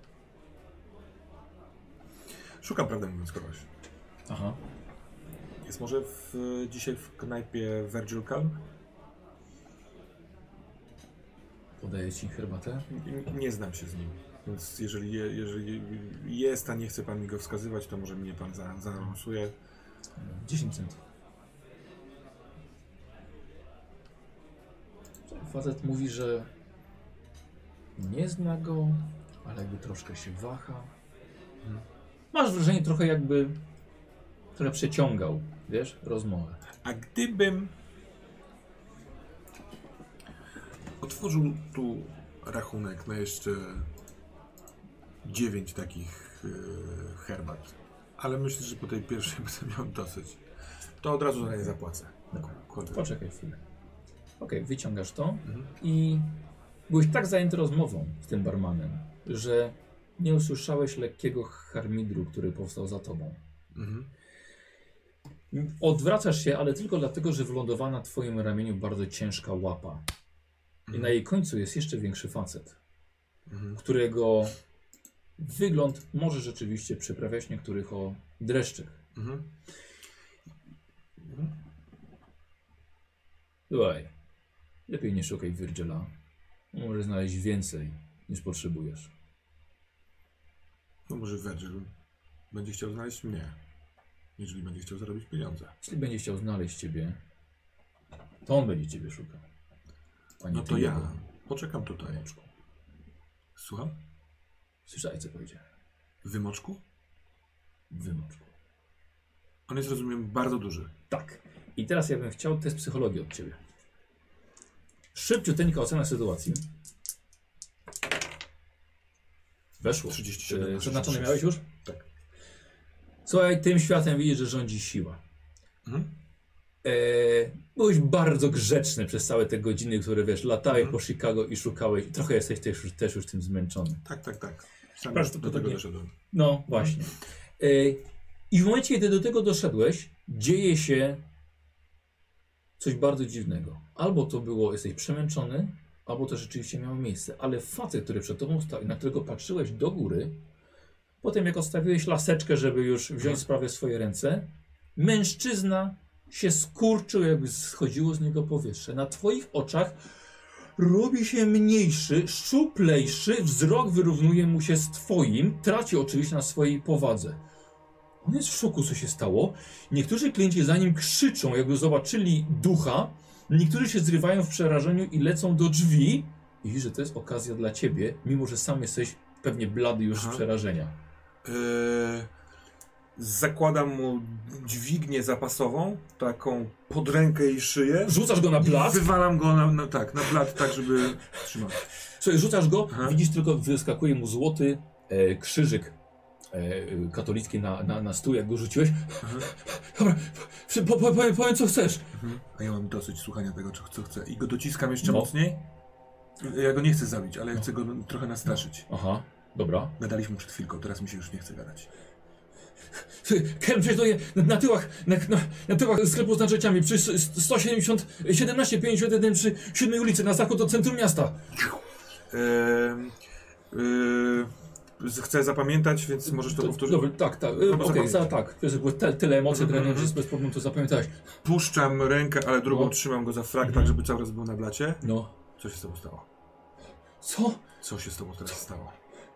Szukam, prawdę mówiąc, kogoś. Aha. Jest może w, dzisiaj w knajpie Virgil Calm? Podaję ci herbatę. Nie, nie znam się z nim. Więc jeżeli, je, jeżeli jest, a nie chce pan mi go wskazywać, to może mnie pan za, zaanonsuje. dziesięć centów. Facet mówi, że nie zna go, ale jakby troszkę się waha. Mhm. Masz wrażenie trochę jakby trochę przeciągał, wiesz, rozmowę. A gdybym otworzył tu rachunek na jeszcze dziewięć takich yy, herbat, ale myślę, że po tej pierwszej będę miał dosyć, to od razu za nie zapłacę. Kurde. Poczekaj chwilę. Okej, okay, wyciągasz to Mhm. i byłeś tak zajęty rozmową z tym barmanem, że nie usłyszałeś lekkiego harmidru, który powstał za tobą. Mhm. Odwracasz się, ale tylko dlatego, że wylądowała na twoim ramieniu bardzo ciężka łapa. I na jej końcu jest jeszcze większy facet, Mhm. którego wygląd może rzeczywiście przyprawiać niektórych o dreszczyk. Mhm. Mhm. Słuchaj, lepiej nie szukaj Virgila. Możesz znaleźć więcej niż potrzebujesz. No może Virgil będzie chciał znaleźć mnie, jeżeli będzie chciał zarobić pieniądze. Jeśli będzie chciał znaleźć ciebie, to on będzie ciebie szukał. A nie No ty to ja jego. poczekam tutaj. Wymoczku. Słucham? Słyszałeś, co powiedziałem? Wymoczku? Wymoczku. On jest, rozumiem, bardzo duży. Tak. I teraz ja bym chciał test psychologii od ciebie. Szybciuteńka ocena sytuacji. Weszło. trzydzieści siedem na Zaznaczone sześćdziesiąt miałeś sześć. już? Tak. Słuchaj, tym światem widzisz, że rządzi siła. Mhm. E, byłeś bardzo grzeczny przez całe te godziny, które wiesz, latałeś Mhm. po Chicago i szukałeś. Trochę jesteś też już, też już tym zmęczony. Tak, tak, tak. Sam Proszę, do to tego nie- doszedłem. No, właśnie. E, I w momencie, kiedy do tego doszedłeś, dzieje się coś bardzo dziwnego. Albo to było, jesteś przemęczony, albo to rzeczywiście miało miejsce. Ale facet, który przed tobą stał i na którego patrzyłeś do góry, potem jak odstawiłeś laseczkę, żeby już wziąć sprawę w swoje ręce, mężczyzna się skurczył, jakby schodziło z niego powietrze. Na twoich oczach robi się mniejszy, szczuplejszy, wzrok wyrównuje mu się z twoim, traci oczywiście na swojej powadze. On jest w szoku, co się stało. Niektórzy klienci za nim krzyczą, jakby zobaczyli ducha. Niektórzy się zrywają w przerażeniu i lecą do drzwi. I że to jest okazja dla ciebie, mimo że sam jesteś pewnie blady już Aha. z przerażenia. Yy, zakładam mu dźwignię zapasową, taką pod rękę i szyję. Rzucasz go na I blat. wywalam go na, na, tak, na blat, tak żeby trzymał. Słuchaj, rzucasz go, Aha. widzisz tylko, wyskakuje mu złoty e, krzyżyk e, katolicki na, na, na stół, jak go rzuciłeś. Aha. Dobra, po, po, powiem, powiem co chcesz. Mhm. A ja mam dosyć słuchania tego, co, co chcę. I go dociskam jeszcze No. mocniej. Ja go nie chcę zabić, ale ja No. chcę go trochę nastraszyć. Aha, dobra. Gadaliśmy przed chwilką, teraz mi się już nie chce gadać. Ken, przecież to je na, na tyłach, na, na, na tyłach sklepu z narzędziami przy sto siedemdziesiąt, siedemnaście pięćdziesiąt jeden przy siódmej ulicy na zachód od centrum miasta. Yy, yy, chcę zapamiętać, więc możesz to powtórzyć. Dobra, tak, tak, No, okej, zapamięć. za, tak. Wiesz, było te, tyle emocji Mhm, trenując, mhm. że bez problemu to zapamiętałeś. Puszczam rękę, ale drugą No. trzymam go za frak, Mhm. tak żeby cały czas był na blacie. No. Co się z tobą stało? Co? Co się z tobą teraz stało?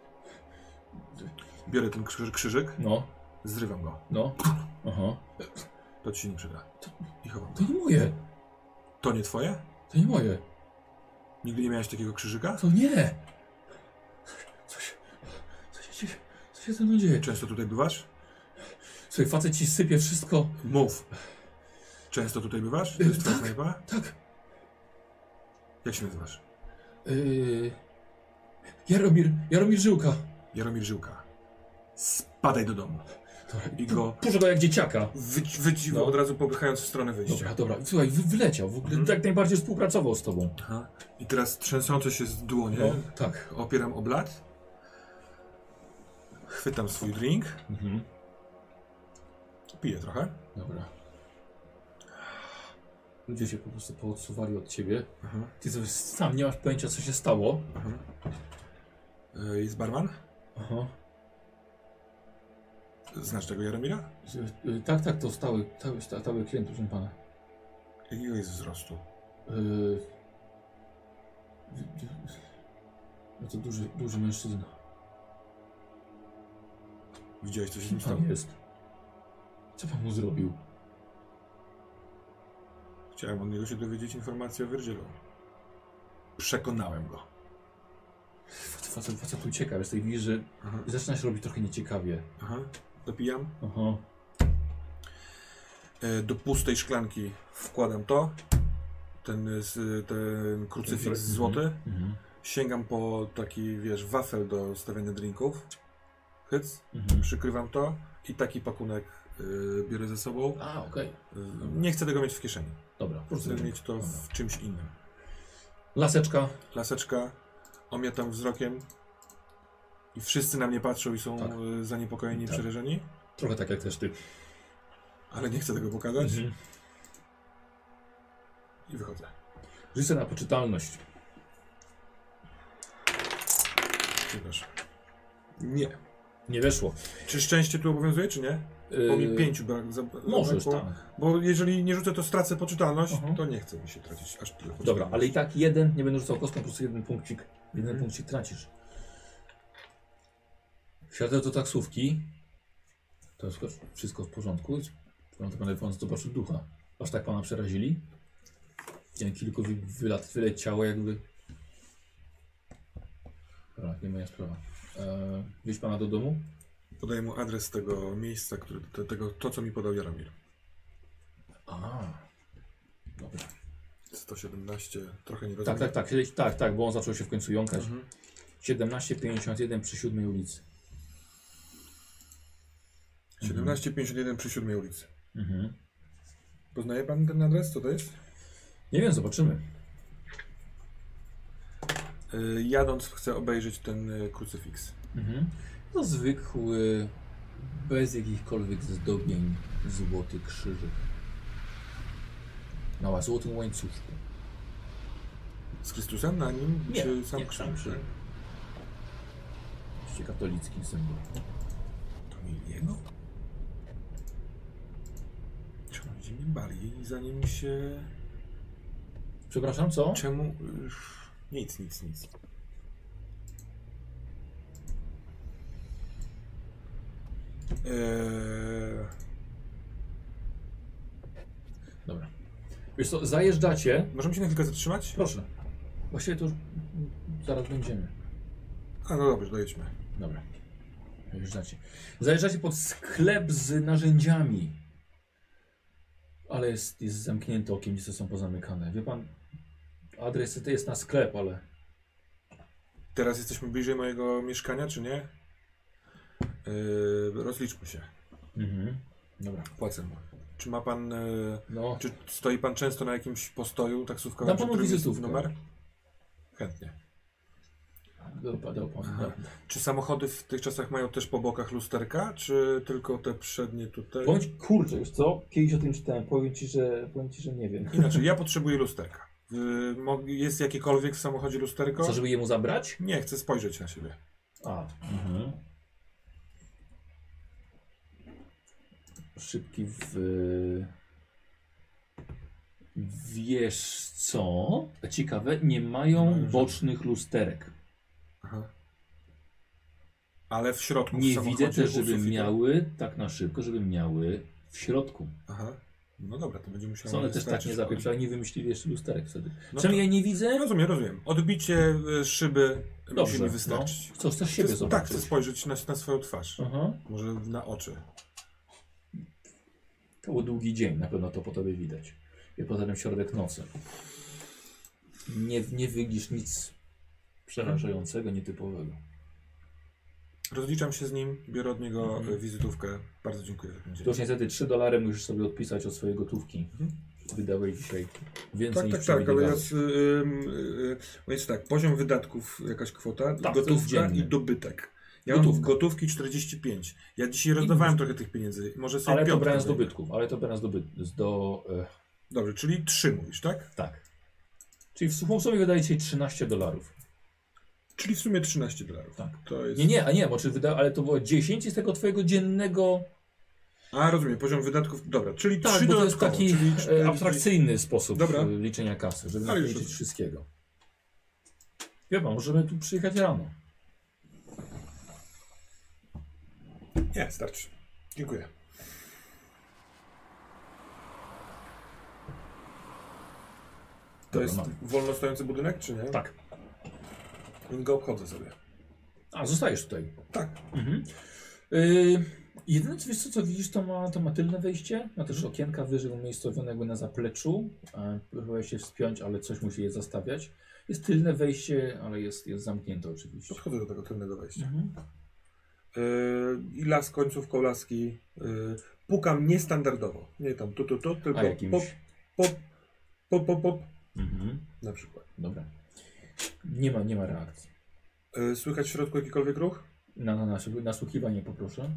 Biorę ten krzyż, krzyżyk, No, zrywam go. no. Aha. To ci się nie przyda. I chowam To go. nie moje. To nie twoje? To nie moje. Nigdy nie miałeś takiego krzyżyka? To nie. Co się, co się, dzieje? Co się ze mną dzieje? Często tutaj bywasz? Słuchaj, facet ci sypie wszystko. Mów. Często tutaj bywasz? To jest Yy, twoja tak. knajpa? Tak. Jak się nazywasz? Yy... Jaromir, Jaromir Żyłka. Jaromir Żyłka. Spadaj do domu. I go Puszczę go jak dzieciaka. wyci wyci No. od razu popychając w stronę wyjścia. Dobra, dobra. Słuchaj, wy, wyleciał. W ogóle Mhm. jak najbardziej współpracował z tobą. Aha. I teraz trzęsące się z dłonie No, tak. opieram o blat. Chwytam swój drink. Mhm. Piję trochę. Dobra. Ludzie się po prostu poodsuwali od ciebie. Aha. Ty sobie sam nie masz pojęcia, co się stało. Aha. Y, Jest barman? Aha. Znasz tego Jaromira? Y, y, Tak, tak, to stały, stały, sta- stały klient, proszę pana. Jakiego jest wzrostu? Yy... No to duży, duży mężczyzna. Widziałeś, co się z Kim nim stało? pan jest? Co pan mu zrobił? Chciałem od niego się dowiedzieć informacji o Virgilu. Przekonałem go. Facet, facet ucieka, wiesz, tutaj widzisz, że Aha. zaczyna się robić trochę nieciekawie. Aha. Dopijam. Aha. E, do pustej szklanki wkładam to. Ten, ten krucyfiks złoty. Mhm. Sięgam po taki, wiesz, wafel do stawiania drinków. Hyc. Mhm. Przykrywam to i taki pakunek y, biorę ze sobą. A, okej. Y, nie chcę tego mieć w kieszeni. Dobra, po prostu. Chcę mieć to w czymś innym. Laseczka. Laseczka, omietam wzrokiem i wszyscy na mnie patrzą i są Tak. y, zaniepokojeni, Tak. przerażeni. Trochę tak jak też ty. Ale nie chcę tego pokazać. Mhm. I wychodzę. Rzucę na poczytalność. Przepraszam. Nie. Nie weszło. Czy szczęście tu obowiązuje, czy nie? Bo mi Yy, pięciu brak. Za, Możesz, zabrakło. tak. Bo jeżeli nie rzucę, to stracę poczytalność, Aha. to nie chcę mi się tracić aż tyle. Dobra, ale i tak jeden, nie będę rzucał kostką, po prostu jeden punkcik. Jeden Mhm. punkcik tracisz. Wsiadł do taksówki. To jest wszystko w porządku. Pan, pan zobaczył ducha. Aż tak pana przerazili? Widziałem kilku wy, wylat, wyleciało jakby. Dobra, nie moja sprawa. Eee, wieźć pana do domu? Podaję mu adres tego miejsca, który, te, tego, to co mi podał Jaromir. A, dobra. sto siedemnaście, trochę nie Tak, rozumiem. tak, tak, tak, tak, tak, bo on zaczął się w końcu jąkać. Mhm. siedemnaście pięćdziesiąt jeden przy siódmej ulicy. siedemnaście pięćdziesiąt jeden przy siódmej ulicy. Mhm. Poznaje pan ten adres? Co to jest? Nie wiem, zobaczymy. Yy, jadąc chcę obejrzeć ten y, krucyfiks. Mhm. To zwykły, bez jakichkolwiek zdobień, złoty krzyżyk. Na złotym łańcuszku. Z Chrystusem na nim? Nie, czy sam nie, krzyż? sam krzyż. Oczywiście katolicki symbol. To nie jego? Czemu ludzie mnie bali, zanim się... Przepraszam, co? Czemu... Yy, nic, nic, nic. Eee... Dobra. Wiesz co, zajeżdżacie. Możemy się na chwilkę zatrzymać? Proszę. Właściwie to już zaraz będziemy. A no dobrze, dojedźmy. Dobra. Zajeżdżacie. Zajeżdżacie pod sklep z narzędziami. Ale jest, jest zamknięte okiennice, są pozamykane. Wie pan, adres to jest na sklep, ale... Teraz jesteśmy bliżej mojego mieszkania, czy nie? Yy, rozliczmy się. Mhm. Dobra. Płacę. Czy ma pan... Yy, No, czy stoi pan często na jakimś postoju taksówkowym? Dam przy panu którym jest wizytówkę. numer? Chętnie. dopadał pan. Aha. No. Czy samochody w tych czasach mają też po bokach lusterka, czy tylko te przednie tutaj? Bądź kurczę, już co? Kiedyś o tym czytałem. Powiem ci, że, powiem ci, że nie wiem. Inaczej, ja potrzebuję lusterka. Yy, mo- jest jakiekolwiek w samochodzie lusterko? Co, żeby jemu zabrać? Nie, chcę spojrzeć na siebie. A. Mhm. Szybki w... Wiesz co? Ciekawe, nie mają No, bocznych lusterek. Aha. Ale w środku w Nie samochodzie widzę też, u żeby sufitu? miały, tak na szybko, żeby miały w środku. Aha. No dobra, to będzie musiało... Co one też tak wystarczyć nie wchodzić. zapieprzały, nie wymyślili jeszcze lusterek wtedy. No Przynajmniej to- ja nie widzę. Rozumiem, rozumiem. Odbicie y, szyby Dobrze, musi mi wystarczyć. No. Co, chcesz siebie Chcę- zobaczyć? Tak, chcę spojrzeć na, na swoją twarz. Aha. Może na oczy. To był długi dzień, na pewno to po tobie widać. I poza tym środek nocy. Nie, nie wyglisz nic przerażającego, nietypowego. Rozliczam się z nim, biorę od niego Mhm. y, wizytówkę. Bardzo dziękuję za ten dzień. To już niestety trzy dolary musisz sobie odpisać od swojej gotówki. Mhm. Wydałeś dzisiaj więcej Tak, niż tak, tak, ale ja... przewidywałeś. z- y, y, y, jest tak, poziom wydatków, jakaś kwota, Tak, to jest gotówka dziennie. i dobytek. Ja Gotówka. mam gotówki czterdzieści pięć. Ja dzisiaj rozdawałem trochę tych pieniędzy. Może sobie Ale to piątkę brałem z zajmę. dobytków, ale to brałem z dobytków. Do, e, Dobrze, czyli trzy mówisz, tak? tak. Czyli w sumie sobie wydaje ci trzynaście dolarów. Czyli w sumie trzynaście dolarów. Tak. To jest... Nie, nie, a nie, bo czy wyda, ale to było dziesięć z tego twojego dziennego. A, rozumiem, poziom wydatków, dobra, czyli Tak, trzy bo to jest dodatkowo, taki czyli, e, abstrakcyjny sposób Dobra. e, liczenia kasy, żeby Ale nie już liczyć rozumiem. wszystkiego. Wie pan, możemy tu przyjechać rano. Nie, starczy. Dziękuję. To jest mamy. wolno stojący budynek, czy nie? Tak. Więc go obchodzę sobie. A, zostajesz tutaj. Tak. Mhm. Yy, jedyne co, wiesz co, co widzisz, to ma, to ma tylne wejście. Ma też okienka wyżej umiejscowione jakby na zapleczu. E, próbowałeś się wspiąć, ale coś musi je zastawiać. Jest tylne wejście, ale jest, jest zamknięte oczywiście. Podchodzę do tego tylnego wejścia. Mhm. Yy, I las końcówką laski. Yy, pukam niestandardowo. Nie tam tu, tu, tu, tylko A jakimś... pop, pop, pop, pop, pop. Mhm. Na przykład. Dobra. Nie ma, nie ma reakcji. Yy, słychać w środku jakikolwiek ruch? Na, na nasze nasłuchiwanie poproszę.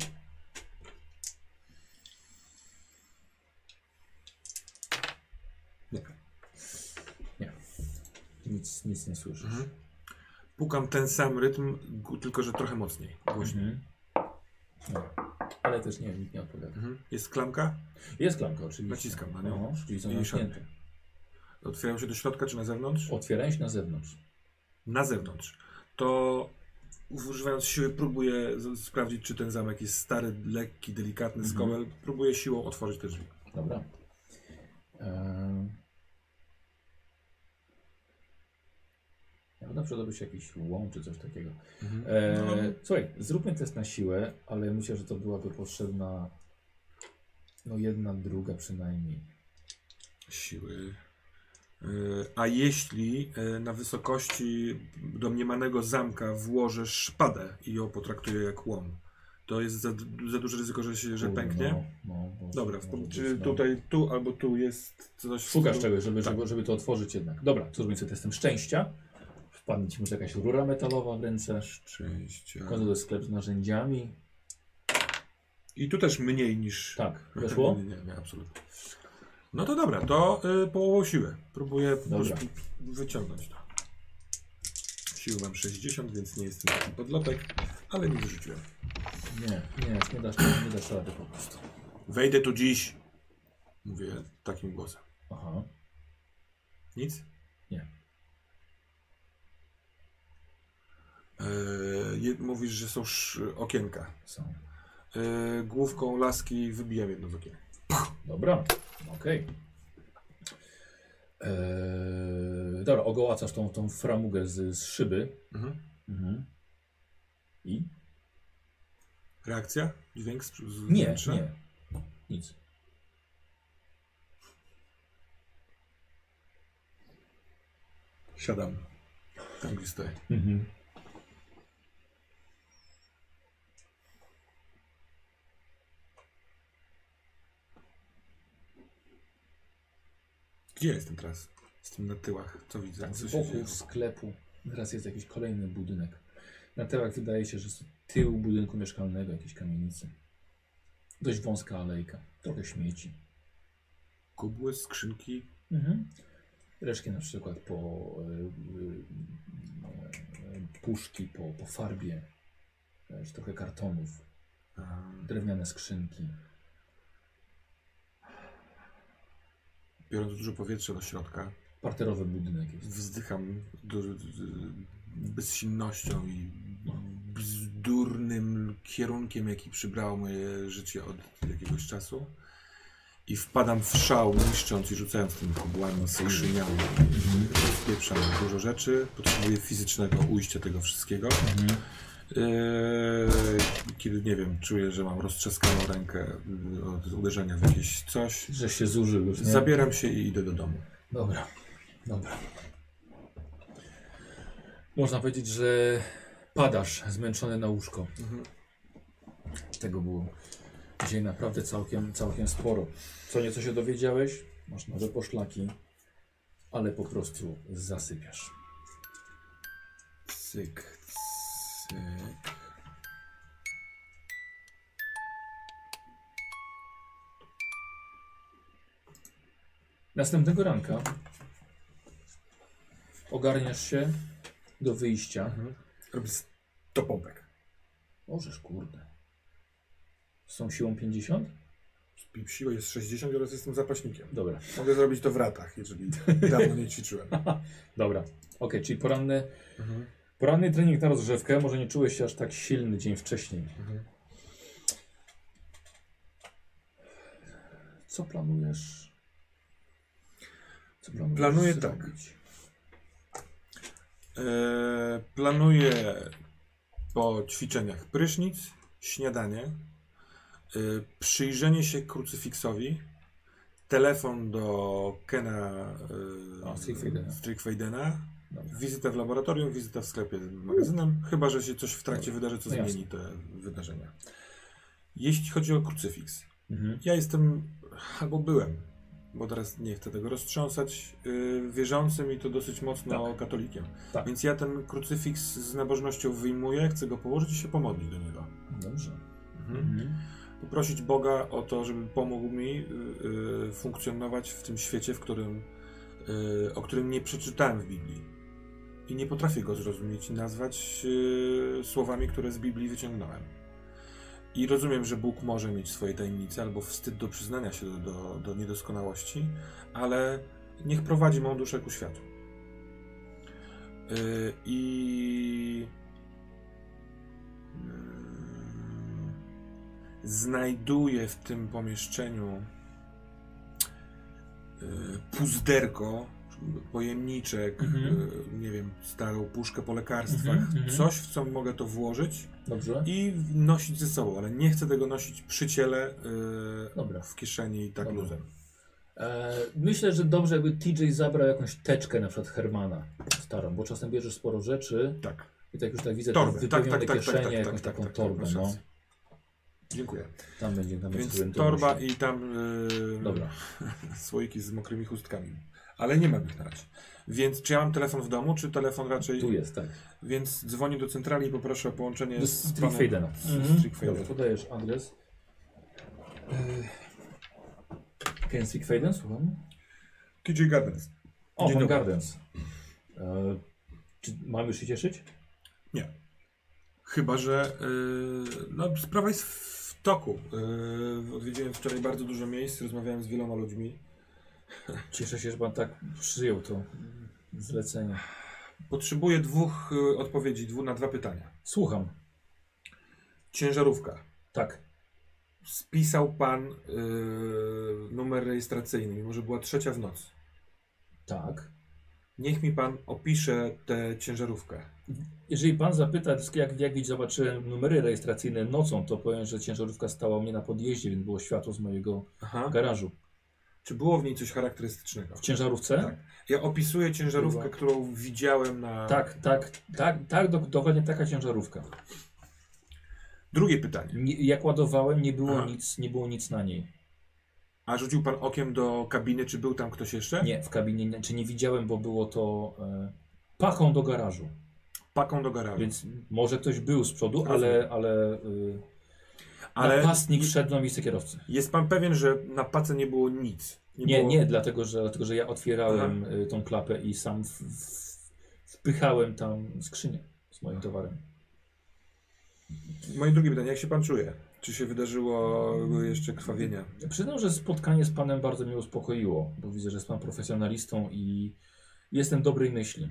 Nie. Nie. Nic, nic nie słyszysz. Mhm. Pukam ten sam rytm, gu- tylko że trochę mocniej. Głośniej. Mhm. Dobra. Ale też nie, nikt nie odpowiada. Mhm. Jest klamka? Jest klamka oczywiście. Naciskam na nią. No, czyli są I zamknięte. Otwierają się do środka czy na zewnątrz? Otwierają się na zewnątrz. Na zewnątrz. To używając siły próbuję z- sprawdzić, czy ten zamek jest stary, lekki, delikatny, Mhm. skowel. Próbuję siłą otworzyć te drzwi. Dobra. Eee... Ja bym przydałoby się jakiś łom czy coś takiego. Mhm. Eee, Słuchaj, zróbmy test na siłę, ale myślę, że to byłaby potrzebna no jedna, druga przynajmniej. Siły. Yy, A jeśli yy, na wysokości domniemanego zamka włożę szpadę i ją potraktuję jak łom, to jest za, za duże ryzyko, że się że Kurde, pęknie? No, no, bo- Dobra, w, może czy być, no. tutaj, tu albo tu jest coś... w Szukasz stylu- czegoś, żeby, Tak. żeby, żeby to otworzyć jednak. Dobra, co zrobimy sobie testem szczęścia. Wpadnie ci może jakaś rura metalowa w ręce. Szczęścia. Wchodzę do sklepu z narzędziami. I tu też mniej niż... Tak, weszło? Nie, nie, nie, absolutnie. No to dobra, to y, połową siły. Próbuję po Dobra. prostu wyciągnąć to. Siły mam sześćdziesiąt, więc nie jestem taki podlotek, ale nie wyrzuciłem. Nie, nie, nie dasz, nie dasz rady po prostu. Wejdę tu dziś. Mówię takim głosem. Aha. Nic? Nie. Yy, je- mówisz, że są sz- okienka. Są. Yy, główką laski wybijam jedno z okien. Dobra, okej. Eee, dobra, ogołacasz tą, tą framugę z, z szyby. Mhm. Mhm. I? Reakcja? Dźwięk z, z Nie, wnętrza? nie. Nic. Siadam. Tam gdzie stoję. Mhm. Gdzie jestem teraz? Jestem na tyłach. Co widzę? Tak, Co z się boku dzieje? sklepu. Teraz jest jakiś kolejny budynek. Na tyłach wydaje się, że jest tył budynku mieszkalnego, jakiejś kamienicy. Dość wąska alejka. Trochę śmieci. Kubły, skrzynki. Mhm. Reszki na przykład po y, y, y, puszki, po, po farbie. Wiesz, trochę kartonów. Um, Drewniane skrzynki. biorąc dużo powietrza do środka, Parterowy budynek jest. wzdycham do, do, bezsilnością i bzdurnym kierunkiem, jaki przybrało moje życie od jakiegoś czasu. I wpadam w szał, niszcząc i rzucając tymi kubłami, skrzyniami. Rozpieprzam dużo rzeczy. Potrzebuję fizycznego ujścia tego wszystkiego. Mhm. Eee, kiedy, nie wiem, czuję, że mam roztrzaskaną rękę y, od uderzenia w jakieś coś. Że się zużył już, nie? Zabieram się i idę do domu. Dobra, dobra. Można powiedzieć, że padasz zmęczony na łóżko. Mhm. Tego było dzisiaj naprawdę całkiem, całkiem sporo. Co nieco się dowiedziałeś, masz nowe poszlaki, ale po prostu zasypiasz. Cyk, cyk. Następnego ranka ogarniasz się do wyjścia. Mhm. Robię sto pompek. Możesz, kurde. Z tą siłą pięćdziesiąt? Siła jest sześćdziesiąt, teraz jestem zapaśnikiem. Dobra. Mogę zrobić to w ratach, jeżeli dawno nie ćwiczyłem. Dobra. Ok, czyli poranny, Mhm. poranny trening na rozgrzewkę. Może nie czułeś się aż tak silny dzień wcześniej. Mhm. Co planujesz? Co planujesz Planuję zrobić? E, planuję po ćwiczeniach prysznic, śniadanie, e, przyjrzenie się krucyfiksowi, telefon do Kena e, Strickfeidena, wizyta w laboratorium, wizyta w sklepie z magazynem, chyba że się coś w trakcie wydarzy, co no zmieni te wydarzenia. Jeśli chodzi o krucyfiks, Mhm. ja jestem, albo byłem, bo teraz nie chcę tego roztrząsać, yy, wierzącym i to dosyć mocno Tak. katolikiem. Tak. Więc ja ten krucyfiks z nabożnością wyjmuję, chcę go położyć i się pomodlić do niego. Dobrze. Mhm. Mhm. Poprosić Boga o to, żeby pomógł mi yy, yy, funkcjonować w tym świecie, w którym, yy, o którym nie przeczytałem w Biblii. I nie potrafię go zrozumieć i nazwać yy, słowami, które z Biblii wyciągnąłem. I rozumiem, że Bóg może mieć swoje tajemnice albo wstyd do przyznania się do, do, do niedoskonałości, ale niech prowadzi mą duszę ku światu. Yy, I yy, znajduję w tym pomieszczeniu yy, puzderko, pojemniczek, Mhm. yy, nie wiem, starą puszkę po lekarstwach, Mhm, mhm. coś, w co mogę to włożyć Dobrze. i nosić ze sobą, ale nie chcę tego nosić przy ciele, yy, Dobra. w kieszeni tak Dobra. luzem. E, myślę, że dobrze, jakby T J zabrał jakąś teczkę, na przykład Hermana starą, bo czasem bierzesz sporo rzeczy Tak. i tak już tak widzę, Torbę. te Tak, wypełnione tak, tak, kieszenie, tak, tak, jakąś tak, taką tak, tak, torbę, masz no. rację. Dziękuję. Tam będzie, tam Więc będzie torba i tam yy, Dobra. słoiki z mokrymi chustkami. Ale nie mam ich na razie. Więc czy ja mam telefon w domu, czy telefon raczej... Tu jest, tak. Więc dzwonię do centrali i poproszę o połączenie Do z Strickfeidena. panem- z Mhm. Strickfeidena. Dobra, podajesz adres. Ken Strickfeiden, słucham. T J Gardens. O, Dzień pan dobry. Gardens. E, czy mamy już się cieszyć? Nie. Chyba, że yy, no, sprawa jest w toku. Yy, odwiedziłem wczoraj bardzo dużo miejsc, rozmawiałem z wieloma ludźmi. Cieszę się, że pan tak przyjął to zlecenie. Potrzebuję dwóch y, odpowiedzi dwu, na dwa pytania. Słucham. Ciężarówka. Tak. Spisał pan y, numer rejestracyjny, mimo że była trzecia w nocy. Tak. Niech mi pan opisze tę ciężarówkę. Jeżeli pan zapyta, jak, jak widzieć, zobaczyłem numery rejestracyjne nocą, to powiem, że ciężarówka stała u mnie na podjeździe, więc było światło z mojego Aha. garażu. Czy było w niej coś charakterystycznego? W ciężarówce? Tak. Ja opisuję ciężarówkę, Była. którą widziałem na... Tak, tak, tak, tak, do, dokładnie taka ciężarówka. Drugie pytanie. Nie, jak ładowałem, nie było Aha. nic, nie było nic na niej. A rzucił pan okiem do kabiny, czy był tam ktoś jeszcze? Nie, w kabinie, nie, czy nie widziałem, bo było to e, pachą do garażu. Paką do garażu. Więc może ktoś był z przodu, Rozumiem. ale, ale, y, Ale napastnik wszedł na miejsce kierowcy. jest pan pewien, że na pace nie było nic? Nie, było... nie, dlatego że, dlatego, że ja otwierałem y, tą klapę i sam w, w, wpychałem tam skrzynię z moim towarem. Moje drugie pytanie, jak się pan czuje? Czy się wydarzyło były jeszcze krwawienia? Przyznam, że spotkanie z panem bardzo mnie uspokoiło, bo widzę, że jest pan profesjonalistą i jestem dobrej myśli.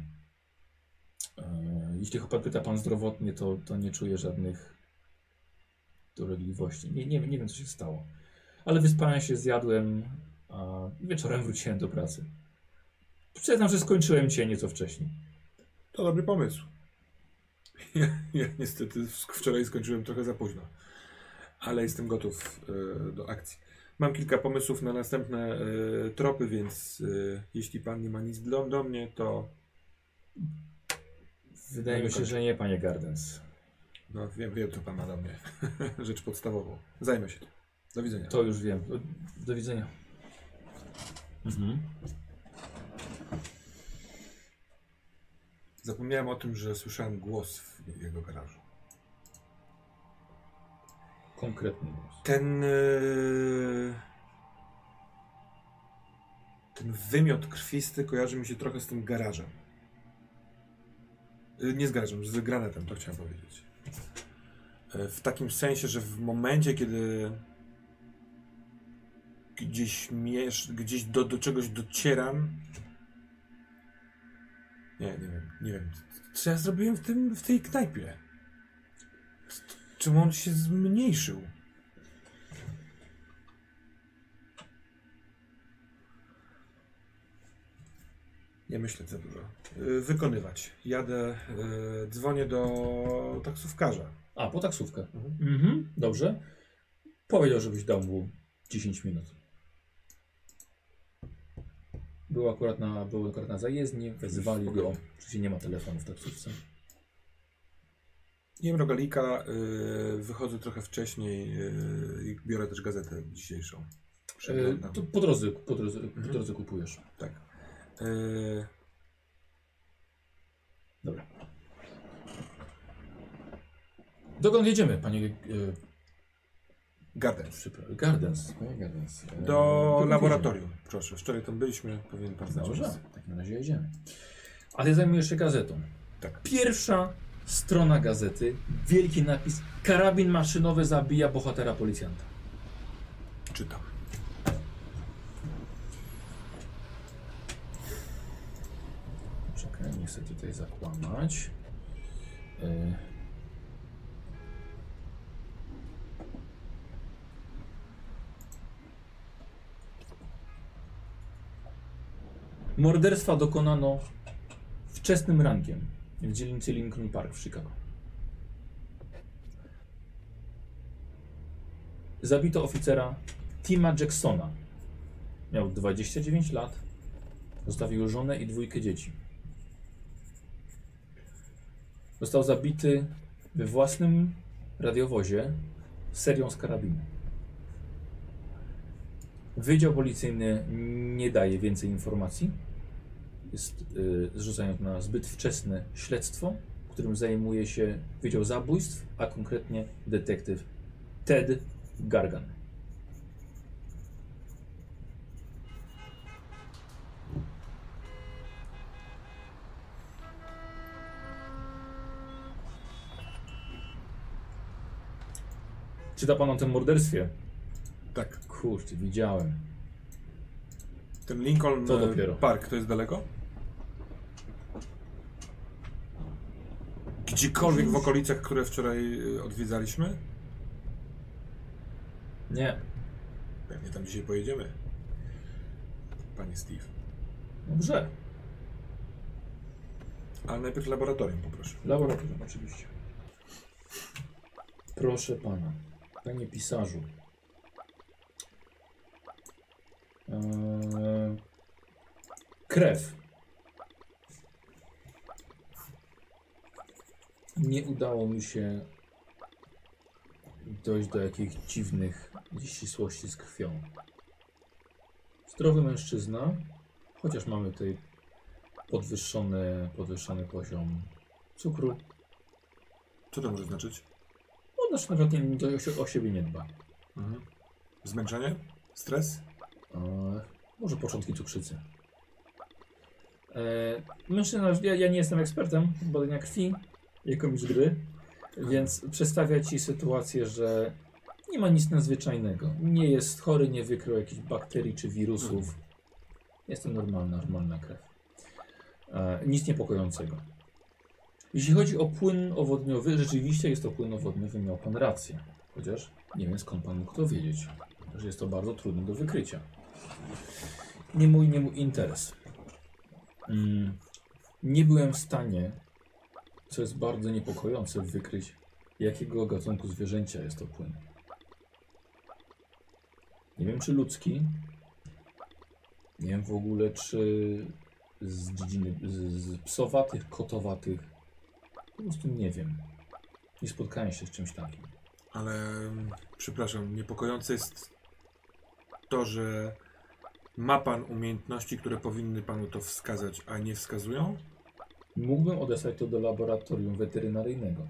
E, jeśli pan pyta pan zdrowotnie, to, to nie czuję żadnych dolegliwości. Nie, nie, nie wiem, co się stało. Ale wyspałem się, zjadłem, a wieczorem wróciłem do pracy. Przyznam, że skończyłem cię nieco wcześniej. To dobry pomysł. Ja, ja niestety wczoraj skończyłem trochę za późno. Ale jestem gotów e, do akcji. Mam kilka pomysłów na następne e, tropy, więc e, jeśli pan nie ma nic do, do mnie, to Wydaje mi się, że nie, panie Gardens. no, wiem, wiem, co pan ma do mnie. Rzecz podstawową. Zajmę się tym. Do widzenia. To już wiem. Do, do widzenia. Mhm. Zapomniałem o tym, że słyszałem głos w jego garażu. Konkretny głos. Ten... e, ten wymiot krwisty kojarzy mi się trochę z tym garażem. E, Nie z garażem, z granatem, to chciałem powiedzieć. E, W takim sensie, że w momencie, kiedy gdzieś, miesz, gdzieś do, do czegoś docieram... Nie, nie wiem, nie wiem. Co ja zrobiłem w, tym, w tej knajpie? Czemu on się zmniejszył? Nie myśleć za dużo. Y, wykonywać. Jadę, y, dzwonię do taksówkarza. A, po taksówkę. Mhm. Mhm, dobrze. Powiedział, żebyś dał mu dziesięć minut. Był akurat na, był akurat na zajezdni, wezwali go. Oczywiście nie ma telefonu w taksówce. Jem rogalika, y, wychodzę trochę wcześniej y, i biorę też gazetę dzisiejszą. E, Przeglądam. to po drodze, po drodze, Mhm. po drodze kupujesz. Tak. Y, Dobra. Dokąd jedziemy, panie... E, Gardens. Przypra- Gardens. Panie Gardens. E, Do dokąd laboratorium. Proszę, wczoraj tam byliśmy, powinien pan jedziemy? znać. Dobrze, w takim razie jedziemy. A ty zajmujesz się gazetą. Tak. Pierwsza strona gazety, wielki napis: karabin maszynowy zabija bohatera policjanta. Czytam. Czekaj, nie chcę tutaj zakłamać. Yy. Morderstwa dokonano wczesnym rankiem w dzielnicy Lincoln Park w Chicago. Zabito oficera Tima Jacksona. Miał dwadzieścia dziewięć lat. Zostawił żonę i dwójkę dzieci. Został zabity we własnym radiowozie serią z karabinu. Wydział policyjny nie daje więcej informacji. Jest yy, zrzucając na zbyt wczesne śledztwo, którym zajmuje się Wydział Zabójstw, a konkretnie detektyw Ted Gargan. Czyta pan o tym morderstwie? Tak. Kurczę, widziałem. Ten Lincoln To e, dopiero. Park to jest daleko? Gdziekolwiek w okolicach, które wczoraj e, odwiedzaliśmy? Nie. Pewnie tam dzisiaj pojedziemy. Panie Steve. Dobrze. Ale najpierw laboratorium poproszę. Laboratorium, oczywiście. Proszę pana, panie pisarzu. Eee, krew. Nie udało mi się dojść do jakichś dziwnych ścisłości z krwią. Zdrowy mężczyzna, chociaż mamy tutaj podwyższony, podwyższony poziom cukru. Co to może znaczyć? No, znaczy na przykład nie, to o, sie- o siebie nie dba. Mhm. Zmęczenie? Stres? Eee, może początki cukrzycy. Eee, mężczyzna, ja, ja nie jestem ekspertem badania krwi jako mistrz gry, więc przedstawia ci sytuację, że nie ma nic nadzwyczajnego. Nie jest chory, nie wykrył jakichś bakterii czy wirusów. Jest to normalna, normalna krew. Eee, nic niepokojącego. Jeśli chodzi o płyn owodniowy, rzeczywiście jest to płyn owodniowy, miał pan rację. Chociaż nie wiem, skąd pan mógł to wiedzieć, że jest to bardzo trudne do wykrycia. Nie mój, nie mój interes. Mm, nie byłem w stanie, co jest bardzo niepokojące, wykryć, jakiego gatunku zwierzęcia jest to płyn. Nie wiem, czy ludzki. Nie wiem w ogóle, czy z dziedziny z, z psowatych, kotowatych. Po prostu nie wiem. Nie spotkałem się z czymś takim. Ale, mm, przepraszam, niepokojące jest to, że ma pan umiejętności, które powinny panu to wskazać, a nie wskazują? Mógłbym odesłać to do laboratorium weterynaryjnego.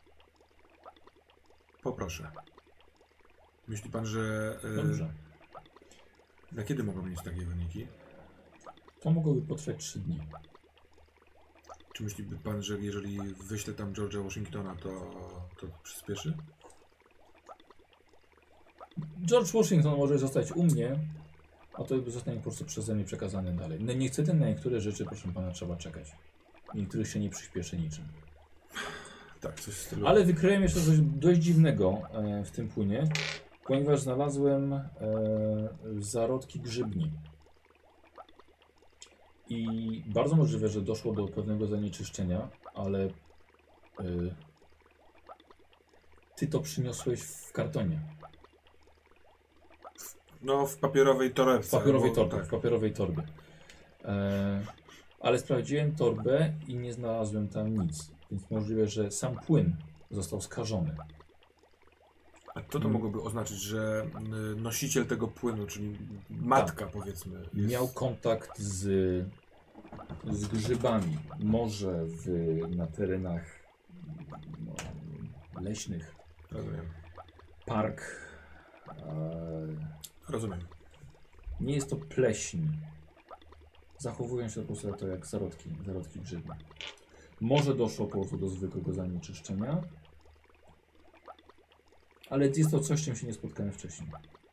Poproszę. Myśli pan, że... e, Dobrze. Na kiedy mogą mieć takie wyniki? To mogłoby potrwać trzy dni. Czy myśliby pan, że jeżeli wyślę tam George'a Washingtona, to, to przyspieszy? George Washington może zostać u mnie, a to zostanie po prostu przeze mnie przekazane dalej. No niestety na niektóre rzeczy, proszę pana, trzeba czekać. Niektórych się nie przyspieszy niczym. Tak, coś w stylu... Ale wykryłem jeszcze coś dość dziwnego e, w tym płynie, ponieważ znalazłem e, zarodki grzybni. I bardzo możliwe, że doszło do pewnego zanieczyszczenia, ale y, ty to przyniosłeś w kartonie. No, w papierowej torebce. W papierowej bo- torbie. tak. W papierowej torbie. E, ale sprawdziłem torbę i nie znalazłem tam nic. Więc możliwe, że sam płyn został skażony. A co to mogłoby oznaczyć, że y, nosiciel tego płynu, czyli matka powiedzmy, jest... Miał kontakt z, z grzybami. Może w, na terenach no, leśnych. Rozumiem. Park. E, Rozumiem. nie jest to pleśń. Zachowują się po prostu to jak zarodki, zarodki grzybu. Może doszło po prostu do zwykłego zanieczyszczenia. Ale jest to coś, z czym się nie spotkałem wcześniej.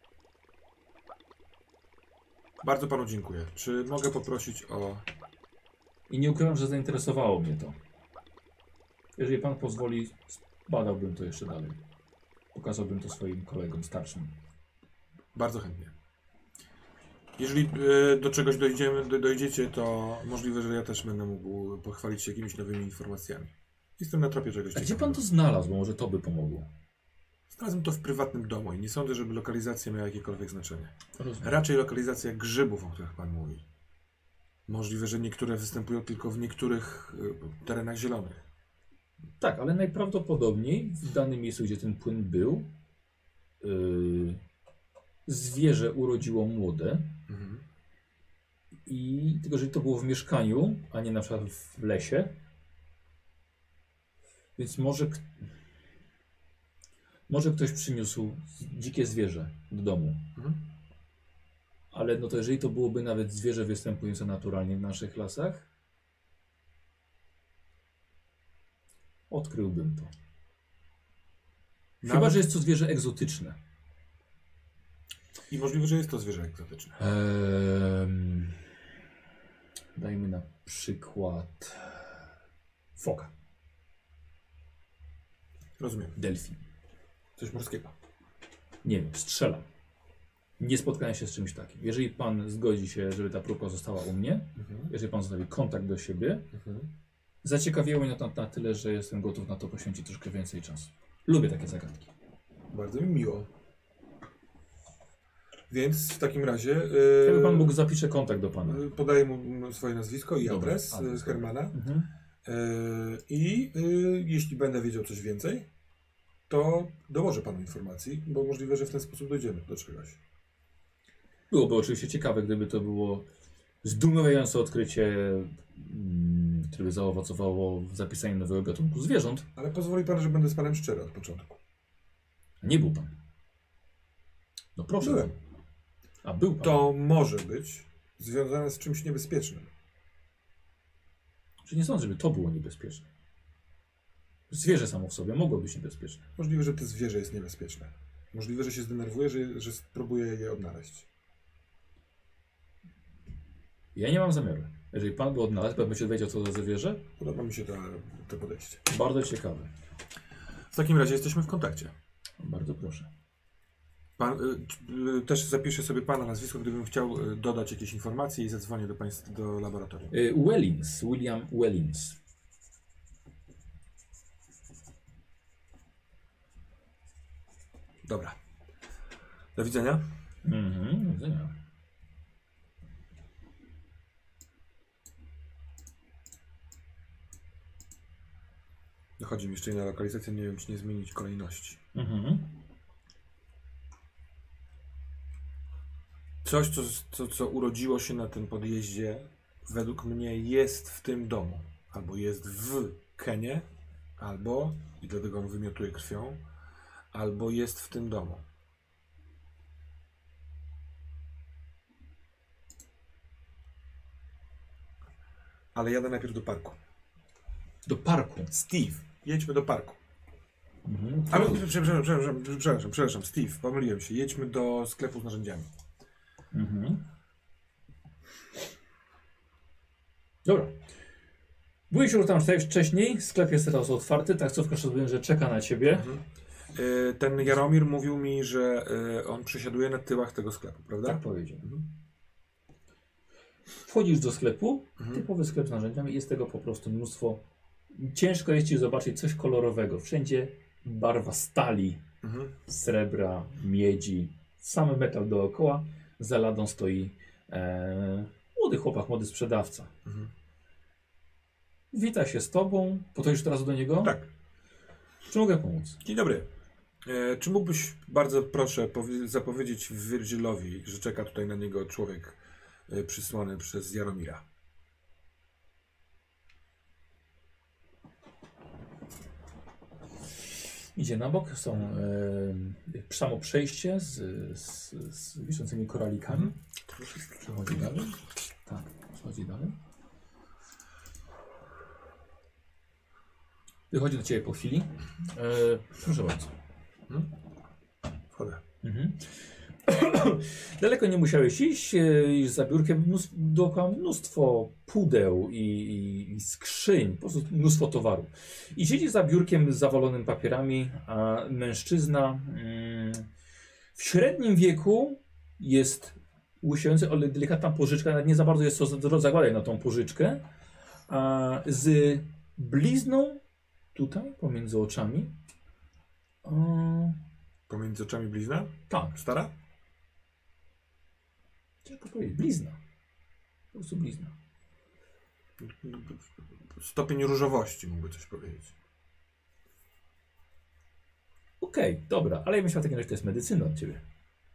Bardzo panu dziękuję. Czy mogę poprosić o... I nie ukrywam, że zainteresowało mnie to. Jeżeli pan pozwoli, badałbym to jeszcze dalej. Pokazałbym to swoim kolegom starszym. Bardzo chętnie. Jeżeli y, do czegoś dojdziemy, do, dojdziecie, to możliwe, że ja też będę mógł pochwalić się jakimiś nowymi informacjami. Jestem na tropie czegoś A gdzie ciekawego. pan to znalazł? Bo może to by pomogło. Znalazłem to w prywatnym domu i nie sądzę, żeby lokalizacja miała jakiekolwiek znaczenie. Rozumiem. Raczej lokalizacja grzybów, o których pan mówi. Możliwe, że niektóre występują tylko w niektórych y, terenach zielonych. Tak, ale najprawdopodobniej w danym miejscu, gdzie ten płyn był, yy, zwierzę urodziło młode. Mhm. I tylko, że to było w mieszkaniu, a nie na przykład w lesie. Więc może, k- może ktoś przyniósł dzikie zwierzę do domu. Mhm. Ale no to jeżeli to byłoby nawet zwierzę występujące naturalnie w naszych lasach, odkryłbym to. Chyba, Nawet- że jest to zwierzę egzotyczne. I możliwe, że jest to zwierzę egzotyczne. Ehm, dajmy na przykład foka, Rozumiem. delfin. Coś morskiego. Nie wiem, strzelam. Nie spotkałem się z czymś takim. Jeżeli pan zgodzi się, żeby ta próbka została u mnie, Mhm. jeżeli pan zostawi kontakt do siebie, Mhm. zaciekawiło mnie to na, na tyle, że jestem gotów na to poświęcić troszkę więcej czasu. Lubię takie zagadki. Bardzo mi miło. Więc w takim razie Jakby pan yy, mógł, zapiszę kontakt do pana. yy, podaję mu swoje nazwisko i Dobra, adres, adres, z Hermana. Mhm. Yy, I yy, jeśli będę wiedział coś więcej, to dołożę panu informacji, bo możliwe, że w ten sposób dojdziemy do czegoś. Byłoby oczywiście ciekawe, gdyby to było zdumiewające odkrycie, mm, które by zaowocowało w zapisaniu nowego gatunku zwierząt. Ale pozwoli pan, że będę z panem szczery od początku. A nie był pan. No proszę. Byłem. A był pan. To może być związane z czymś niebezpiecznym. Czy nie sądzę, żeby to było niebezpieczne. Zwierzę samo w sobie mogło być niebezpieczne. Możliwe, że to zwierzę jest niebezpieczne. Możliwe, że się zdenerwuje, że, że spróbuje je odnaleźć. Ja nie mam zamiaru. Jeżeli pan by odnalazł, pan by się dowiedział, co to za zwierzę? Podoba mi się to, to podejście. Bardzo ciekawe. W takim razie jesteśmy w kontakcie. Bardzo proszę. Pan, y, y, też zapiszę sobie pana nazwisko, gdybym chciał y, dodać jakieś informacje i zadzwonię do państwa do laboratorium. Y, Wellins, William Wellins. Dobra. Do widzenia. Mhm, do widzenia. Dochodzi mi jeszcze inna lokalizacja, nie wiem czy nie zmienić kolejności. Mhm. Coś, co, co, co urodziło się na tym podjeździe, według mnie jest w tym domu. Albo jest w Kenie, albo, i dlatego on wymiotuje krwią, albo jest w tym domu. Ale jadę najpierw do parku. Do parku. Steve, jedźmy do parku. Mhm. Ale przepraszam, przepraszam, przepraszam, przepraszam, Steve, pomyliłem się. Jedźmy do sklepu z narzędziami. Mhm. Dobra. Byłeś już tam wcześniej, sklep jest teraz otwarty, taksówka rozumiem, że czeka na ciebie. Mhm. Y, Ten Jaromir mówił mi, że y, on przesiaduje na tyłach tego sklepu, prawda? Tak powiedział. Mhm. Wchodzisz do sklepu, Mhm. typowy sklep z narzędziami, jest tego po prostu mnóstwo. Ciężko jest ci zobaczyć coś kolorowego. Wszędzie barwa stali, Mhm. srebra, miedzi, sam metal dookoła. Za ladą stoi e, młody chłopak, młody sprzedawca. Mhm. Wita się z tobą. Podchodzisz teraz do niego? Tak. Czy mogę pomóc? Dzień dobry. E, czy mógłbyś, bardzo proszę, powie- zapowiedzieć Virgilowi, że czeka tutaj na niego człowiek e, przysłany przez Jaromira? Idzie na bok, są e, samo przejście z, z, z wiszącymi koralikami. Przechodzi dalej. Tak, przechodzi dalej. Wychodzi do ciebie po chwili. E, proszę bardzo. Wchodzę. Mhm. Daleko nie musiałeś iść. e, Za biurkiem mnóstwo, dookoła mnóstwo pudeł i, i, i skrzyń, po prostu mnóstwo towaru. I siedzi za biurkiem zawalonym papierami, a mężczyzna mm, w średnim wieku jest łysiejący, ale delikatna pożyczka, nawet nie za bardzo jest co zakładać na tą pożyczkę, a z blizną tutaj pomiędzy oczami. A, Pomiędzy oczami blizna? tak. Stara? Ciężko powiedzieć. Blizna. Po prostu blizna. Stopień różowości mógłby coś powiedzieć. Okej, okay, dobra, ale ja myślę, że to jest medycyna od ciebie.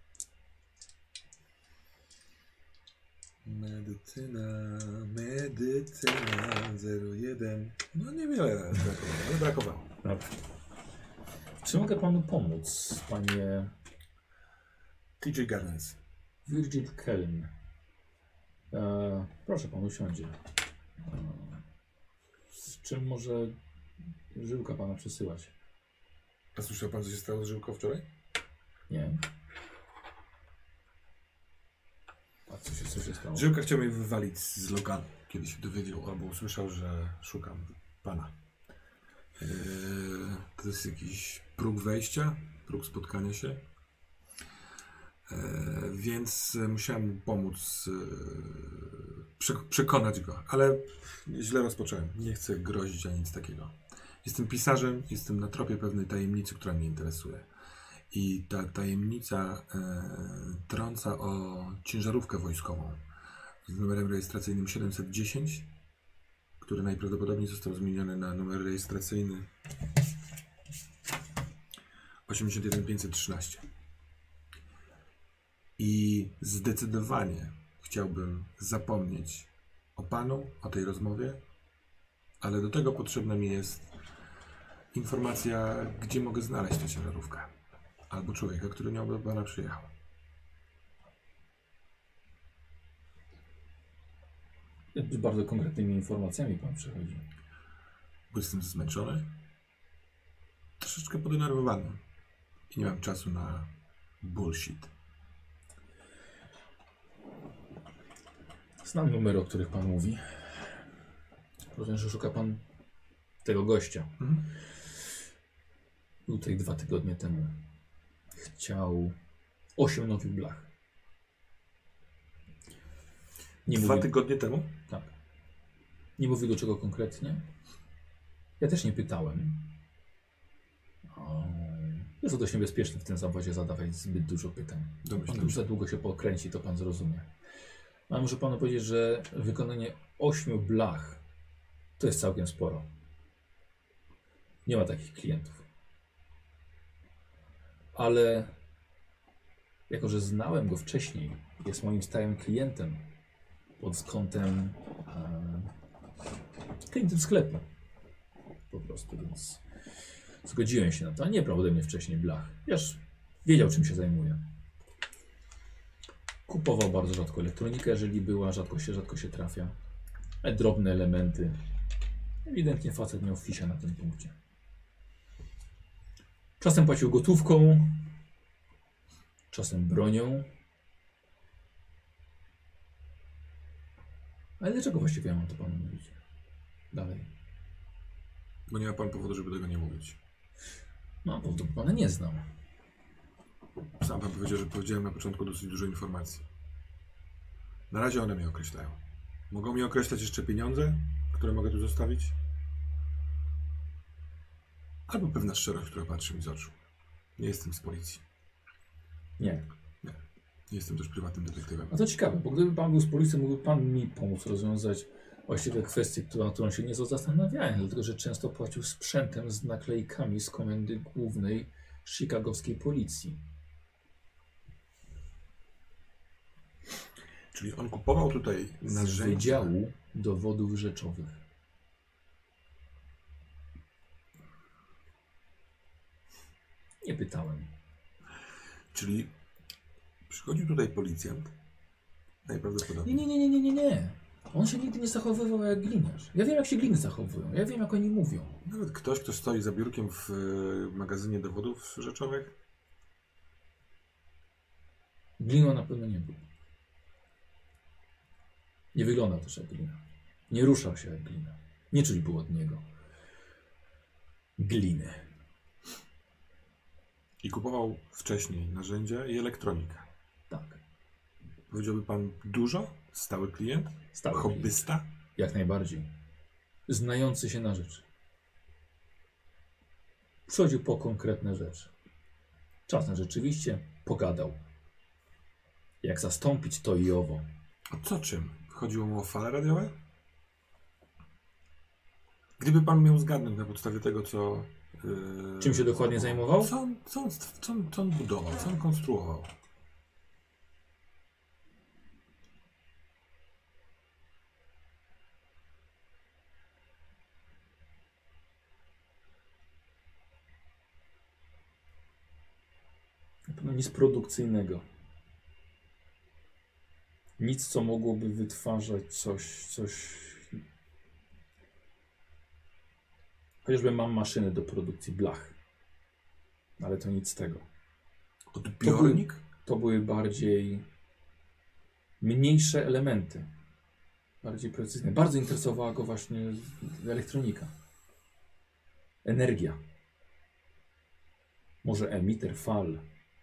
Medycyna, medycyna zero jeden. No niewiele brakowało, ale brakowało. Dobra. Czy mogę panu pomóc, panie T J Gardens. Virgil Kelm? E, proszę, pan usiądzie. E, z czym może żyłka pana przesyłać? A słyszał pan, co się stało z żyłką wczoraj? Nie. A co się, co się stało? Żyłka chciał mnie wywalić z lokalu, kiedy się dowiedział albo usłyszał, że szukam pana. Eee, to jest jakiś próg wejścia, próg spotkania się. Eee, więc musiałem mu pomóc eee, prze przekonać go, ale źle rozpocząłem. Nie chcę grozić ani nic takiego. Jestem pisarzem, jestem na tropie pewnej tajemnicy, która mnie interesuje. I ta tajemnica e, trąca o ciężarówkę wojskową z numerem rejestracyjnym siedemset dziesięć, który najprawdopodobniej został zmieniony na numer rejestracyjny osiemdziesiąt jeden pięćset trzynaście. I zdecydowanie chciałbym zapomnieć o panu, o tej rozmowie, ale do tego potrzebna mi jest informacja, gdzie mogę znaleźć tę ciężarówkę. Albo człowieka, który nią do pana przyjechał. Z bardzo konkretnymi informacjami pan przychodzi. Bo jestem zmęczony, troszeczkę podenerwowany i nie mam czasu na bullshit. Znam numery, o których pan mówi. Rozumiem, że szuka pan tego gościa. Mhm. Był tutaj dwa tygodnie temu. Chciał osiem nowych blach. Nie Dwa mówię, tygodnie temu? tak. Nie mówię do czego konkretnie. Ja też nie pytałem. O, jest to dość niebezpieczne w tym zawodzie zadawać zbyt dużo pytań. Pan Domyślam już się. za długo się pokręci, to pan zrozumie. Ale muszę panu powiedzieć, że wykonanie ośmiu blach to jest całkiem sporo. Nie ma takich klientów. Ale jako, że znałem go wcześniej, jest moim stałym klientem pod kątem e, klientem sklepu. Po prostu, więc zgodziłem się na to. A nie brał ode mnie wcześniej blach. Wiesz, wiedział czym się zajmuje. Kupował bardzo rzadko elektronikę, jeżeli była, rzadko się, rzadko się trafia. Ale drobne elementy. Ewidentnie facet miał fisia na tym punkcie. Czasem płacił gotówką, czasem bronią. Ale dlaczego właściwie ja mam to panu mówić? Dalej. Bo nie ma pan powodu, żeby tego nie mówić. No, bo to pana nie znam. Sam pan powiedział, że powiedziałem na początku dosyć dużo informacji. Na razie one mnie określają. Mogą mi określać jeszcze pieniądze, które mogę tu zostawić? Albo pewna szczerość, która patrzy mi z oczu. Nie jestem z policji. Nie. Nie. Nie jestem też prywatnym detektywem. A to ciekawe, bo gdyby pan był z policji, mógłby pan mi pomóc rozwiązać właściwie kwestię, nad którą się nieco zastanawiałem, dlatego że często płacił sprzętem z naklejkami z komendy głównej chicagowskiej policji. Czyli on kupował tutaj Z narzędzia. Wydziału Dowodów Rzeczowych. Nie pytałem. Czyli przychodził tutaj policjant. Najprawdopodobniej. Nie, nie, nie, nie, nie, nie. On się nigdy nie zachowywał jak gliniarz. Ja wiem, jak się gliny zachowują. Ja wiem, jak oni mówią. Nawet ktoś, kto stoi za biurkiem w y, magazynie dowodów rzeczowych. Gliną na pewno nie był. Nie wyglądał też jak glina. Nie ruszał się jak glina. Nie czuć było od niego gliny. I kupował wcześniej narzędzia i elektronikę. Tak. Powiedziałby pan dużo? Stały klient? Stały Hobbysta? Jak najbardziej. Znający się na rzeczy. Przychodził po konkretne rzeczy. Czasem rzeczywiście pogadał. Jak zastąpić to i owo. A co czym? Chodziło mu o fale radiowe? Gdyby pan miał zgadnąć na podstawie tego, co... Yy, Czym się dokładnie zajmował? Co on, co, on, co, on, co on budował? Co on konstruował? Na pewno nic produkcyjnego. Nic, co mogłoby wytwarzać coś, coś... Chociażby mam maszyny do produkcji blach. Ale to nic z tego. Odbiornik? To były, to były bardziej mniejsze elementy. Bardziej precyzyjne. Bardzo interesowała go właśnie elektronika. Energia. Może emiter fal.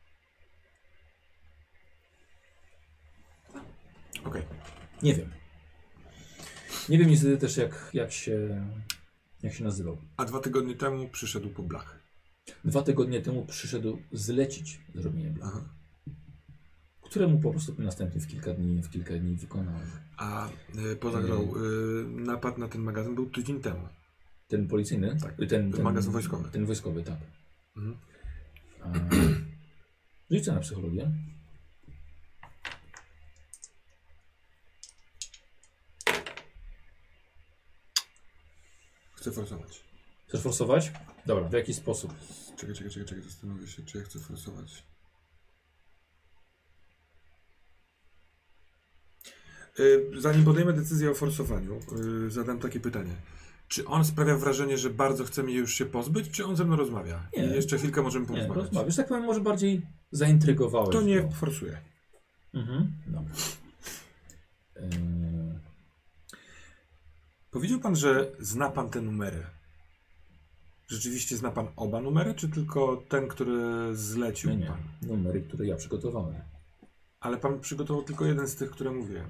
Okej. Nie wiem. Nie wiem niestety też jak, jak się jak się nazywał. A dwa tygodnie temu przyszedł po blach. Dwa tygodnie temu przyszedł zlecić zrobienie blach, Aha. któremu po prostu następnie w kilka dni, w kilka dni wykonałem. A y, pozagrał y, napad na ten magazyn był tydzień temu. Ten policyjny? Tak. Ten, ten Magazyn wojskowy. Ten wojskowy, tak. Mhm. Rzućcie na psychologię. Chcę forsować. Chcesz forsować? Dobra, w jaki sposób? Czekaj, czekaj, czekaj, czekaj, zastanowię się, czy ja chcę forsować. Yy, zanim podejmę decyzję o forsowaniu, yy, zadam takie pytanie. Czy on sprawia wrażenie, że bardzo chce mnie już się pozbyć, czy on ze mną rozmawia? Nie. I jeszcze chwilkę możemy Nie, porozmawiać. rozmawiasz. Tak powiem, może bardziej zaintrygowałeś To nie go. forsuję. Mhm, dobra. Yy, Powiedział pan, że zna pan te numery. Rzeczywiście zna pan oba numery, czy tylko ten, który zlecił nie, nie. pan? Numery, które ja przygotowałem. Ale pan przygotował tylko jeden z tych, które mówiłem.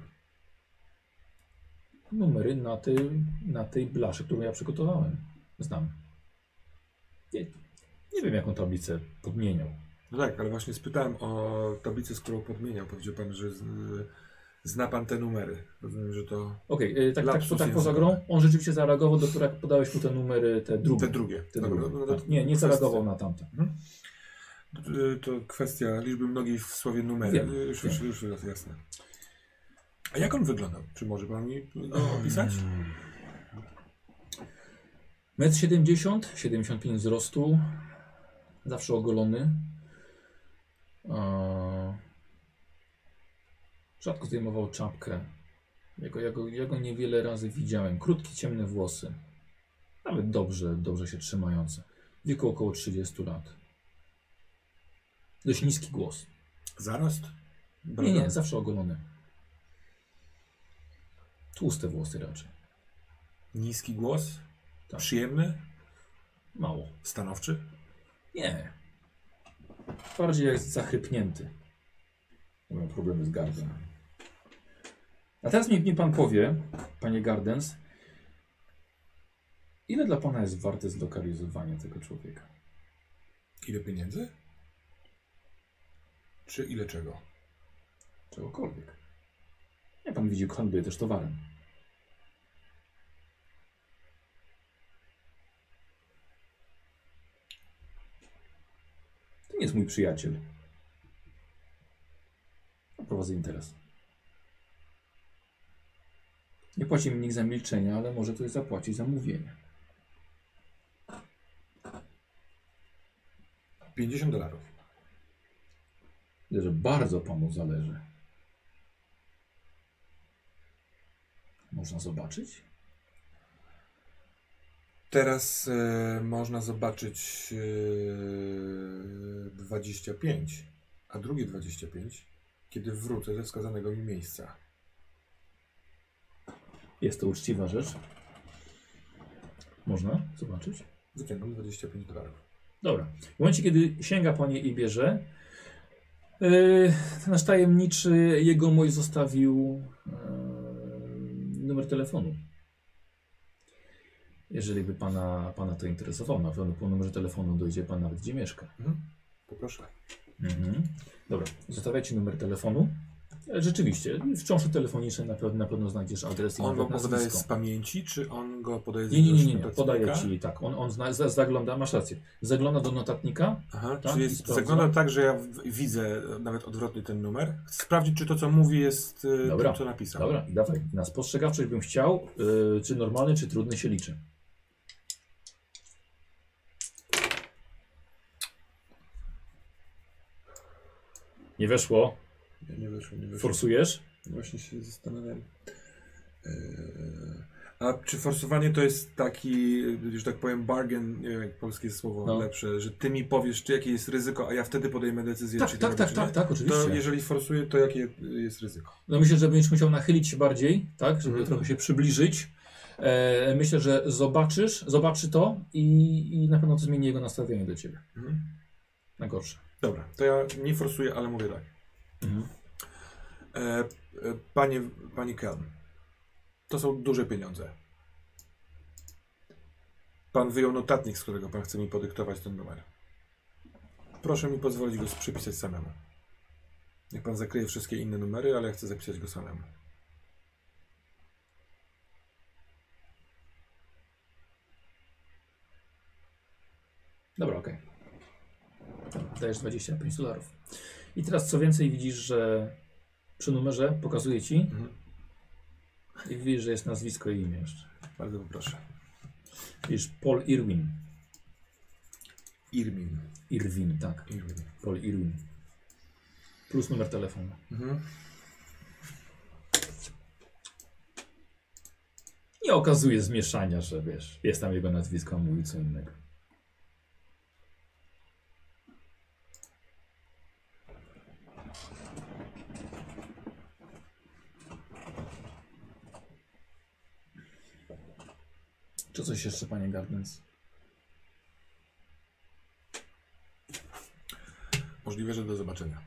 Numery na tej, na tej blaszy, którą ja przygotowałem. Znam. Nie, nie wiem, jaką tablicę podmieniał. No tak, ale właśnie spytałem o tablicę, z którą podmieniał. Powiedział pan, że z, zna pan te numery. Rozumiem, że to Okej, okay, tak, tak, to lapsus tak poza językowy. grą. On rzeczywiście zareagował, dopiero jak podałeś mu te numery, te drugie. Te drugie. Te Dobra, drugie. no, no, Tak. Nie, nie kwestia- zareagował na tamte. Mhm. To, to kwestia liczby mnogiej w słowie numery. Wiem, już, wiem. już, już, już jasne. A jak on wyglądał? Czy może pan mi go opisać? metr siedemdziesiąt, siedemdziesiąt pięć wzrostu. Zawsze ogolony. Eee, rzadko zdejmował czapkę. Ja go, ja, go, ja go niewiele razy widziałem. Krótkie, ciemne włosy. Nawet dobrze, dobrze się trzymające. W wieku około trzydziestu lat. Dość niski głos. Zarost? Nie, nie, zawsze ogolony. Tłuste włosy raczej. Niski głos? Tak. Przyjemny? Mało. Stanowczy? Nie. Bardziej jest zachrypnięty. Miał problemy z gardłem. A teraz niech mi pan powie, panie Gardens, ile dla pana jest warte zlokalizowanie tego człowieka? Ile pieniędzy? Czy ile czego? Czegokolwiek. Jak pan widzi, handluje też towarem. To nie jest mój przyjaciel. Prowadzę interes. Nie płaci mi nikt za milczenie, ale może ktoś zapłacić za mówienie. pięćdziesiąt dolarów. Widzę, że bardzo panu zależy. Można zobaczyć? Teraz e, można zobaczyć e, dwadzieścia pięć, a drugie dwadzieścia pięć, kiedy wrócę ze wskazanego mi miejsca. Jest to uczciwa rzecz. Można zobaczyć? Wyciągam dwadzieścia pięć dolarów. Dobra. W momencie, kiedy sięga po nie i bierze, yy, ten nasz tajemniczy jegomość zostawił yy, numer telefonu. Jeżeli by pana, pana to interesowało, na pewno po numerze telefonu dojdzie pan nawet gdzie mieszka. Mhm. Poproszę. Mhm. Dobra, zostawiacie numer telefonu. Rzeczywiście, w książce telefonicznej na pewno, na pewno znajdziesz adres i On go nawet podaje nazwisko. z pamięci, czy on go podaje z Nie, nie, nie, nie, nie. notatnika? Podaję ci tak. On, on zna, za- zagląda, masz rację. Zagląda do notatnika. Aha, Tak, czy i jest, sprawdza. zagląda tak, że ja w, widzę nawet odwrotnie ten numer. Chcę sprawdzić, czy to, co mówi, jest y, Dobra, tym, co napisał. Dobra, i dawaj. Na spostrzegawczość bym chciał, yy, czy normalny, czy trudny się liczy. Nie weszło. Nie, nie wyszło, nie wyszło. Forsujesz? Właśnie się zastanawiam. Eee, a czy forsowanie to jest taki, że tak powiem, bargain, nie wiem jak polskie słowo No. lepsze, że ty mi powiesz, czy jakie jest ryzyko, a ja wtedy podejmę decyzję, Tak, czy to tak, robię, tak, czy tak, nie? tak, oczywiście. To jeżeli forsuję, to jakie jest ryzyko? No myślę, że będziesz musiał nachylić się bardziej, tak, żeby Mhm. trochę się przybliżyć. E, myślę, że zobaczysz, zobaczy to i, i na pewno to zmieni jego nastawienie do ciebie. Mhm. Na gorsze. Dobra, to ja nie forsuję, ale mówię tak. Mhm. E, e, panie, panie Kelm, to są duże pieniądze. Pan wyjął notatnik, z którego pan chce mi podyktować ten numer. Proszę mi pozwolić go przypisać samemu. Niech pan zakryje wszystkie inne numery, ale ja chcę zapisać go samemu. Dobra, okej. Okay. Dajesz dwadzieścia pięć dolarów. I teraz co więcej widzisz, że przy numerze pokazuje ci Mhm. i widzisz, że jest nazwisko i imię jeszcze. Bardzo poproszę. Widzisz Paul Irwin. Irmin. Irwin, tak. Irwin. Paul Irwin. Plus numer telefonu. Mhm. Nie okazuje zmieszania, że wiesz, jest tam jego nazwisko, a mówi co innego. Czy coś jeszcze, panie Gardens? Możliwe, że do zobaczenia.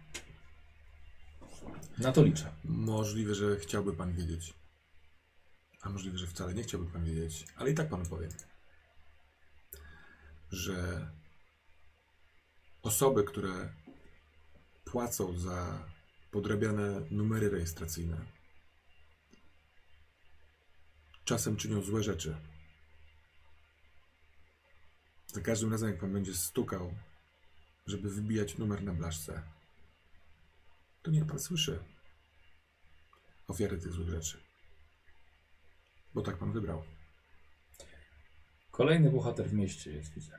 Na to liczę. Możliwe, że chciałby pan wiedzieć. A możliwe, że wcale nie chciałby pan wiedzieć. Ale i tak panu powiem, że osoby, które płacą za podrabiane numery rejestracyjne, czasem czynią złe rzeczy. Za każdym razem, jak pan będzie stukał, żeby wybijać numer na blaszce, to niech pan słyszy ofiary tych złych rzeczy. Bo tak pan wybrał. Kolejny bohater w mieście jest, widzę.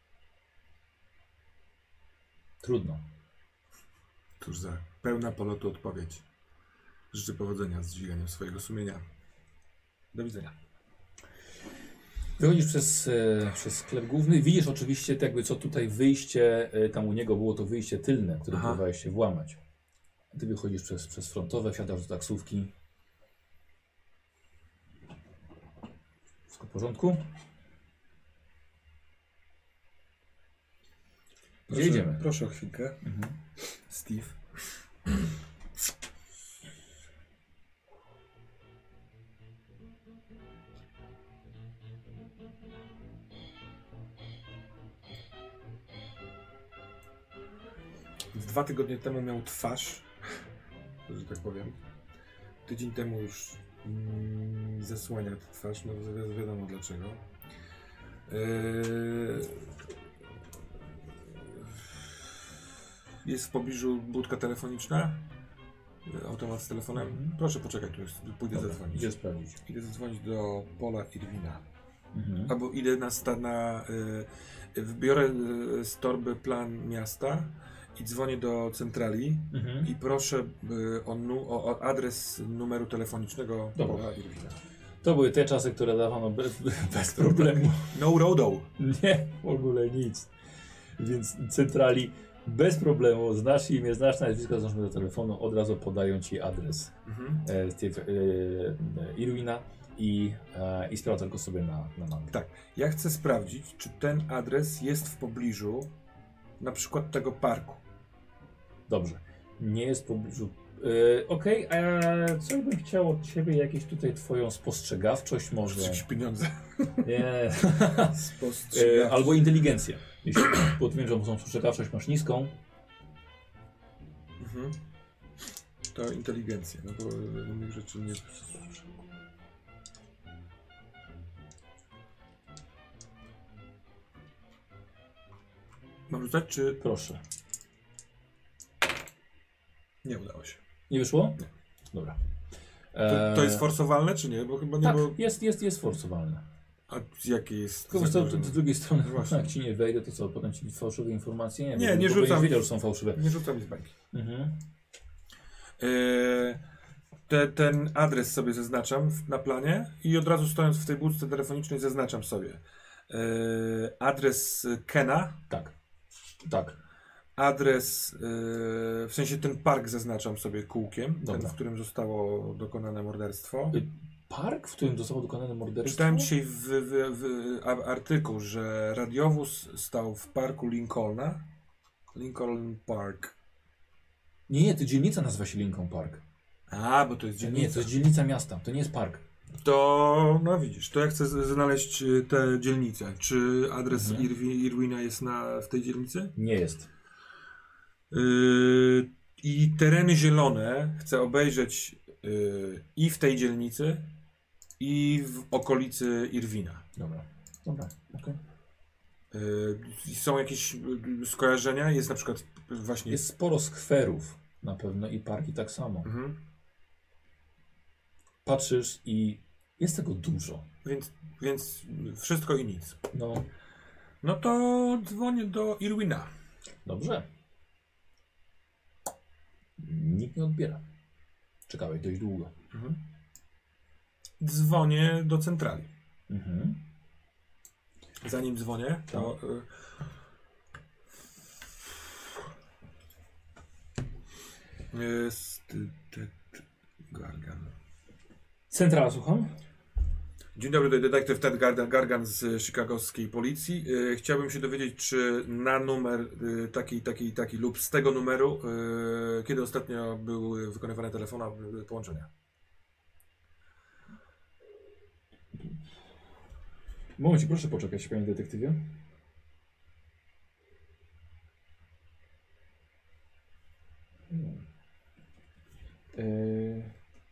Trudno. Cóż za pełna polotu odpowiedź. Życzę powodzenia z dźwiganiem swojego sumienia. Do widzenia. Wychodzisz przez, e, przez sklep główny. Widzisz oczywiście jakby co tutaj wyjście, e, tam u niego było to wyjście tylne, które Aha. próbowałeś się włamać. Ty wychodzisz przez, przez frontowe, wsiadasz do taksówki. Wszystko w porządku? Gdzie jedziemy? Proszę o chwilkę. Mhm. Steve. Dwa tygodnie temu miał twarz, że tak powiem. Tydzień temu już mm, zasłania tę twarz, no wi wiadomo dlaczego. Yy... Jest w pobliżu budka telefoniczna, automat z telefonem. Mhm. Proszę poczekać, tu jest, pójdę Dobra, zadzwonić. idę sprawdzić. Idę zadzwonić do Paula Irwina. Mhm. Albo idę na, sta- na y, wybiorę y, z torby plan miasta i dzwonię do centrali Mhm. i proszę y, o, nu- o, o adres numeru telefonicznego Dobra. Paula Irwina. To były te czasy, które dawano bez, bez problemu. No roadow. Nie, w ogóle nic. Więc centrali bez problemu, znasz imię, znasz nazwisko, znasz numer telefonu, od razu podają ci adres Mhm. e, tych, e, e, Irwina i, e, i sprawdza go sobie na, na mapie. Tak. Ja chcę sprawdzić, czy ten adres jest w pobliżu na przykład tego parku. Dobrze. Nie jest w pobliżu. E, Okej, a co bym chciał od ciebie? Jakieś tutaj twoją spostrzegawczość może? Jakieś pieniądze. Nie. Spostrzegawczość. E, albo inteligencję. Jeśli, bo wiem, że tą spostrzegawczość masz niską. Mhm. To inteligencja, no bo innych rzeczy nie... Mam rzucać, czy... Proszę. Nie udało się. Nie wyszło? Nie. Dobra. To, to E, jest forsowalne, czy nie? Bo chyba nie, Tak, bo... jest, jest, jest forsowalne. A jakie jest... Tylko wiesz co, z z drugiej strony, Właśnie. jak ci nie wejdę, to co, potem ci fałszywe informacje? Nie, Nie, bo- nie bo rzucam. Nie wiedział, że są fałszywe. Nie rzucam mi z bańki. Mhm. Eee, te, ten adres sobie zaznaczam w, na planie i od razu stojąc w tej budce telefonicznej zaznaczam sobie. Eee, adres Kena, Tak. Tak. adres, eee, w sensie ten park zaznaczam sobie kółkiem, ten, Dobra. w którym zostało dokonane morderstwo. Y, Park, w którym zostało dokonane morderstwo? Czytałem dzisiaj w, w, w a- artykuł, że radiowóz stał w parku Lincolna. Lincoln Park. Nie, nie, to dzielnica nazywa się Lincoln Park. A, bo to jest Nie, dzielnica. to jest dzielnica miasta, to nie jest park. To, no widzisz, to ja chcę z- znaleźć y, tę dzielnicę. Czy adres Mhm. Irwi, Irwina jest na, w tej dzielnicy? Nie jest. Yy, I tereny zielone chcę obejrzeć yy, i w tej dzielnicy, i w okolicy Irwina. Dobra. Dobra, okej. Yy, są jakieś yy, skojarzenia? Jest na przykład właśnie... Jest sporo skwerów na pewno i parki tak samo. Mhm. Patrzysz i jest tego dużo. Więc, więc wszystko i nic. No, No to dzwonię do Irwina. dobrze. Nikt nie odbiera. Czekałeś dość długo. Mhm. Dzwonię do centrali. Mhm. Zanim dzwonię, to... Y, jest... t- t- Gargan. Centrala, słucham? Dzień dobry, to detektyw Ted Gargan, Gargan z chicagowskiej policji. Y, chciałbym się dowiedzieć, czy na numer y, taki, taki, taki lub z tego numeru, y, kiedy ostatnio były wykonywane telefony, y, połączenia. Momencie, proszę poczekać, panie detektywie. Hmm. Yy...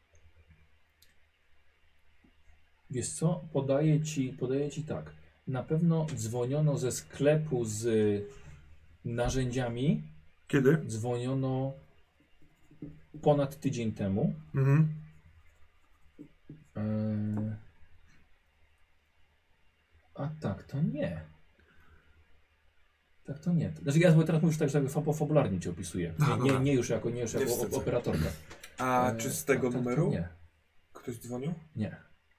Wiesz co? Podaję ci, podaję ci tak. Na pewno dzwoniono ze sklepu z narzędziami. Kiedy? Dzwoniono ponad tydzień temu. Mhm. Yy... A tak, to nie. Tak, to nie. Znaczy ja teraz mówię tak, że jakby fab- fabularnie cię opisuję. No, Nie, nie, dobra. nie już jako, nie już Nie jako wstydzę. op- operatorka. A Yy, czy z tego a tak, to numeru Nie, ktoś dzwonił? nie.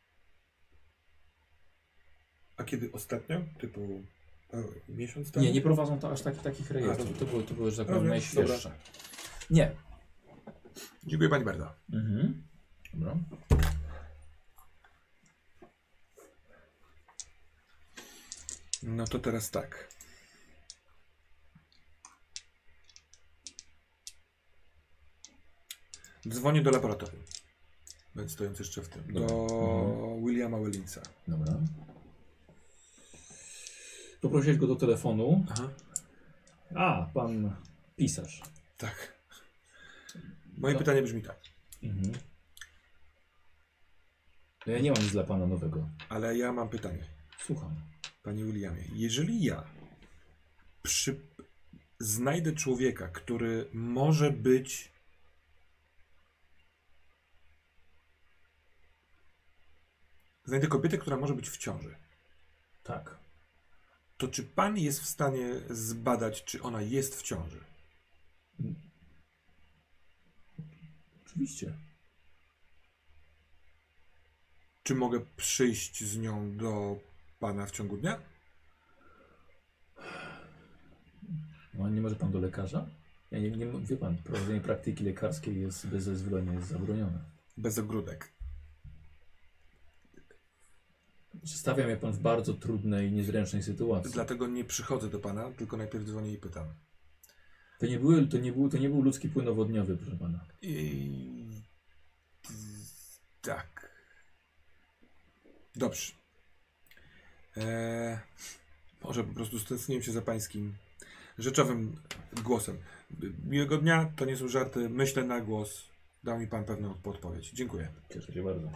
A kiedy ostatnio? Typu e, miesiąc temu? Nie, nie prowadzą to aż takich, takich rejestrów. A, To były, to były, że tak powiem, Rozumiem, najświeższe. Nie. Dziękuję pani bardzo. Mhm. Dobra. No to teraz tak. Dzwonię do laboratorium. Więc stojąc jeszcze w tym. Do Mhm. Williama Wellinsa. Dobra. Poprosiłeś go do telefonu. Aha. A, pan pisarz. Tak. Moje No. pytanie brzmi tak. Mhm. No ja nie mam nic dla pana nowego. Ale ja mam pytanie. Słucham. Panie Williamie, jeżeli ja przy... znajdę człowieka, który może być znajdę kobietę, która może być w ciąży, Tak. to czy pan jest w stanie zbadać, czy ona jest w ciąży? Oczywiście. Czy mogę przyjść z nią do pana w ciągu dnia? No, nie może pan do lekarza? Ja nie, nie wie pan, prowadzenie praktyki lekarskiej jest bez zezwolenia, jest zabronione. Bez ogródek. Stawia mnie pan w bardzo trudnej, niezręcznej sytuacji. Dlatego nie przychodzę do pana, tylko najpierw dzwonię i pytam. To nie, były, to, nie był, to nie był ludzki płynowodniowy, proszę pana. I... Tak. Dobrze. Eee, może po prostu stęskniłem się za pańskim rzeczowym głosem. Miłego dnia, to nie są żarty. Myślę na głos. Dał mi pan pewną podpowiedź. Dziękuję. Cieszę się bardzo.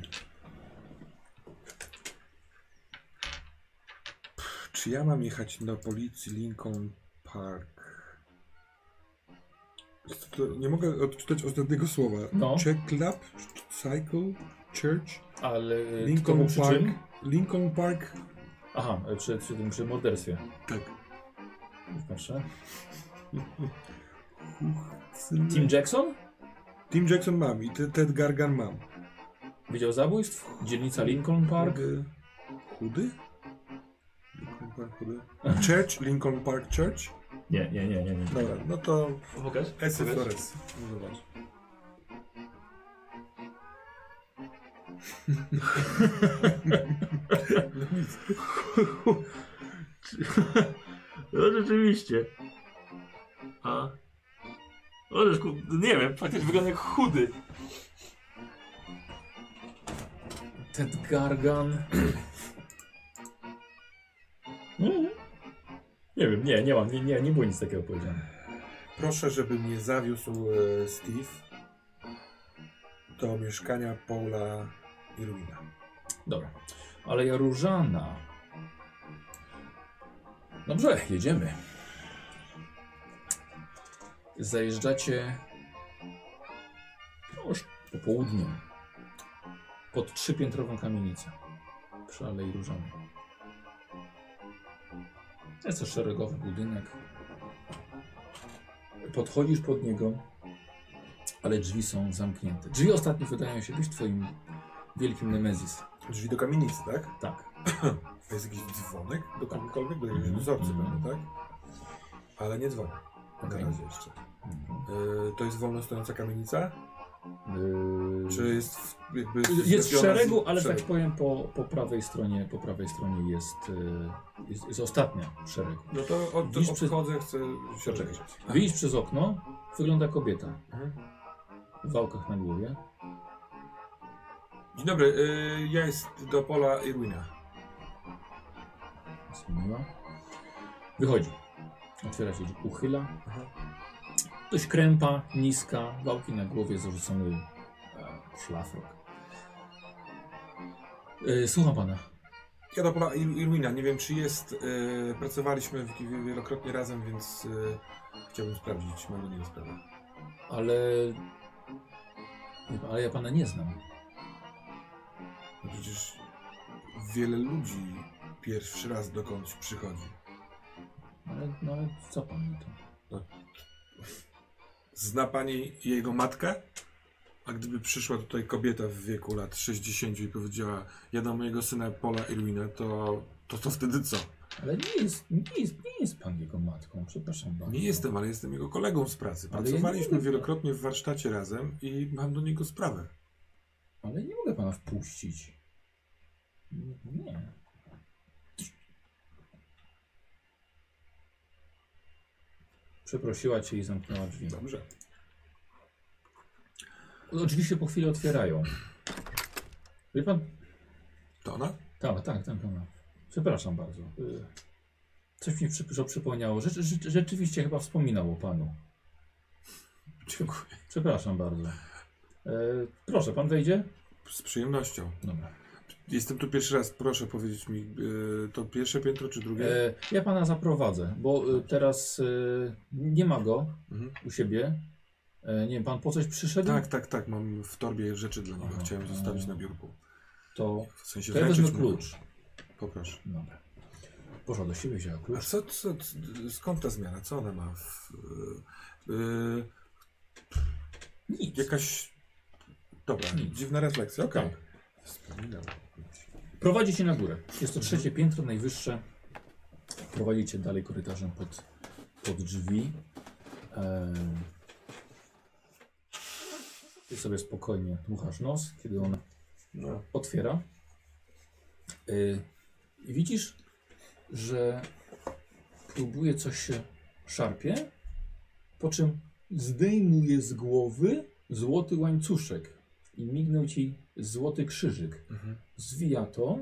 Czy ja mam jechać do policji Lincoln Park? To nie mogę odczytać ostatniego słowa. No. Check Club, Cycle, Church, Ale Lincoln to przy Park. czym? Lincoln Park. Aha, przy, przy tym przy morderstwie. Tak. Już patrzę. Tim Jackson? Tim Jackson mam i te- Ted Gargan mam. Wydział Zabójstw? Dzielnica Lincoln Park? Chudy? Chudy? Lincoln Park Chudy? Church? Lincoln Park Church? Nie, nie, nie, nie. nie. Dobra, no to Pokaż? Esy Flores. No zobacz. No rzeczywiście. A. O, nie wiem, faktycznie wygląda jak chudy. Ted Gargan. Mhm. Nie wiem, nie, nie mam, nie, nie, nie było nic takiego powiedziane. Proszę, żeby mnie zawiózł e, Steve do mieszkania Paula i Ruina. Dobra, ale ja Różana. Dobrze, jedziemy. Zajeżdżacie no już po południu pod trzypiętrową kamienicę przy Alei Różanej. Jest to szeregowy budynek. Podchodzisz pod niego, ale drzwi są zamknięte. Drzwi ostatnie wydają się być twoim wielkim nemezis. Drzwi do kamienicy, tak? Tak. To jest jakiś dzwonek do kogokolwiek? Do jakiegoś dozorcy pewnie, tak? Ale nie dzwonek. Na Okej. razie jeszcze. Mhm. E, to jest wolno stojąca kamienica? Yy, Czy jest w, jakby... Jest w zlepiona z- szeregu, ale w tak szeregu? powiem po, po prawej stronie, po prawej stronie jest, yy, jest, jest ostatnia w szeregu. No to od, Widzisz przez- odchodzę, chcę się Poczekaj. czekać. Wyjść przez okno, wygląda kobieta Mhm. w wałkach na głowie. Dzień dobry, y, ja jest do Paula Irwina. Jest miła. Wychodzi. Otwiera się, drzwi, uchyla. Aha. Dość krępa, niska, wałki na głowie, zarzucony e, szlafrok. Yy, słucham pana. Ja do Paula Ir- Irwina, nie wiem czy jest, y, pracowaliśmy w- wielokrotnie razem, więc y, chciałbym sprawdzić, czy mam do niego sprawę. Ale... wie pan, Ale ja pana nie znam. No przecież wiele ludzi pierwszy raz dokądś przychodzi. Ale, no ale co pan na to? Zna pani jego matkę? A gdyby przyszła tutaj kobieta w wieku lat sześćdziesięciu i powiedziała, ja dam mojego syna Paula Irwina, to, to to wtedy co? Ale nie jest, nie jest, nie jest pan jego matką, przepraszam bardzo. Nie jestem, ale jestem jego kolegą z pracy. Ale ja nie Pracowaliśmy mogę- wielokrotnie w warsztacie razem i mam do niego sprawę. Ale nie mogę pana wpuścić. Nie. Przeprosiła cię i zamknęła drzwi. Dobrze. No, drzwi się po chwili otwierają. Wie pan? To ona? Tak, tak, tak. Pana. Przepraszam bardzo. Y, Coś mi przy, że przypomniało. Rzecz, rzecz, rzeczywiście chyba wspominał o panu. Dziękuję. Przepraszam bardzo. E, proszę, pan wejdzie? Z przyjemnością. Dobra. Jestem tu pierwszy raz, proszę powiedzieć mi, yy, to pierwsze piętro czy drugie? E, ja pana zaprowadzę, bo e, teraz e, nie ma go Mhm. u siebie. E, nie wiem, pan po coś przyszedł? Tak, tak, tak, mam w torbie rzeczy dla niego, Aha, chciałem a- zostawić na biurku. To, W sensie to ja wręczyć wezmę mu. klucz. Poproszę. Dobra. Poszła do siebie, wzięła A klucz. co, co, c- skąd ta zmiana? Co ona ma? W, yy, Nic. jakaś... Dobra, Nic. dziwna refleksja, okej. Tak. Wspominałem. Prowadzi cię na górę. Jest to trzecie piętro, najwyższe. Prowadzi cię dalej korytarzem pod, pod drzwi. Ehm. Ty sobie spokojnie dmuchasz nos, kiedy ona No. otwiera. Yy, I widzisz, że próbuje coś się szarpie, po czym zdejmuje z głowy złoty łańcuszek i mignął ci złoty krzyżyk. Mhm. Zwija to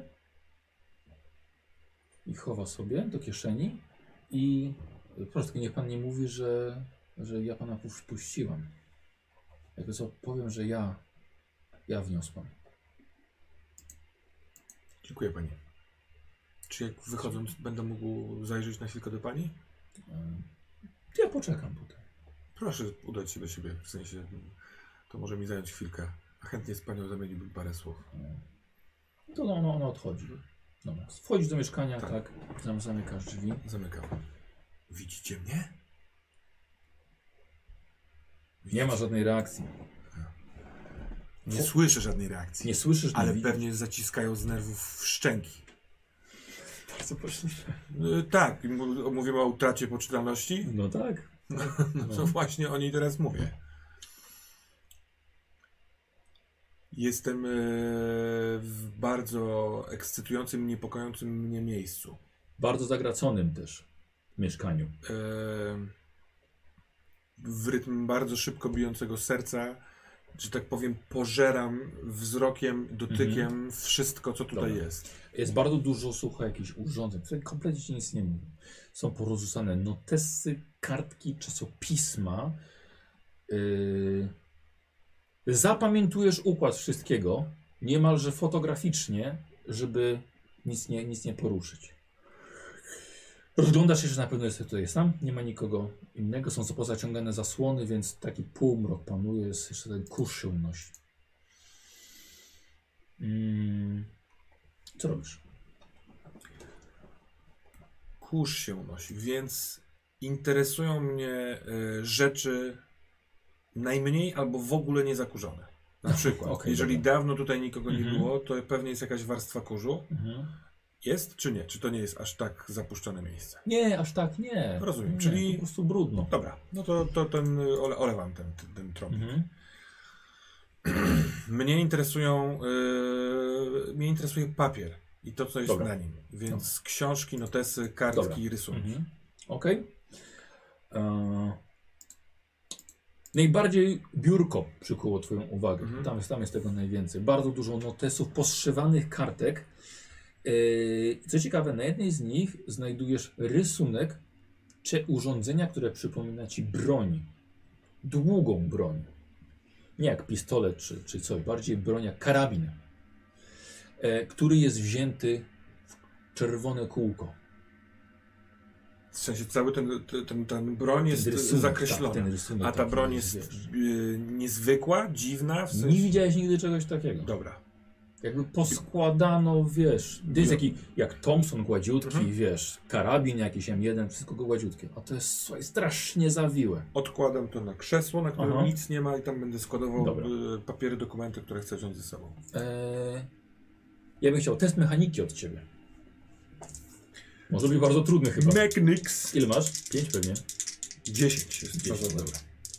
i chowa sobie do kieszeni i po prostu niech pan nie mówi, że, że ja pana wpuściłam. Jakby co, powiem, że ja, ja wniosłam. Dziękuję pani. Czy jak wychodząc będę mógł zajrzeć na chwilkę do pani? Ym, Ja poczekam tutaj. Proszę udać się do siebie, w sensie to może mi zająć chwilkę. A chętnie z panią zamieniłbym parę słów. Ym, To no, ona, ona odchodzi. Dobra. Wchodzisz do mieszkania, Tak. tak, tam zamykasz drzwi. Zamykam. Widzicie mnie? Nie ma żadnej reakcji. Nie Fu- słyszę żadnej reakcji. Nie słyszysz, nie Ale widzisz. pewnie zaciskają z nerwów szczęki. Bardzo możliwe. Y, tak, mu- mówimy o utracie poczytalności. No tak. No to właśnie o niej teraz mówię. Jestem y, w bardzo ekscytującym, niepokojącym mnie miejscu. Bardzo zagraconym też mieszkaniu. E, w rytm bardzo szybko bijącego serca, że tak powiem, pożeram wzrokiem, dotykiem wszystko, co tutaj Dobra. jest. Jest bardzo dużo, słuchaj, jakichś urządzeń, które kompletnie ci nic nie mówią. Są porozrzucane notesy, kartki, czasopisma. Yy... Zapamiętujesz układ wszystkiego, niemalże fotograficznie, żeby nic nie, nic nie poruszyć. Rozglądasz się, że na pewno jest tutaj sam, nie ma nikogo innego, są co pozaciągane zasłony, więc taki półmrok panuje, jest jeszcze ten kurz się unosi. Mm. Co robisz? Kurz się unosi, więc interesują mnie y, rzeczy najmniej albo w ogóle niezakurzone. Na przykład, Okej, jeżeli dobra. dawno tutaj nikogo nie Mhm. było, to pewnie jest jakaś warstwa kurzu. Mhm. Jest czy nie? Czy to nie jest aż tak zapuszczone miejsce? Nie, aż tak nie. Rozumiem, Nie, czyli- po prostu brudno. Dobra, no to, to ten ole, olewam ten, ten, ten tropik. Mhm. Mnie interesują, yy, mnie interesuje papier i to, co jest Dobra. na nim. Więc książki, notesy, kartki, Dobra. rysunki. Mhm. Okej. E, Najbardziej biurko przykuło twoją uwagę. Mhm. Tam, jest, tam jest tego najwięcej. Bardzo dużo notesów, poszywanych kartek. E, Co ciekawe, na jednej z nich znajdujesz rysunek czy urządzenia, które przypomina ci broń. Długą broń. Nie jak pistolet czy, czy coś, bardziej broń jak karabin, e, który jest wzięty w czerwone kółko. W sensie cały ten, ten, ten, ten broń jest Ten rysunek, zakreślona. tak, ten rysunek A ta taki broń jest, jest wiesz. yy, niezwykła, dziwna. W sensie... Nie widziałeś nigdy czegoś takiego. Dobra. Jakby poskładano, wiesz, to jest No. taki jak Thompson gładziutki, Mhm. wiesz, karabin jakiś M jeden, wszystko gładziutkie. A to jest, słuchaj, strasznie zawiłe. Odkładam to na krzesło, na którym Aha. nic nie ma i tam będę składował Dobra. yy, papiery, dokumenty, które chcę wziąć ze sobą. Eee, ja bym chciał test mechaniki od ciebie. Może być bardzo trudny chyba. Mechanics. Ile masz? Pięć pewnie. dziesięć jest Dziesięć, bardzo dobra. dobre.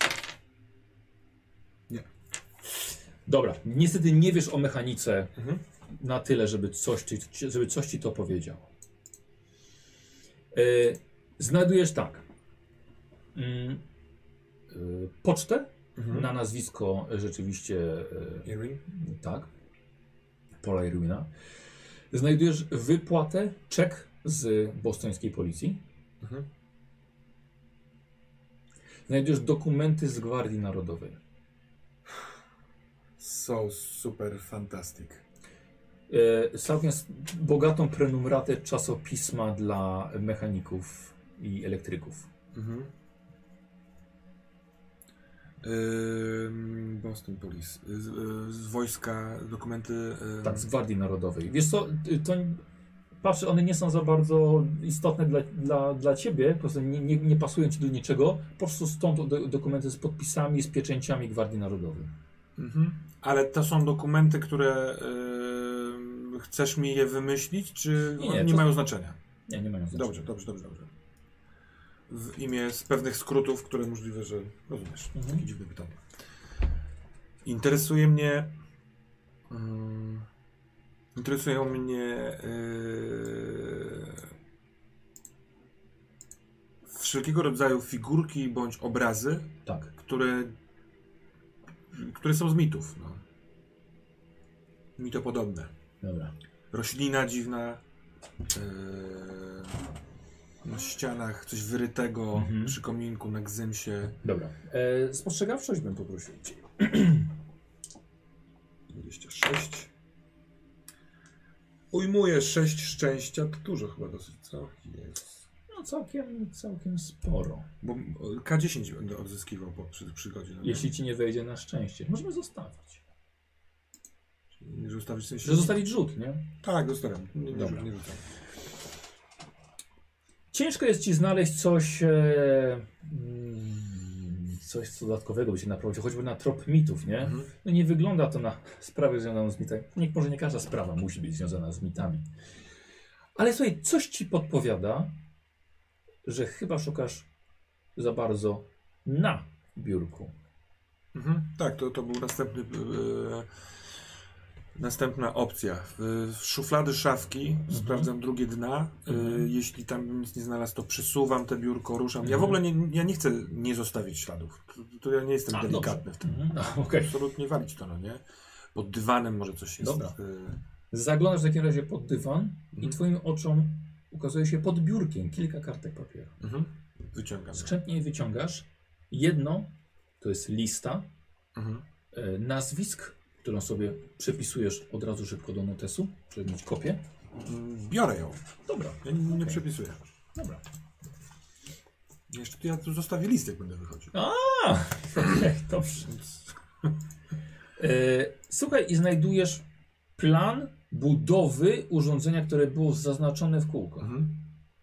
Nie. Dobra, niestety nie wiesz o mechanice Mhm. na tyle, żeby coś ci, żeby coś ci to powiedziało. E, znajdujesz tak. Mm, e, pocztę Mhm. na nazwisko rzeczywiście e, Earring? tak. Paula Irwina. Znajdujesz wypłatę, czek z bostońskiej policji. Mhm. Znajdziesz dokumenty z Gwardii Narodowej. So super fantastic. E, całkiem bogatą prenumeratę czasopisma dla mechaników i elektryków. Mhm. Yy, Boston Police. Z, z wojska dokumenty. Yy... Tak, z Gwardii Narodowej. Wiesz co, to patrzę, one nie są za bardzo istotne dla, dla, dla ciebie, po prostu nie, nie, nie pasują ci do niczego. Po prostu stąd do, dokumenty z podpisami, z pieczęciami Gwardii Narodowej. Mhm. Ale to są dokumenty, które yy, chcesz mi je wymyślić, czy Nie, nie, nie, nie to- mają znaczenia? Nie, nie mają znaczenia. Dobrze, dobrze, dobrze, dobrze. W imię z pewnych skrótów, które możliwe, że rozumiesz. Mhm. Takie dziwne pytanie. Interesuje mnie. Mm, interesują mnie yy, wszelkiego rodzaju figurki bądź obrazy, Tak. które, które są z mitów. No. Mitopodobne. Dobra. Roślina dziwna. Yy, na ścianach coś wyrytego Mhm. przy kominku, na gzymsie. Dobra. E, spostrzegawczość bym poprosił cię. dwadzieścia sześć. Ujmuję sześć szczęścia, to dużo chyba dosyć, co? Jest. No całkiem, całkiem sporo. Bo K dziesięć będę odzyskiwał po przy, przygodzie. No nie? Jeśli ci nie wejdzie na szczęście. Możemy zostawić. Nie zostawić w sensie. Że zostawić rzut, nie? Tak, zostawiam. Nie, nie, Dobra. nie rzucam. Ciężko jest ci znaleźć coś, e, mm, coś dodatkowego, by się naprawić, choćby na trop mitów, nie? Mhm. No nie wygląda to na sprawę związaną z mitami. Nie, może nie każda sprawa musi być związana z mitami. Ale słuchaj, coś ci podpowiada, że chyba szukasz za bardzo na biurku. Mhm. Tak, to, to był następny. Yy, następna opcja. W, w szuflady szafki Mhm. sprawdzam drugie dna. Mhm. Yy, jeśli tam nic nie znalazł, to przesuwam te biurko, ruszam. Ja Mhm. w ogóle nie, ja nie chcę nie zostawić śladów. To, to ja nie jestem A, delikatny w tym. Mhm. No, okej. Absolutnie walić to, no nie? Pod dywanem może coś jest. Dobra. y, Zaglądasz w takim razie pod dywan i Mhm. twoim oczom ukazuje się pod biurkiem kilka kartek papieru. Mhm. Wyciągam. Skrzętnie je wyciągasz. Jedno to jest lista Mhm. e, nazwisk, którą sobie przepisujesz od razu szybko do notesu, żeby mieć kopię. Mm, Biorę ją. Dobra, Ja nie, nie Okej. przepisuję. dobra. Jeszcze tu ja tu zostawię list, jak będę wychodził. A, okej, dobrze. E, słuchaj, i znajdujesz plan budowy urządzenia, które było zaznaczone w kółko. Mhm.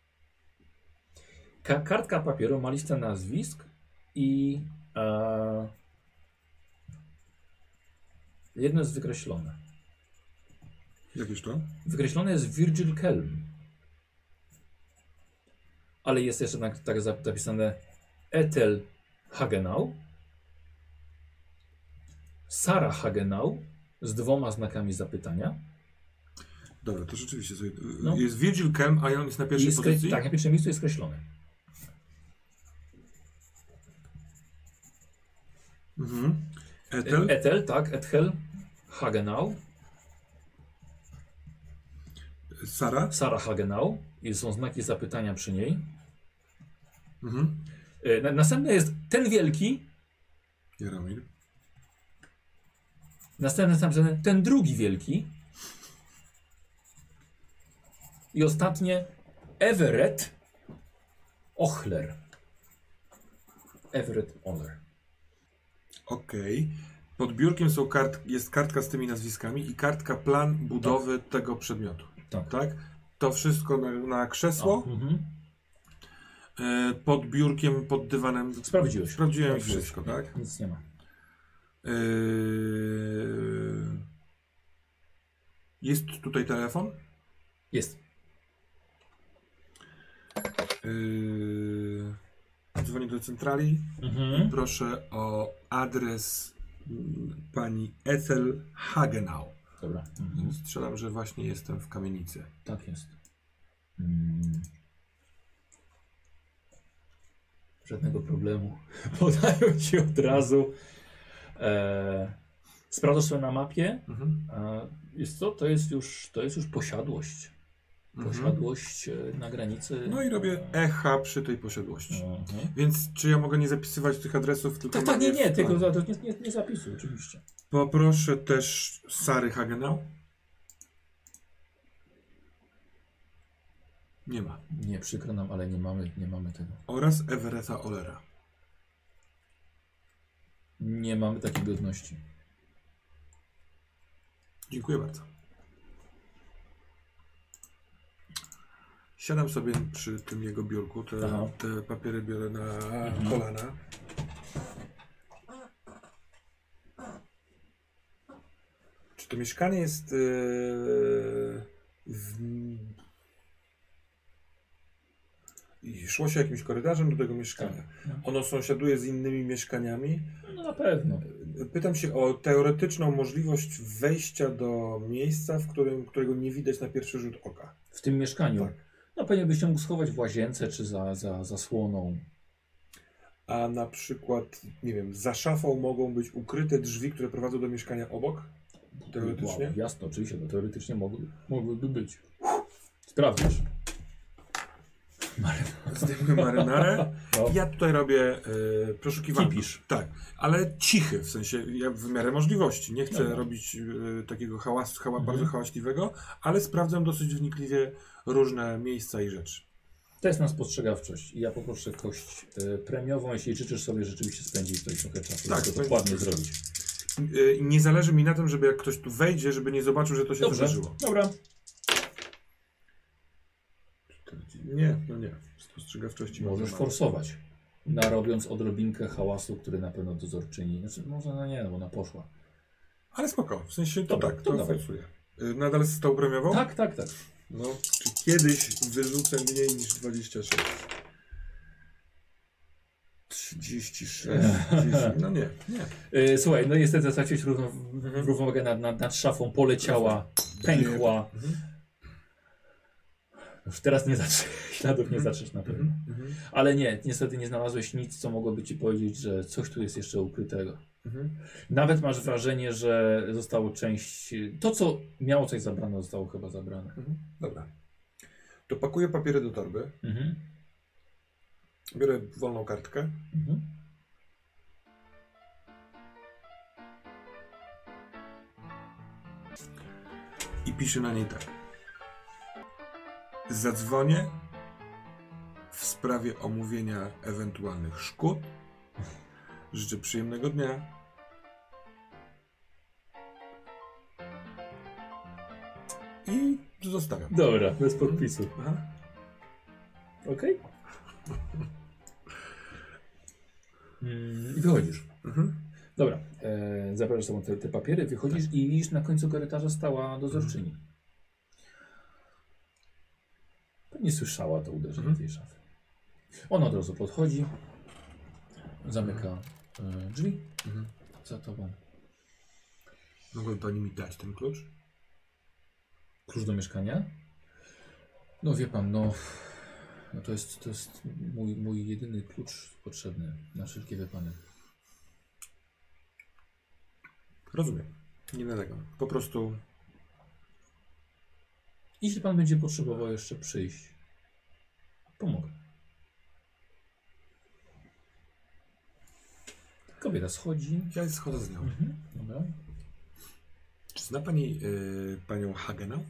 Ka kartka papieru ma listę nazwisk i e, jedno jest wykreślone. Jakież to? Wykreślone jest Virgil Kelm. Ale jest jeszcze tak, tak zapisane Ethel Hagenau, Sarah Hagenau z dwoma znakami zapytania. Dobra, to rzeczywiście sobie. No. Jest Virgil Kelm, a on jest na pierwszej I skre- pozycji? tak, na pierwszym miejscu jest skreślone. Mhm. Ethel? E- Ethel, tak, Ethel Hagenau, Sara? Sarah Hagenau i są znaki zapytania przy niej. Mhm. E, na- Następny jest ten wielki, Jaromir. następny jest napisany ten drugi wielki i ostatnie Everett Ochler. Everett Ochler. Okej. Pod biurkiem są kart, jest kartka z tymi nazwiskami i kartka plan budowy tego przedmiotu. Tak. Tak? To wszystko na, na krzesło. Mhm. E, pod biurkiem, pod dywanem. Sprawdziłeś. Sprawdziłem Sprawdziłeś. wszystko, tak? Nic nie ma. E, jest tutaj telefon. Jest. E, dzwonię do centrali. Mhm. Proszę o adres mm, pani Ethel Hagenau. Dobra. Mhm. Strzelam, że właśnie jestem w kamienicy. Tak jest. Mm. Żadnego problemu. Podają ci od razu. E, sprawdzasz sobie na mapie. Mhm. A jest co? To jest już, to jest już posiadłość. posiadłość e, na granicy. No i robię echa przy tej posiadłości. Mhm. Więc czy ja mogę nie zapisywać tych adresów, tylko... Tak, tak, nie, mam je nie, w tylko planie? za to nie, nie, nie zapisuj, oczywiście. Poproszę też Sary Hagenau. Nie ma. Nie, przykro nam, ale nie mamy, nie mamy tego. Oraz Everetta Olera. Nie mamy takiej godności. Dziękuję bardzo. Siadam sobie przy tym jego biurku, te, Aha. te papiery biorę na Mhm. kolana. Czy to mieszkanie jest yy, w... I szło się jakimś korytarzem do tego mieszkania. Tak. Ono sąsiaduje z innymi mieszkaniami. No na pewno. Pytam się o teoretyczną możliwość wejścia do miejsca, w którym, którego nie widać na pierwszy rzut oka. W tym mieszkaniu. Tak. No pewnie byś się mógł schować w łazience czy za, za zasłoną. A na przykład, nie wiem, za szafą mogą być ukryte drzwi, które prowadzą do mieszkania obok? Teoretycznie? Wow, jasno, oczywiście, bo teoretycznie mogły, mogłyby być. Sprawdzisz. Zdejmuję marynarę. No. Ja tutaj robię y, poszukiwanie. Kipisz. Tak, ale cichy, w sensie ja w miarę możliwości. Nie chcę Dobra. robić y, takiego hałasu, hała, Mhm. bardzo hałaśliwego, ale sprawdzam dosyć wnikliwie różne miejsca i rzeczy. Test na spostrzegawczość. I ja poproszę kość e, premiową, jeśli życzysz sobie rzeczywiście spędzić tutaj trochę czasu, Tak, żeby to spędzić dokładnie trochę zrobić. Y, nie zależy mi na tym, żeby jak ktoś tu wejdzie, żeby nie zobaczył, że to się Dobrze, zdarzyło. dobra. Nie, no nie. Spostrzegawczości mam Możesz za mało. forsować, narobiąc odrobinkę hałasu, który na pewno dozorczyni. Znaczy, może no nie, no bo ona poszła. Ale spoko, w sensie to Dobra, tak, to to dawaj. forsuję. Y, Nadal z tą premiową? Tak, tak, tak. No, czy kiedyś wyrzucę mniej niż dwadzieścia sześć? trzydzieści sześć, dziesięć, no nie, nie. E, słuchaj, no niestety straciłeś równo, Mhm. równowagę nad, nad, nad szafą, poleciała, pękła. Mhm. Już teraz nie zaczniesz, śladów nie zaczniesz na pewno. Mhm. Mhm. Ale nie, niestety nie znalazłeś nic, co mogłoby ci powiedzieć, że coś tu jest jeszcze ukrytego. Mhm. Nawet masz wrażenie, że zostało część... To, co miało coś zabrane, zostało chyba zabrane. Mhm. Dobra. To pakuję papiery do torby, Mhm. biorę wolną kartkę. Mhm. I piszę na niej tak. Zadzwonię w sprawie omówienia ewentualnych szkód. Życzę przyjemnego dnia. I zostawiam. Dobra, bez podpisu. Aha. Okej? Mm, I wychodzisz. Mhm. Dobra, e, zabierasz sobą te, te papiery, wychodzisz i widzisz na końcu korytarza stała dozorczyni. Pewnie słyszała to uderzenie Mhm. tej szafy. Ona od razu podchodzi, zamyka e, drzwi Mhm. za tobą. Mogłaby pani mi dać ten klucz? Klucz do mieszkania? No wie pan, no, no to jest, to jest mój, mój jedyny klucz potrzebny na wszelkie wypadek. Rozumiem. Nie nalegam. Po prostu Jeśli pan będzie potrzebował jeszcze przyjść, pomogę. Kobieta schodzi. ja schodzę z nią. Mhm. Dobra. Czy zna pani y, panią Hagenau?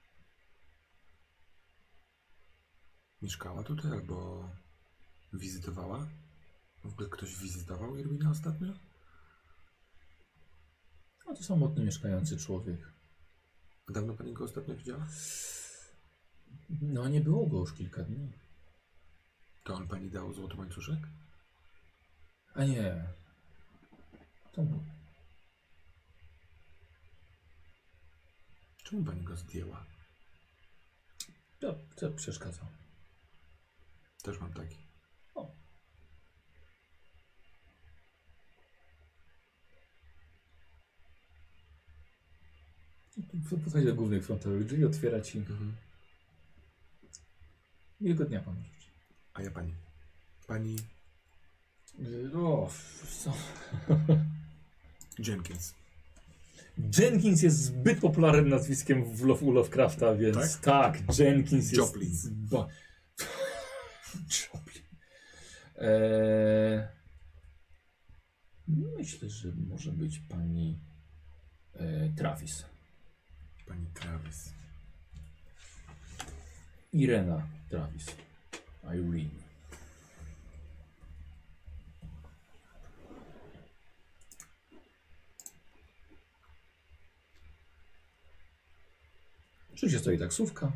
Mieszkała tutaj albo wizytowała? W ogóle ktoś wizytował Irwina ostatnio? No to samotny mieszkający człowiek. Dawno pani go ostatnio widziała? No nie było go już kilka dni. To on pani dał złoty łańcuszek? A nie. To mój. Czemu pani go zdjęła? To, to przeszkadzał. Też mam taki. O. Podchodzi do głównych frontowych drzwi, otwiera ci. Mhm. Miłego dnia panu życzę. A ja pani. Pani Yy, O, co? Jenkins. Jenkins jest zbyt popularnym nazwiskiem w Love, u Lovecrafta, więc tak, tak Jenkins Joplin. jest... Ba... Joplin. Eee... Myślę, że może być pani e, Travis. Pani Travis. Irena Travis. Irene. Oczywiście stoi taksówka.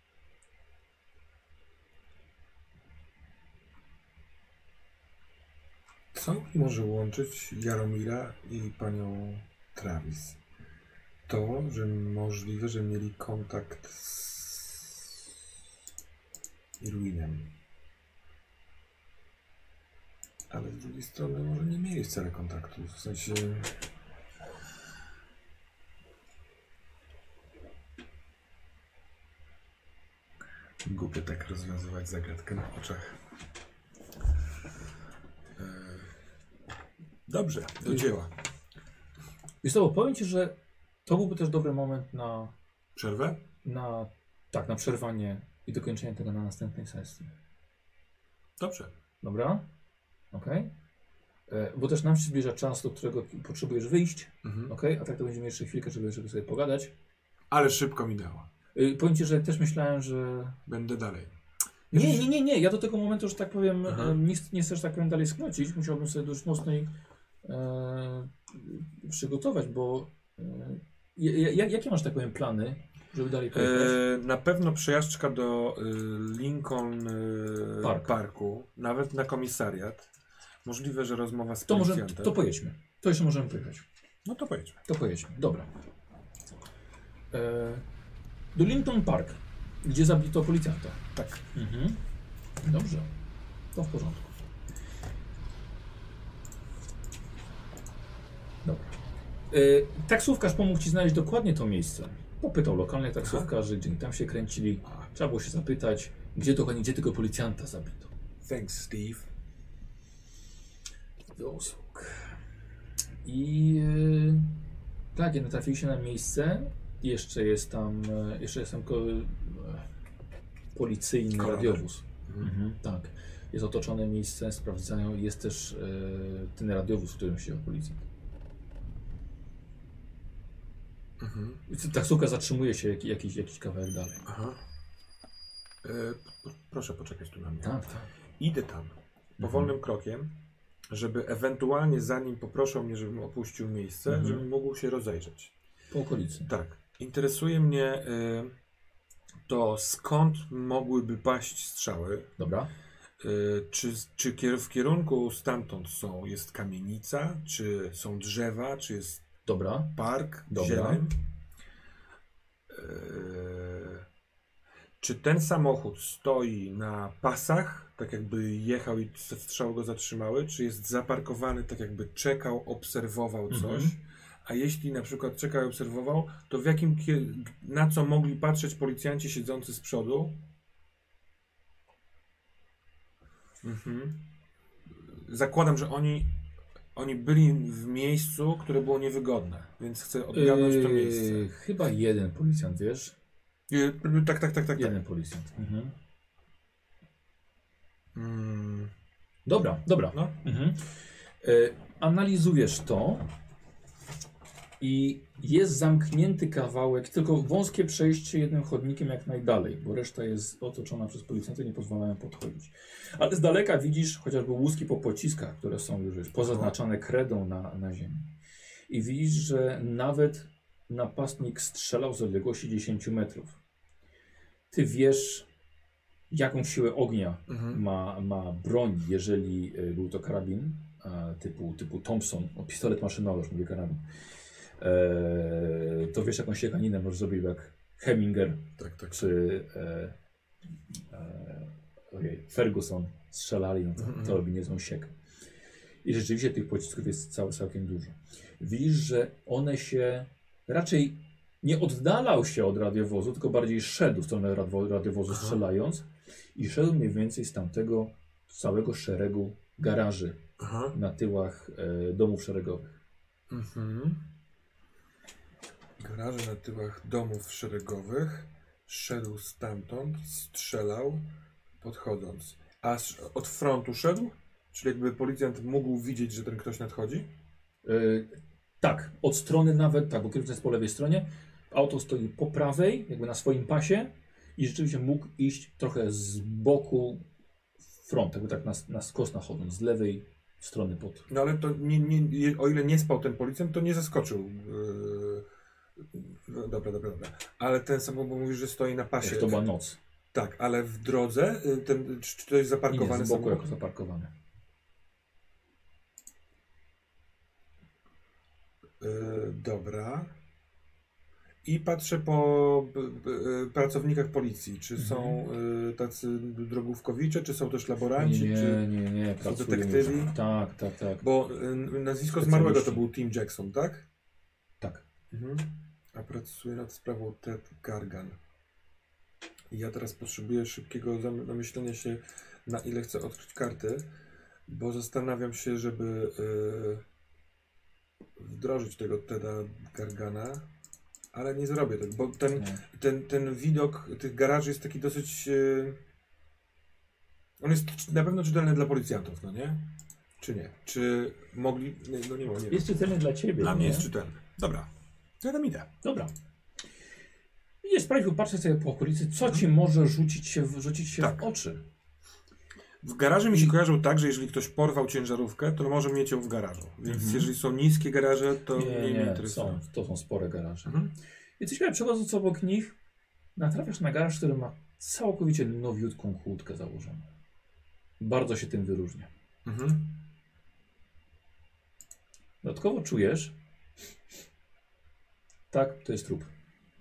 Co może łączyć Jaromira i panią Travis? To, że możliwe, że mieli kontakt z Irwinem. Ale z drugiej strony może nie mieli wcale kontaktu. W sensie... Głupio tak rozwiązywać zagadkę na oczach. Dobrze, do dzieła. Wiesz co, powiem ci, że to byłby też dobry moment na... Przerwę? Na... Tak, na przerwanie i dokończenie tego na następnej sesji. Dobrze. Dobra? Okej. Okay. Bo też nam się zbliża czas, do którego potrzebujesz wyjść. Mhm. Okej? Okay? A tak to będziemy jeszcze chwilkę, żeby, żeby sobie pogadać. Ale szybko minęło. Yy, powiem ci, że też myślałem, że... Będę dalej. Nie, nie, nie, nie. Ja do tego momentu, że tak powiem, Aha. nie, nie chcę, że tak powiem, dalej skrócić. Musiałbym sobie dość mocno ich e, przygotować, bo e, jak, jakie masz, tak powiem, plany, żeby dalej pojechać? E, na pewno przejażdżka do e, Lincoln e, Park. Parku, nawet na komisariat. Możliwe, że rozmowa z To, może, policjantem. to pojedźmy. To jeszcze możemy pojechać. No to pojedźmy. To pojedźmy. Dobra. E, do Lincoln Park, gdzie zabito policjanta. Tak. Mhm. Dobrze. To w porządku. Dobra. Yy, taksówkarz pomógł ci znaleźć dokładnie to miejsce. Popytał lokalnych taksówkarzy, gdzie tam się kręcili. Trzeba było się zapytać, gdzie dokładnie, gdzie tego policjanta zabito. Thanks, Steve. Do usług. I yy, tak, jak natrafili się na miejsce, jeszcze jest tam, yy, jeszcze jest tam ko- yy, policyjny Koroner. radiowóz. Mhm. Mhm, tak. Jest otoczone miejsce, sprawdzają. Jest też yy, ten radiowóz, w którym siedział policjant. Mhm. Taksówka zatrzymuje się jak, jakiś, jakiś kawałek dalej. Aha. E, p- proszę poczekać tu na mnie. Tak, tak. Idę tam powolnym mhm. krokiem, żeby ewentualnie zanim poproszą mnie, żebym opuścił miejsce, Mhm. żebym mógł się rozejrzeć. Po okolicy. Tak. Interesuje mnie y, to, skąd mogłyby paść strzały. Dobra. Y, czy czy kier w kierunku stamtąd są, jest kamienica, czy są drzewa, czy jest Dobra. park, Dobra. zieleń. Y, czy ten samochód stoi na pasach, tak jakby jechał i strzały go zatrzymały, czy jest zaparkowany tak jakby czekał, obserwował coś? Mhm. A jeśli na przykład czekał i obserwował, to w jakim, na co mogli patrzeć policjanci siedzący z przodu? Mhm. Zakładam, że oni, oni byli w miejscu, które było niewygodne, więc chcę odgadnąć to miejsce. Yy, chyba jeden policjant, wiesz? Yy, tak, tak, tak, tak. Jeden policjant. Mhm. Mm. Dobra, dobra. No. Mhm. Yy, analizujesz to. I jest zamknięty kawałek, tylko wąskie przejście jednym chodnikiem jak najdalej, bo reszta jest otoczona przez policjantów, nie pozwalają podchodzić. Ale z daleka widzisz chociażby łuski po pociskach, które są już pozaznaczane kredą na, na ziemi. I widzisz, że nawet napastnik strzelał z odległości dziesięć metrów. Ty wiesz, jaką siłę ognia Mhm. ma, ma broń, jeżeli y, był to karabin a, typu, typu Thompson, o, pistolet maszynowy, już mówię karabin. Eee, to wiesz, jaką siekaninę możesz zrobić, jak Heminger Tak, tak. czy e, e, ojej, Ferguson strzelali, no to, Mhm. to robi niezłą siekę. I rzeczywiście tych pocisków jest całe, całkiem dużo. Widzisz, że one się raczej nie oddalał się od radiowozu, tylko bardziej szedł w stronę radwo- radiowozu Aha. strzelając i szedł mniej więcej z tamtego całego szeregu garaży Aha. na tyłach e, domów szeregowych. Mhm. Garaże na tyłach domów szeregowych. Szedł stamtąd, strzelał, podchodząc. A od frontu szedł? Czyli jakby policjant mógł widzieć, że ten ktoś nadchodzi? Yy, tak, od strony nawet, tak, bo kierowca jest po lewej stronie. Auto stoi po prawej, jakby na swoim pasie i rzeczywiście mógł iść trochę z boku w front, jakby tak na, na skos nachodząc, z lewej strony pod... No ale to nie, nie, o ile nie spał ten policjant, to nie zaskoczył. Yy... No, dobra, dobra, dobra. Ale ten samochód mówisz, że stoi na pasie. Jak to była noc. Tak, ale w drodze, ten, czy to jest zaparkowany nie, z boku samochód? jako zaparkowany. Yy, dobra. I patrzę po b, b, pracownikach policji. Czy Mhm. są y, tacy drogówkowicze, czy są też laboranci, Nie, czy nie, nie, są pracują detektywi? już. Tak, tak, tak. Bo y, nazwisko Specjaliści. zmarłego to był Tim Jackson, tak? Tak. Mhm. A pracuje nad sprawą Ted Gargan. I ja teraz potrzebuję szybkiego zam- namyślenia się, na ile chcę odkryć karty, bo zastanawiam się, żeby y, wdrożyć tego Teda Gargana, ale nie zrobię tego, bo ten, Nie. ten, ten widok tych garaży jest taki dosyć... y, on jest na pewno czytelny dla policjantów, no nie? Czy nie? Czy mogli... Nie, no nie, nie, nie. Jest czytelny dla ciebie. Dla mnie nie? jest czytelny. Dobra. To ja tam idę. Dobra. Nie sprawdził, patrzę sobie po okolicy, co ci może rzucić się, w, rzucić się Tak. w oczy. W garażu mi się kojarzył tak, że jeżeli ktoś porwał ciężarówkę, to może mieć ją w garażu. Więc Mhm. jeżeli są niskie garaże, to Nie, mnie nie nie, interesuje. są, to są spore garaże. Mhm. I coś miałem, przechodząc obok nich, natrafiasz na garaż, który ma całkowicie nowiutką kłódkę założoną. Bardzo się tym wyróżnia. Mhm. Dodatkowo czujesz, tak, to jest trup.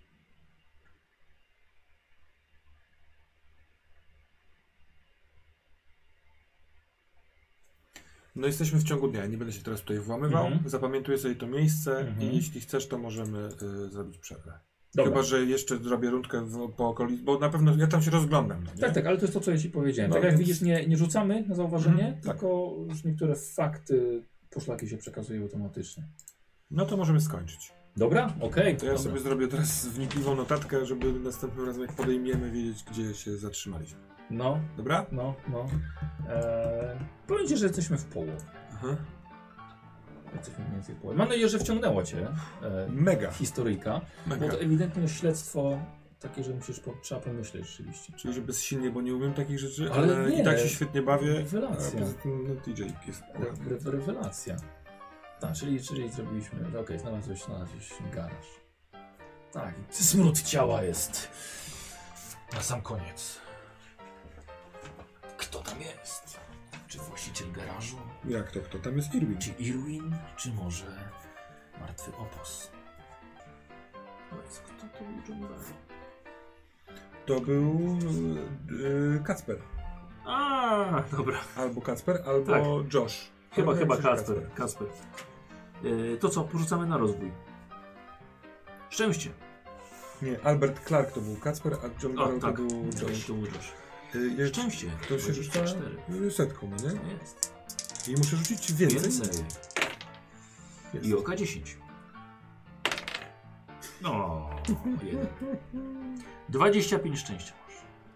No jesteśmy w ciągu dnia, nie będę się teraz tutaj włamywał. Mhm. Zapamiętuję sobie to miejsce Mhm. i jeśli chcesz, to możemy y, zrobić przerwę. Dobra. Chyba, że jeszcze zrobię rundkę w, po okolicy, bo na pewno ja tam się rozglądam. No, nie? Tak, tak, ale to jest to, co ja ci powiedziałem. No tak jak więc- widzisz, nie, nie rzucamy na zauważenie, Mhm, tak. tylko już niektóre fakty, poszlaki się przekazują automatycznie. No to możemy skończyć. Dobra, okej. To ja dobra. sobie zrobię teraz wnikliwą notatkę, żeby następnym razem jak podejmiemy, wiedzieć, gdzie się zatrzymaliśmy. No, Dobra? no, no. Eee, powiem ci, że jesteśmy w połowie. Aha. Jesteśmy mniej więcej w połowie. Mam nadzieję, że wciągnęła cię e, Mega. historyjka, Mega. bo to ewidentnie jest śledztwo takie, że musisz po, trzeba pomyśleć rzeczywiście. Czyli, że bezsilnie, bo nie umiem takich rzeczy, Ale ale, nie. i tak się świetnie bawię. A Rewelacja. poza tym no, D J jest ładny. Re, rewelacja. Tak, czyli, czyli zrobiliśmy, okej, okay, znalazłeś, znalazłeś garaż. Tak, i smród ciała jest na sam koniec. Kto tam jest? Czy właściciel garażu? Jak to? Kto tam jest Irwin? Czy Irwin? Czy może martwy opos? Powiedz, kto to był John Barry? To był yy, Kacper. A, dobra. Albo Kacper, albo Tak. Josh. Chyba, Ale chyba myślę, że Kasper. Kasper. Yy, to co, porzucamy na rozwój. Szczęście. Nie, Albert Clark to był Kacper, a John O, Barrow tak. to był Josh. To był Josh. Yy, jeszcze, Szczęście. to się rzuca dwadzieścia cztery. yy, setką, no nie? To jest. I muszę rzucić więcej. Więcej. Jest. I oka dziesięć. No, jeden. dwadzieścia pięć szczęścia masz.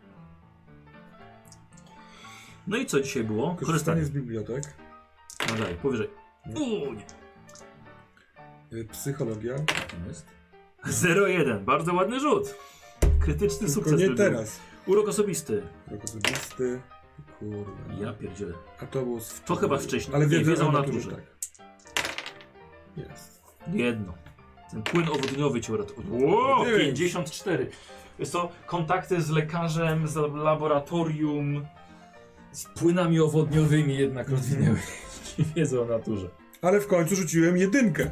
No i co dzisiaj było? Korzystanie Korzystanie. z bibliotek. No dalej, powyżej. Nie. Uuu, nie. Yy, psychologia. Tam jest. zero jeden. Bardzo ładny rzut. Krytyczny Tylko sukces. nie by był. teraz. Urok osobisty. Rok osobisty. Kurwa. Ja pierdzielę. A to było z... To chyba wcześniej. Ale Nie, wiedza, wiedza o o naturze. naturze. Tak. Jest. Jedno. Ten płyn owodniowy cię uratuje. Wow, Dziewięć. pięćdziesiąt cztery. Jest to kontakty z lekarzem, z laboratorium, z płynami owodniowymi jednak rozwinęły i wiedzą o naturze. Ale w końcu rzuciłem jedynkę.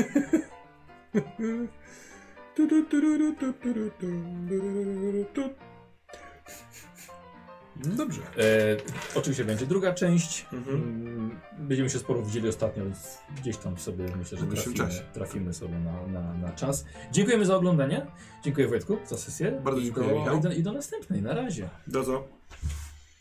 Dobrze. E, oczywiście będzie druga część. Mhm. Mm, Będziemy się sporo widzieli ostatnio, więc gdzieś tam sobie myślę, że W wyższym trafimy, czasie. trafimy sobie na, na, na czas. Dziękujemy za oglądanie. Dziękuję Wojtku za sesję. Bardzo I dziękuję, do, Michał. i do, I do następnej. Na razie. Do co?